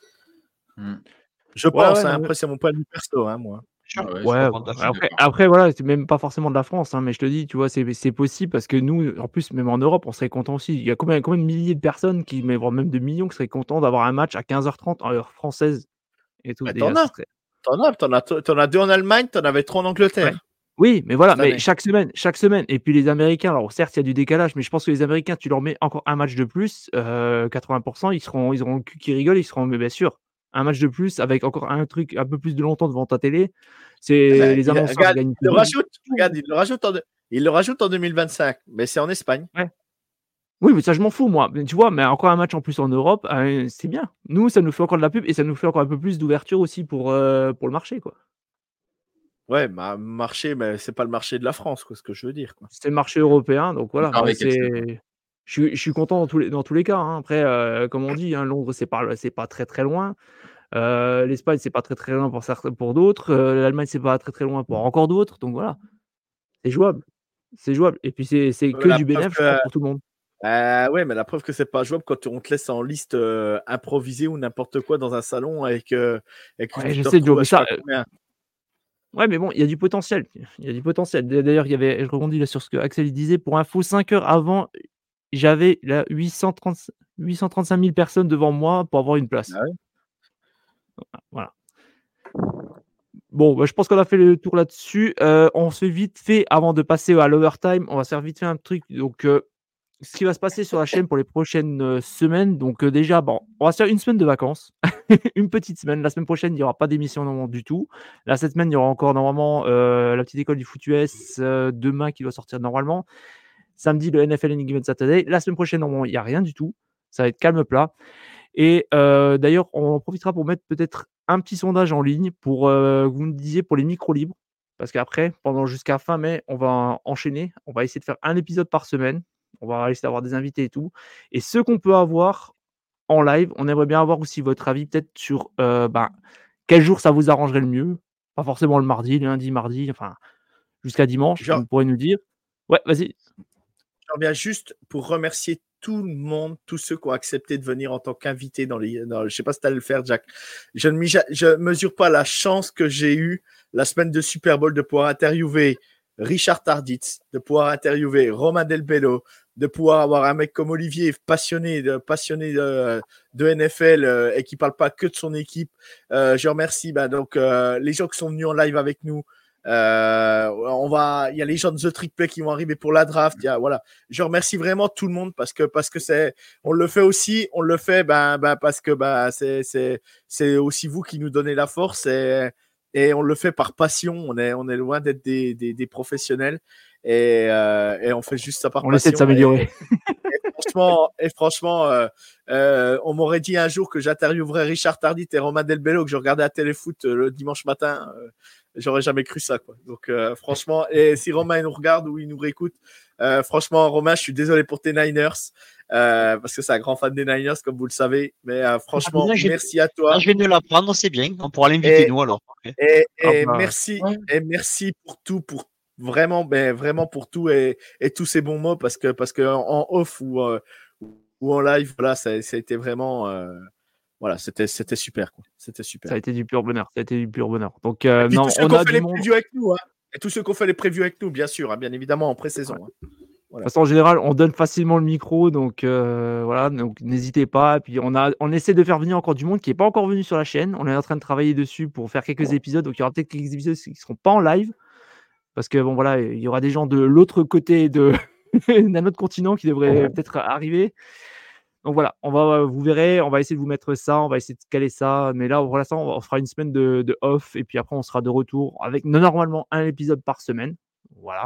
Hein. Mm. Je ouais, pense, ouais, hein, après ouais. c'est mon point de vue perso, hein, moi. Ouais, ouais, après, après, voilà, c'est même pas forcément de la France, hein, mais je te dis, tu vois, c'est, c'est possible parce que nous, en plus, même en Europe, on serait content aussi. Il y a combien, combien de milliers de personnes, qui, mais même de millions, qui seraient contents d'avoir un match à quinze heures trente en heure française et tout. Mais déjà, t'en as. Serait... T'en as, t'en as, t'en as deux en Allemagne, t'en avais trois en Angleterre. Ouais. Oui, mais voilà, mais chaque semaine, chaque semaine. Et puis les Américains, alors certes, il y a du décalage, mais je pense que les Américains, tu leur mets encore un match de plus, euh, quatre-vingts pour cent, ils seront, ils auront le cul qui rigole, ils seront, mais bien sûr, un match de plus avec encore un truc un peu plus de longtemps devant ta télé. C'est ben, les annonceurs regarde, gagnent. Il le rajoute, regarde, il le rajoute en, il le rajoute en deux mille vingt-cinq, mais c'est en Espagne. Ouais. Oui, mais ça, je m'en fous, moi. Mais tu vois, mais encore un match en plus en Europe, euh, c'est bien. Nous, ça nous fait encore de la pub et ça nous fait encore un peu plus d'ouverture aussi pour, euh, pour le marché, quoi. Ouais, ma marché, mais c'est pas le marché de la France, quoi, ce que je veux dire. Quoi. C'est le marché européen, donc voilà. Ah, c'est... Je, suis, je suis content dans tous les, dans tous les cas. Hein. Après, euh, comme on dit, hein, Londres, c'est pas, c'est pas très très loin. Euh, L'Espagne, c'est pas très très loin pour certains, pour d'autres. Euh, L'Allemagne, c'est pas très très loin pour encore d'autres. Donc voilà, c'est jouable. C'est jouable. Et puis, c'est, c'est que la du bénéfice que, pour tout le monde. Euh, ouais, mais la preuve que c'est pas jouable quand on te laisse en liste euh, improvisée ou n'importe quoi dans un salon avec, euh, avec Ouais, une je te sais, Joe, retrouves à mais je sais ça, pas euh, combien. ouais, mais bon, il y a du potentiel. Il y a du potentiel. D'ailleurs, il y avait, je rebondis là sur ce que Axel il disait. Pour info, cinq heures avant, j'avais là huit cent trente huit cent trente-cinq mille personnes devant moi pour avoir une place. Ah ouais. Voilà. Bon, bah, je pense qu'on a fait le tour là-dessus. Euh, on se fait vite fait, avant de passer à l'overtime, on va se faire vite fait un truc. Donc, euh, ce qui va se passer sur la chaîne pour les prochaines euh, semaines. Donc, euh, déjà, bon, on va se faire une semaine de vacances. Une petite semaine. La semaine prochaine, il n'y aura pas d'émission normalement du tout. Là, cette semaine, il y aura encore normalement euh, la petite école du foot U S euh, demain qui doit sortir normalement. Samedi, le N F L Any Given Saturday. La semaine prochaine, normalement, il n'y a rien du tout. Ça va être calme plat. Et euh, d'ailleurs, on en profitera pour mettre peut-être un petit sondage en ligne pour, euh, vous me disiez, pour les micros libres. Parce qu'après, pendant jusqu'à fin mai, on va enchaîner. On va essayer de faire un épisode par semaine. On va essayer d'avoir des invités et tout. Et ce qu'on peut avoir en live, on aimerait bien avoir aussi votre avis peut-être sur euh, bah, quel jour ça vous arrangerait le mieux. Pas forcément le mardi, le lundi, mardi, enfin jusqu'à dimanche. Genre, Vous pourrez nous dire. Ouais, vas-y. je reviens juste pour remercier tout le monde, tous ceux qui ont accepté de venir en tant qu'invité dans les. Dans, je sais pas si tu allais le faire, Jack. Je ne je mesure pas la chance que j'ai eue la semaine de Super Bowl de pouvoir interviewer Richard Tarditz, de pouvoir interviewer Romain Del Bello, de pouvoir avoir un mec comme Olivier passionné de, passionné de, de N F L euh, et qui parle pas que de son équipe. Euh, je remercie bah, donc euh, les gens qui sont venus en live avec nous. Euh, on va, il y a les gens de The Trick Play qui vont arriver pour la draft. Il y a, voilà, je remercie vraiment tout le monde parce que parce que c'est, on le fait aussi, on le fait, ben, ben parce que ben c'est c'est c'est aussi vous qui nous donnez la force et et on le fait par passion. On est on est loin d'être des des, des professionnels et euh, et on fait juste ça par On passion. essaie de s'améliorer. Et, et franchement, et franchement euh, euh, on m'aurait dit un jour que j'interviewerais Richard Tardit et Romain Del Bello que je regardais à Téléfoot euh, le dimanche matin. Euh, J'aurais jamais cru ça, quoi. Donc, euh, franchement, et si Romain il nous regarde ou il nous réécoute, euh, franchement, Romain, je suis désolé pour tes Niners, euh, parce que c'est un grand fan des Niners, comme vous le savez. Mais euh, franchement, Ah, merci à toi. Ah, je viens de l'apprendre, c'est bien. On pourra l'inviter, Et, nous, alors. et, Ah et bah, merci, ouais. et merci pour tout, pour vraiment, ben, vraiment pour tout et, et tous ces bons mots, parce que, parce que en off ou, euh, ou en live, voilà, ça, ça a été vraiment. Euh, Voilà, c'était, c'était super, quoi. C'était super. ça a été du pur bonheur. Ça a été du pur bonheur. Donc, euh, Et puis non, tous ceux on qui ont a fait du les monde. previews avec nous, hein. Et tous ceux qui ont fait les previews avec nous, bien sûr, hein, bien évidemment, en pré-saison. Ouais. Hein. De Voilà. toute façon, en général, on donne facilement le micro, donc euh, voilà, donc n'hésitez pas. Et puis on a, on essaie de faire venir encore du monde qui n'est pas encore venu sur la chaîne. On est en train de travailler dessus pour faire quelques épisodes. Donc il y aura peut-être quelques épisodes qui ne seront pas en live, parce que bon voilà, il y aura des gens de l'autre côté de d'un autre continent qui devraient peut-être arriver. Donc voilà, on va, vous verrez, on va essayer de vous mettre ça, on va essayer de caler ça. Mais là, pour l'instant, on fera une semaine de, de off et puis après, on sera de retour avec normalement un épisode par semaine. Voilà.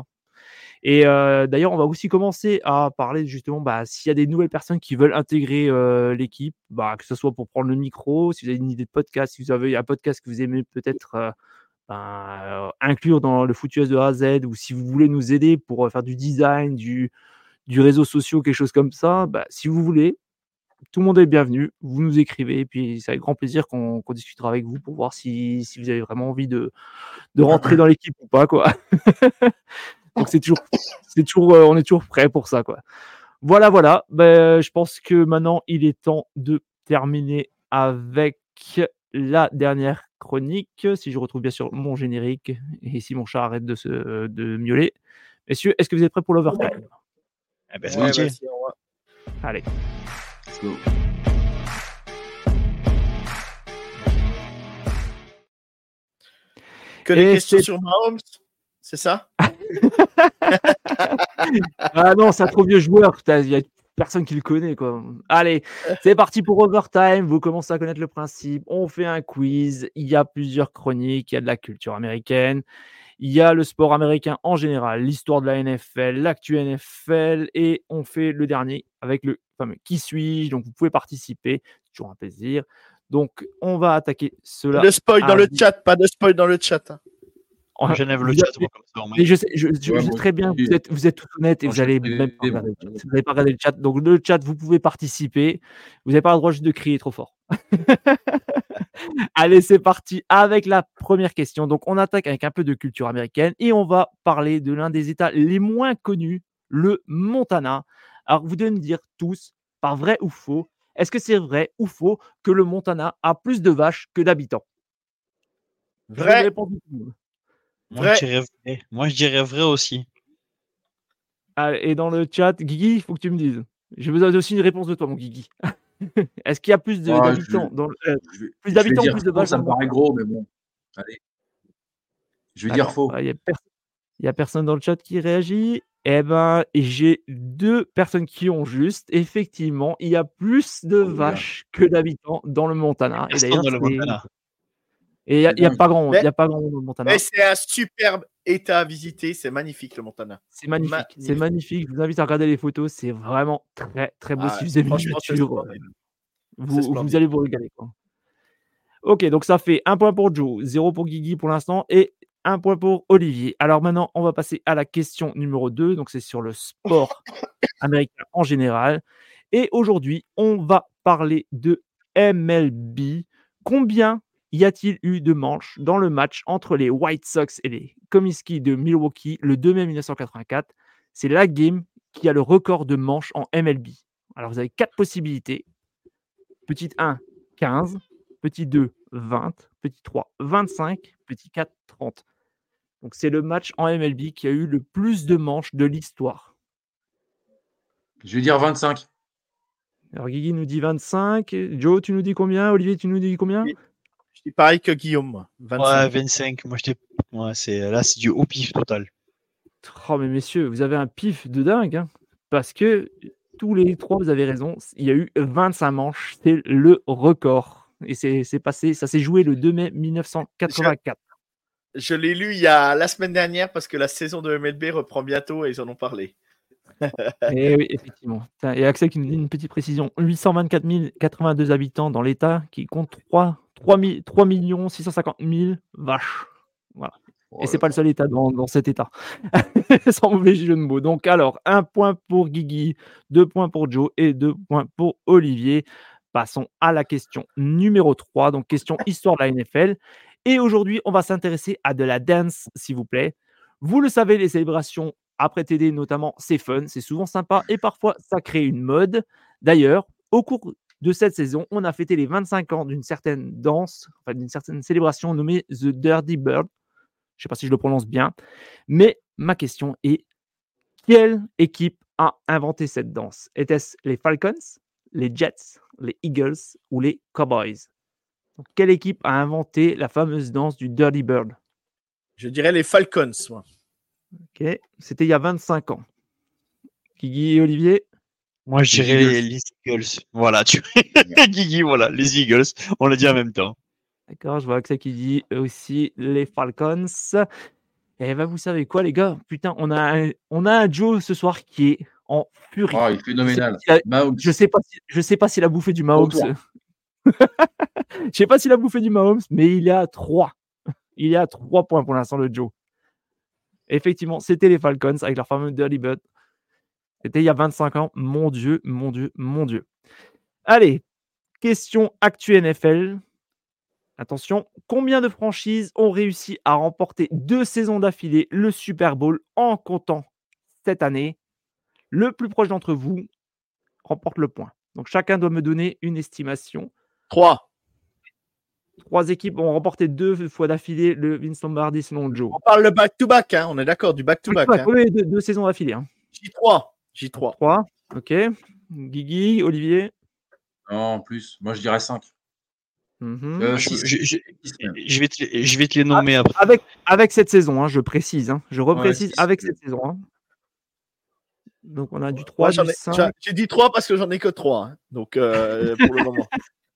Et euh, d'ailleurs, on va aussi commencer à parler justement, bah, s'il y a des nouvelles personnes qui veulent intégrer euh, l'équipe, bah, que ce soit pour prendre le micro, si vous avez une idée de podcast, si vous avez un podcast que vous aimez peut-être euh, ben, euh, inclure dans le Foot U S de A à Z, ou si vous voulez nous aider pour euh, faire du design, du, du réseau social, quelque chose comme ça, bah, si vous voulez, tout le monde est bienvenu. Vous nous écrivez, et puis c'est avec grand plaisir qu'on qu'on discutera avec vous pour voir si, si vous avez vraiment envie de, de rentrer dans l'équipe ou pas, quoi. Donc c'est toujours, c'est toujours, euh, on est toujours prêt pour ça, quoi. Voilà, voilà. Ben, je pense que maintenant il est temps de terminer avec la dernière chronique. Si je retrouve bien sûr mon générique et si mon chat arrête de se de miauler. Messieurs, est-ce que vous êtes prêts pour l'overtime? Eh ben, Ouais, volontiers. vas-y, on va. Allez. Let's go. Que des Et questions c'est- sur Mahomes, c'est ça? Ah non, c'est un trop vieux joueur. Putain, il y a personne qui le connaît, quoi. Allez, c'est parti pour Overtime. Vous commencez à connaître le principe. On fait un quiz. Il y a plusieurs chroniques. Il y a de la culture américaine. Il y a le sport américain en général, l'histoire de la N F L, l'actu N F L. Et on fait le dernier avec le fameux Qui suis-je? Donc, vous pouvez participer. C'est toujours un plaisir. Donc, on va attaquer cela. Pas de spoil dans le avec- chat, pas de spoil dans le chat. hein. en- Genève le vous chat, avez- moi, comme ça, au moins. Mais je sais, je, je- Ouais, je sais moi très bien, aussi. vous êtes, vous êtes tous honnêtes et Moi, vous je allez fais même des- pas regarder le chat. Vous n'allez pas regarder le chat. Donc, le chat, vous pouvez participer. Vous n'avez pas le droit juste de crier trop fort. Allez, c'est parti avec la première question. Donc, on attaque avec un peu de culture américaine et on va parler de l'un des États les moins connus, le Montana, Alors, vous devez me dire tous, par vrai ou faux, est-ce que c'est vrai ou faux que le Montana a plus de vaches que d'habitants? Je veux une Vrai, réponse de tout le monde. Moi, Vrai. je dirais vrai. Moi, je dirais vrai aussi. Ah, et dans le chat, Guigui, il faut que tu me dises. J'ai besoin aussi une réponse de toi, mon Guigui. Est-ce qu'il y a plus de- Ouais, d'habitants je- dans le- euh, Je vais, plus je vais d'habitants ou dire plus de faux, vaches ça dans me le paraît Montana? gros, mais bon. Allez. Je vais dire D'accord. faux. Il n'y a, pers- y a personne dans le chat qui réagit. Eh ben, j'ai deux personnes qui ont juste. Effectivement, il y a plus de Oh, les gars. vaches que d'habitants dans le Montana. Et Personne d'ailleurs, dans le c'est- Montana. et il n'y a, C'est il y a dingue. pas grand monde. Mais- Il y a pas grand monde dans le Montana. mais c'est un superbe état à visiter. C'est magnifique, le Montana. C'est magnifique. C'est magnifique. magnifique. Je vous invite à regarder les photos. C'est vraiment très, très beau. Ah, Si vous aimez la franchement, c'est nature, splendide. vous, C'est vous splendide. allez vous régaler, quoi. Ok, donc ça fait un point pour Joe, zéro pour Guigui pour l'instant et un point pour Olivier. Alors maintenant, on va passer à la question numéro deux. Donc c'est sur le sport américain en général. Et aujourd'hui, on va parler de M L B. Combien y a-t-il eu de manches dans le match entre les White Sox et les Comiskey de Milwaukee le deux mai mille neuf cent quatre-vingt-quatre? C'est la game qui a le record de manches en M L B. Alors vous avez quatre possibilités. Petite un, quinze. Petit deux, vingt. Petit trois, vingt-cinq. Petit quatre, trente. Donc c'est le match en M L B qui a eu le plus de manches de l'histoire. Je vais dire vingt-cinq. Alors Guigui nous dit vingt-cinq. Joe, tu nous dis combien? Olivier, tu nous dis combien? Oui. Je dis pareil que Guillaume, moi. Ouais, vingt-cinq. vingt-cinq. Moi, j'étais. Ouais, c'est... Là, c'est du haut pif total. Oh mais messieurs, vous avez un pif de dingue, hein, parce que tous les trois, vous avez raison. Il y a eu vingt-cinq manches. C'est le record. Et c'est, c'est passé, ça s'est joué le deux mai mille neuf cent quatre-vingt-quatre. Je l'ai lu il y a la semaine dernière parce que la saison de M L B reprend bientôt et ils en ont parlé. Et oui, effectivement. Tiens, et Axel qui nous dit une petite précision. huit cent vingt-quatre mille quatre-vingt-deux habitants dans l'État qui compte trois millions six cent cinquante mille vaches. Voilà. Oh Et c'est là pas le seul État dans, dans cet État. Sans mauvais jeu de mots. Donc alors, un point pour Guigui, deux points pour Joe et deux points pour Olivier. Passons à la question numéro trois. Donc question histoire de la N F L. Et aujourd'hui, on va s'intéresser à de la dance, s'il vous plaît. Vous le savez, les célébrations après T D notamment, c'est fun, c'est souvent sympa et parfois ça crée une mode. D'ailleurs, au cours de cette saison, on a fêté les vingt-cinq ans d'une certaine danse, enfin d'une certaine célébration nommée The Dirty Bird. Je ne sais pas si je le prononce bien, mais ma question est, quelle équipe a inventé cette danse? Était-ce les Falcons, les Jets, les Eagles ou les Cowboys? Donc, quelle équipe a inventé la fameuse danse du Dirty Bird? Je dirais les Falcons, moi. Ok, c'était il y a vingt-cinq ans. Guigui et Olivier? Moi, je Les dirais les, Eagles. les Eagles. Voilà, tu. Guigui, voilà, les Eagles. On l'a dit en même temps. D'accord, je vois Axel qui dit aussi les Falcons. Et ben, vous savez quoi, les gars? Putain, on a un, on a un Joe ce soir qui est en furie. Oh, il est phénoménal. Je sais pas s'il a- Mahomes. Je sais pas si, je sais pas s'il a bouffé du Mahomes. Retour. Je sais pas s'il a bouffé du Mahomes, mais il est à trois. Il est à trois points pour l'instant, le Joe. Effectivement, c'était les Falcons avec leur fameux Dirty Bird. C'était il y a vingt-cinq ans. Mon Dieu, mon Dieu, mon Dieu. Allez, question actu N F L. Attention, combien de franchises ont réussi à remporter deux saisons d'affilée le Super Bowl en comptant cette année? Le plus proche d'entre vous remporte le point. Donc chacun doit me donner une estimation. trois. Trois équipes ont remporté deux fois d'affilée le Vince Lombardi selon Joe. On parle le back-to-back, hein, on est d'accord, du back-to-back. Hein. Oui, deux, deux saisons d'affilée. Hein. J trois. J trois. Trois. Ok. Guigui, Olivier. Non, en plus. Moi, je dirais cinq. Mhm. Euh, Je, six. je- je- Six même. je vais te, les- je vais te les nommer après. Avec, avec cette saison, hein, je précise. Hein, je reprécise Ouais, six. avec cette saison. Hein. Donc on a du Moi, trois, j'en du ai- cinq. j'en- J'ai dit trois parce que j'en ai que trois. Hein. Donc, euh, pour le moment.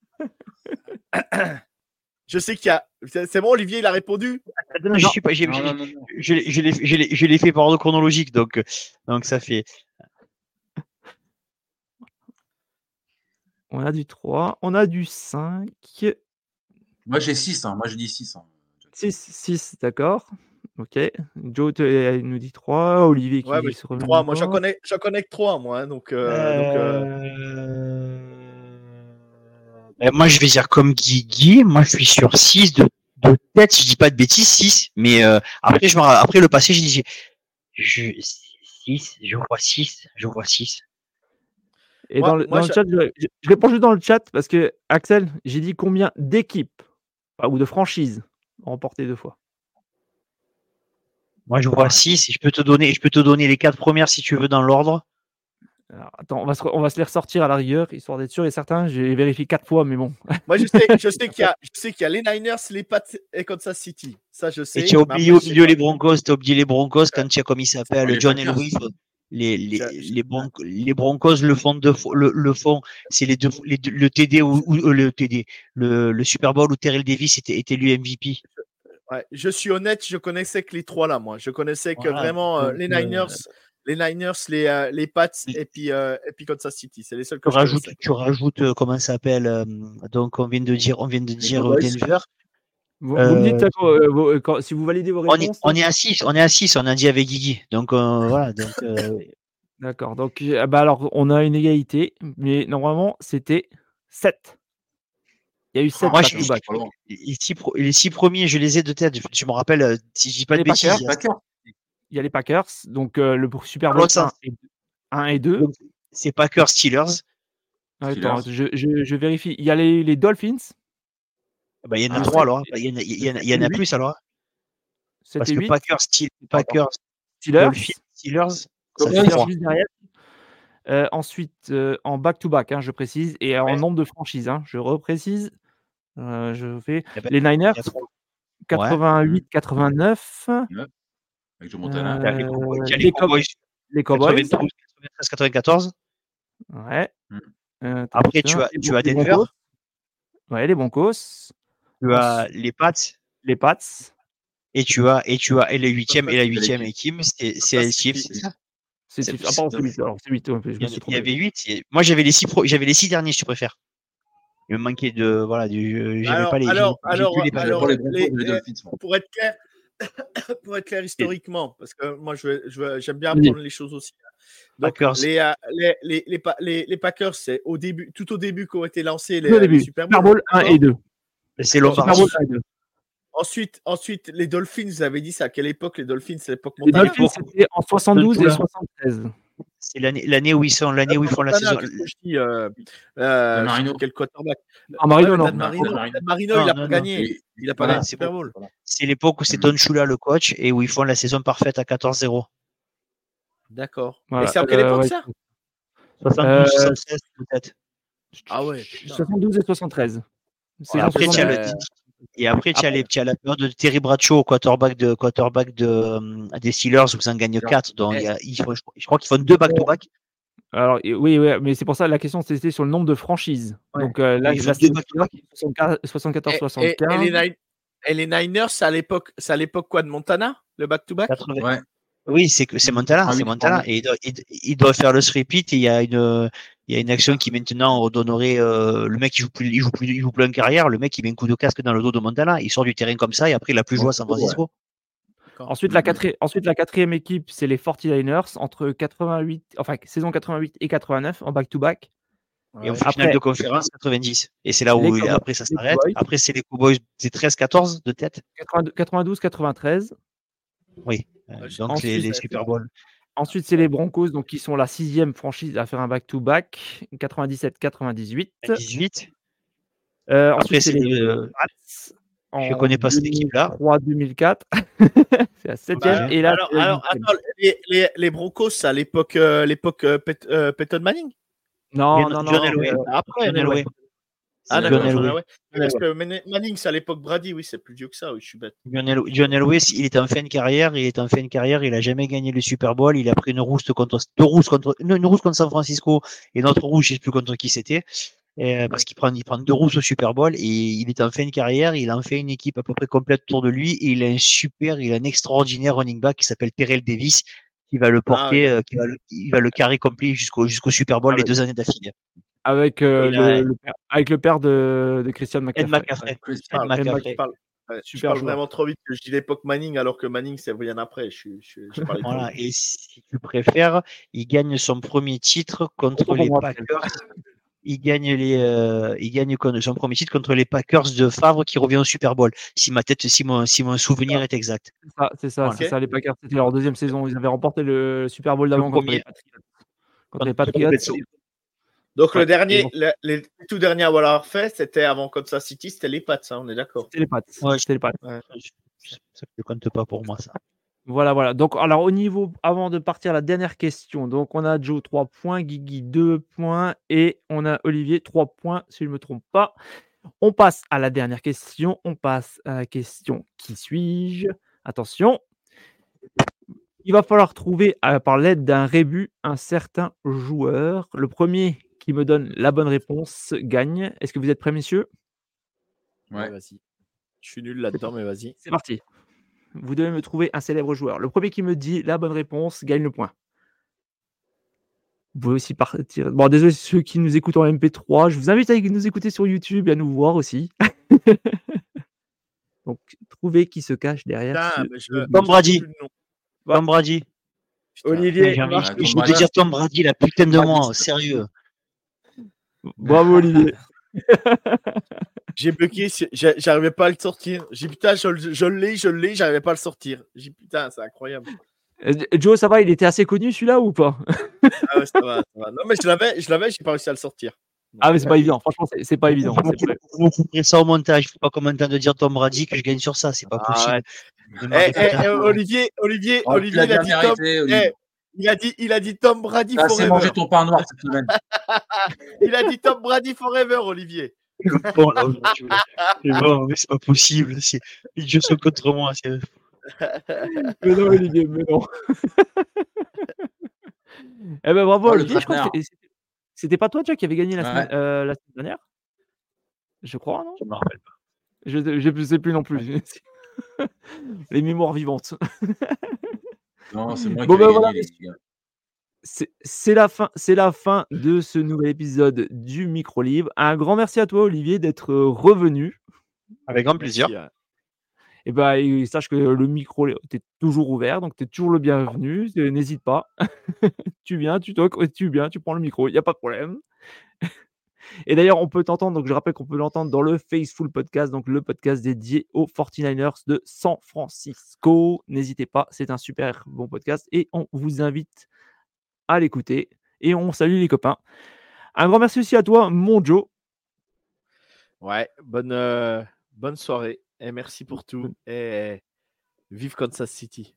Je sais qu'il y a. C'est c'est bon, Olivier, il a répondu. Non, je suis pas. j'ai- Non, j'ai- non, non, non. Je l'ai- je l'ai je l'ai- je l'ai fait par ordre chronologique, donc, donc ça fait. On a du trois, on a du cinq, Moi, j'ai six. Hein. Moi, je dis six. Hein. six, six, d'accord. Ok. Joe te- il nous dit trois, Olivier qui Ouais, mais se remet trois. Moi, j'en dedans. connais, j'en connais que trois, moi. hein, donc, euh, donc, euh, Euh, ben, moi, je vais dire comme Guigui. Moi, je suis sur six de, de tête. Si je dis pas de bêtises, six. Mais euh, après, je me ra- après le passé, je dis je six. Je vois six. Je vois six. Et Moi- dans le, moi, dans le je- chat, je, je- je réponds juste dans le chat parce que, Axel, j'ai dit combien d'équipes enfin, ou de franchises ont remporté deux fois. Moi, je vois six. Je peux te donner, je peux te donner les quatre premières si tu veux dans l'ordre. Alors, attends, on va, se, re- on va se les ressortir à la rigueur, histoire d'être sûr et certain. J'ai vérifié quatre fois, mais bon. Moi, je sais, je sais qu'il y a, je sais qu'il y a les Niners, les Pats et Kansas City. Ça, je sais. Et tu as mais oublié après, au je sais milieu pas. les Broncos. Tu as oublié les Broncos quand tu as, comme il s'appelle, les John Packers. Elway. Les, les, Je- je- les, Bronco- les Broncos le font deux fois, le, le font. C'est les deux, les deux- le T D ou, ou euh, le T D, le, le Super Bowl où Terrell Davis était, était élu M V P. Ouais, je suis honnête, je connaissais que les trois là, moi. Je connaissais que Voilà, vraiment euh, donc, les euh, Niners, les Niners, les, euh, les Pats et puis, euh, et puis Kansas City. C'est les seuls Tu que je rajoutes, connaissais. tu rajoutes, euh, comment ça s'appelle, euh, donc on vient de dire, on vient de dire euh, Cowboys. Denver. Vous, Euh, vous me dites quand, euh, vos- quand- si vous validez vos On est, réponses. on là. est à six, on est à six, on a dit avec Guigui. Donc, euh, voilà, donc, euh, D'accord. Donc, euh, bah alors, on a une égalité, mais normalement, c'était sept. Il y a eu sept moi, je- back-to-back. Pas loin. les six, pro- les six premiers, je les ai de tête. Je, je me rappelle, euh, si je dis pas de Les bêtises. Packers. il y a- Packers. Il y a les Packers, donc euh, le Super Dans Bowl l'autre sens. un et deux. Donc, c'est Packers Steelers. Attends, Steelers. je, je- je vérifie. Il y a les, les Dolphins, Bah, il y en a Ah, trois sept. alors. Il y en a, il y en a, il y en a huit. plus alors. sept Parce et que huit. Packers, Steel- Packers, Steelers. Dolphins, Steelers, ça Commons. fait Steelers trois. juste derrière. Euh, ensuite, euh, en back-to-back, hein, je précise, et en Ouais. nombre de franchises, hein, je reprécise. Euh, je fais Eh ben, les Niners, il y a trois. quatre-vingt-huit quatre-vingt-neuf. Avec Joe Montana. Il y a les Euh, Cowboys, il y a les les Co- Cowboys, Les Cowboys. quatre-vingt-douze, quatre-vingt-treize, quatre-vingt-quatorze. Ouais. Hmm. Euh, Après, tiens, tu as, les tu Bron- as les Denver, Broncos. Ouais, les Broncos. tu as Ensuite, les Pats, les Pats. et tu as, et tu as, et le huitième et la c'est huitième l'équipe. équipe, c'est, c'est les Chiefs, c'est ça? C'est C'est- ah, pardon, c'est c'est- huit. Alors, c'est huit. Ouais, je Il y, me en- suis il y trompé. avait huit. et- Moi, j'avais les six, pro- j'avais les six derniers, si tu préfères. Il me manquait de, voilà, du, j'avais Alors, pas les, alors, j'ai- j'ai alors, plus les Moi, Packers. j'aime alors, pas les Broncos les- ou les les- Dolphins. moi. pour être clair, pour être clair historiquement, parce que moi, je veux- je veux- j'aime bien Oui. apprendre les choses aussi. Donc, Packers. les, euh, les, les, les, Pa- les, les Packers, c'est au début, tout au début qu'ont été lancés les, Tout au les début. Super Super Bowl. Bowl un d'accord et deux. C'est Super Lombardi. Bowl un et deux. Ensuite, ensuite, les Dolphins, vous avez dit, c'est à quelle époque les Dolphins? C'est l'époque Les Montana. Dolphins, c'était en soixante-douze et Oula. soixante-treize. C'est l'année, l'année où ils sont, l'année où ils font la Montana, saison. qu'est-ce que je dis euh, Dan euh, je sais Marino. plus quel quarterback. En Marino, Ouais, mais non. Dan Marino, Dan Marino. Dan Marino, Non, il n'a non, pas non. gagné. Et- Il n'a pas Voilà, gagné le c'est Super bon. Bowl. Voilà. C'est l'époque où c'est Mm. Don Shula le coach et où ils font la saison parfaite à quatorze zéro. D'accord. Voilà, Et c'est à quelle euh, époque ouais. ça? soixante-douze, Euh, soixante-seize peut-être. Ah ouais. putain. soixante-douze et soixante-treize. Et Saison après, tu as le, soixante-treize. et après, tu as les, tu as la période de Terry Bradshaw, quarterback de, quarterback de, euh, des Steelers où ils en gagnent quatre. Donc, il y a, ils font- je crois qu'ils font deux back-to-back. Alors, et- oui, oui, mais c'est pour ça la question c'était sur le nombre de franchises. Ouais. Donc euh, là, Oui, ils la font deux saison back-to-back. soixante-quatorze Et, et- soixante-quinze. et les Nin- et les Niners, c'est à l'époque, c'est à l'époque quoi de Montana, le back-to-back? quatre-vingts. Ouais. Oui, c'est que c'est Montana, c'est trente-huit, Montana. trente-neuf. Et il doit, il, il doit faire le repeat et il y a une, il y a une action qui maintenant redonnerait, euh, le mec, il joue plus, il joue plus, il joue plus en carrière. Le mec, il met un coup de casque dans le dos de Montana. Il sort du terrain comme ça et après, il a plus joué à San Francisco. Ensuite, la quatrième, ensuite, la quatrième équipe, c'est les forty-niners entre quatre-vingt-huit, enfin saison quatre-vingt-huit et quatre-vingt-neuf en back-to-back. Et en Ouais. finale Après- de conférence, quatre-vingt-dix. Et c'est là Les où Cowboys- après ça les s'arrête. Cowboys. Après, c'est les Cowboys, c'est treize quatorze de tête. quatre-vingt-douze quatre-vingt-treize. Oui. Euh, Ouais, Donc, ensuite, les, les ça- Super Bowl. Ensuite, c'est les Broncos, donc qui sont la sixième franchise à faire un back-to-back, quatre-vingt-dix-sept quatre-vingt-dix-huit. dix-huit. Euh, Après, ensuite, c'est c'est les le- Pats. Je connais pas cette équipe-là. deux mille trois deux mille quatre. C'est la septième. Bah, et là, alors, c'est la alors, huitième. attends, les, les, les Broncos, c'est à l'époque, euh, l'époque euh, Peyton, euh, Peyton Manning? Non, John- non, non. John non, Elway. euh, Après, John Elway. Ah, C'est d'accord. John Elway. ah ouais. Parce que Man- Manning, c'est à l'époque Brady, oui, c'est plus vieux que ça, oui, je suis bête. John Elway, John Elway, il est en fin de carrière, il est en fin de carrière, il a jamais gagné le Super Bowl, il a pris une rousse contre, deux rousses contre, une, une rousse contre San Francisco et une autre rousse, je sais plus contre qui c'était, euh, parce qu'il prend, il prend deux rousses au Super Bowl et il est en fin de carrière, il en fait une équipe à peu près complète autour de lui et il a un super, il a un extraordinaire running back qui s'appelle Terrell Davis, qui va le porter, Ah, euh, qui va le, il va le carrer complet jusqu'au, jusqu'au Super Bowl Ah, les ouais. deux années d'affilée. avec, euh, Et là, le, le père, avec le père de, de Christian Ed McCaffrey. McCaffrey. Chris Ed parle, McCaffrey. Je parle, ouais, je Super parle joueur. vraiment trop vite que je dis l'époque Manning alors que Manning c'est bien après. Je, suis- je, suis- je parlais trop Voilà. vite. Et si tu préfères, il gagne son premier titre contre Autant pour les moi, Packers. Il gagne les, euh, il gagne con- son premier titre contre les Packers de Favre qui revient au Super Bowl. Si ma tête, si mon, si mon souvenir est exact. C'est ça, c'est ça, Voilà. c'est ça, les Packers. C'était leur deuxième saison. Ils avaient remporté le Super Bowl d'avant Le contre premier. les Patriots. Contre les Contre Patriots. Bledsoe. Donc, Ouais, le dernier, bon. le- les tout derniers à avoir fait, c'était avant Kansas City, c'était les Pats, hein, on est d'accord. C'était les Pats. Ouais, C'était les Pats. Ça ne compte pas pour moi, ça. Voilà, voilà. Donc, alors, au niveau, avant de partir, la dernière question. Donc, on a Joe, trois points, Guigui, deux points, et on a Olivier, trois points, si je ne me trompe pas. On passe à la dernière question. On passe à la question qui suis-je? Attention. Il va falloir trouver, euh, par l'aide d'un rébut, un certain joueur. Le premier qui me donne la bonne réponse gagne. Est-ce que vous êtes prêts, messieurs? Ouais, Ouais. vas-y. Je suis nul là-dedans, mais vas-y. C'est parti. Vous devez me trouver un célèbre joueur. Le premier qui me dit la bonne réponse gagne le point. Vous pouvez aussi partir. Bon, désolé ceux qui nous écoutent en M P trois. Je vous invite à nous écouter sur YouTube et à nous voir aussi. Donc, trouvez qui se cache derrière Putain, ce mais je- rébut. Tom je Brady. sais plus le nom. Tom Brady. Putain. Olivier, J'ai envie, marche. Ouais, Tom je vais Brady. te dire Tom Brady, la putain de Brady, moi, c'est- sérieux. Bravo Olivier. J'ai bugué, c'est- j'ai- j'arrivais pas à le sortir. J'ai dit, putain, je, le- je l'ai, je l'ai, j'arrivais pas à le sortir. J'ai dit, putain, c'est incroyable. Euh, Joe, ça va, il était assez connu celui-là ou pas? Ah ouais, ça va, ça va. Non, mais je l'avais, je l'avais, j'ai pas réussi à le sortir. Ah, mais c'est pas évident. Franchement, c'est c'est pas évident. C'est pas- Vous couperez ça au montage. Faut pas commenter de dire Tom Brady que je gagne sur ça. C'est pas Ah, possible. ouais. Ne Eh, m'arrêtez eh, pas. eh, Olivier, Olivier, Oh, tu Olivier, l'as il a bien dit Tom. mérité, Olivier. eh, il a dit, il a dit Tom Brady T'as assez forever. mangé ton pain noir cette semaine. Il a dit Tom Brady forever, Olivier. Bon, là, aujourd'hui, c'est bon, mais c'est pas possible. C'est... Les dieux sont contre moi. C'est... Mais non, Olivier, mais non. Eh ben bravo Oh, le Olivier. Je crois que traquenard. c'était- c'était pas toi, Jack, qui avait gagné la Ouais. semaine, euh, la semaine dernière? Je crois, non? Je me rappelle pas. Je ne sais plus non plus. Les mémoires vivantes. Non, c'est moi Bon, qui ben ai voilà, gagné, les gars. C'est c'est la fin, c'est la fin de ce nouvel épisode du Micro Libre. Un grand merci à toi, Olivier, d'être euh, revenu. Avec grand plaisir. Merci, hein. Et ben, et sache que le micro est toujours ouvert, donc tu es toujours le bienvenu. euh, N'hésite pas. Tu viens, tu toques, ouais, tu viens, tu prends le micro, il n'y a pas de problème. Et d'ailleurs, on peut t'entendre, donc je rappelle qu'on peut l'entendre dans le Faceful Podcast, donc le podcast dédié aux forty-niners de San Francisco. N'hésitez pas, c'est un super bon podcast et on vous invite à l'écouter. Et on salue les copains. Un grand merci aussi à toi, mon Joe. Ouais, bonne, euh, bonne soirée. Et merci pour tout. Et vive Kansas City.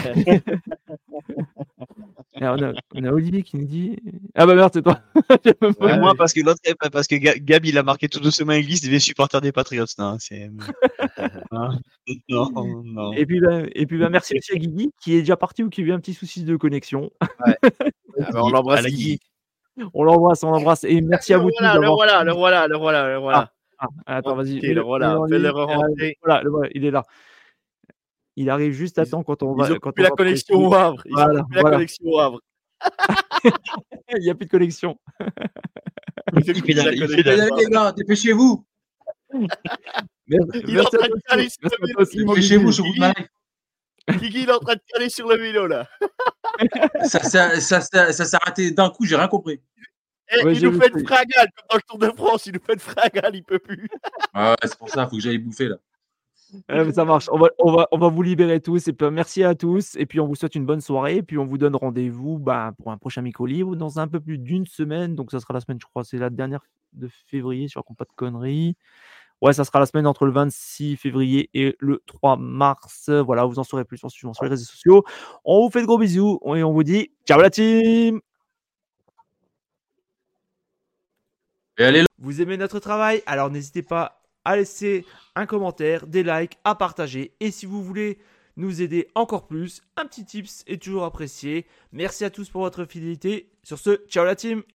Alors, on, a, on a Olivier qui nous dit. Ah bah merde, c'est toi. J'ai même pas Ouais, vu. moi, parce que l'autre, parce que Ga- Gab, il a marqué tout doucement Église, il devait supporter des Patriots. Non, c'est. Hein non, non. Et puis, bah, et puis bah, merci aussi à Guigui qui est déjà parti ou qui a eu un petit souci de connexion. Ah bah, on l'embrasse, À la Guigui. On l'embrasse, on l'embrasse. Et merci à Le vous tous voilà, le d'avoir- voilà, le voilà, le voilà, le voilà. Ah, attends, vas-y. Ok, mets-le- le voilà, mets-le en fais-le ligne. re-rentrer. Voilà, le voilà, il est là. Il arrive juste à Ils- temps quand on Ils va. ont quand coupé on la va connexion pour au Havre. Ils Voilà, ont coupé la voilà. connexion au Havre. Il n'y a plus de connexion. Ils ont Il coupé fait la la- il fait connexion la- au Allez, Havre. les gars, dépêchez-vous. Merci, Il est en merci à train toi de caler aussi. sur Merci le à toi aussi, mon Dépêchez-vous, Guigui. je vous de ma life. Guigui, il est en train de caler sur le vélo, là. Ça, ça, ça, ça, ça s'est arrêté d'un coup, j'ai rien compris. Eh, Ouais, il j'ai nous vu fait ça. de fragale, comme dans le Tour de France. Il nous fait de fragale, il peut plus. Ah ouais, c'est pour ça, il faut que j'aille bouffer là. Ouais, mais ça marche. On va, on, va, on va vous libérer tous. Et puis, merci à tous. Et puis, on vous souhaite une bonne soirée. Et puis, on vous donne rendez-vous bah, pour un prochain Micro Libre dans un peu plus d'une semaine. Donc, ça sera la semaine, je crois, c'est la dernière de février, si je raconte pas de conneries. Ouais, ça sera la semaine entre le vingt-six février et le trois mars. Voilà, vous en saurez plus en suivant sur les réseaux sociaux. On vous fait de gros bisous et on vous dit ciao la team. Et allez, Vous aimez notre travail? Alors n'hésitez pas à laisser un commentaire, des likes, à partager. Et si vous voulez nous aider encore plus, un petit tips est toujours apprécié. Merci à tous pour votre fidélité. Sur ce, ciao la team!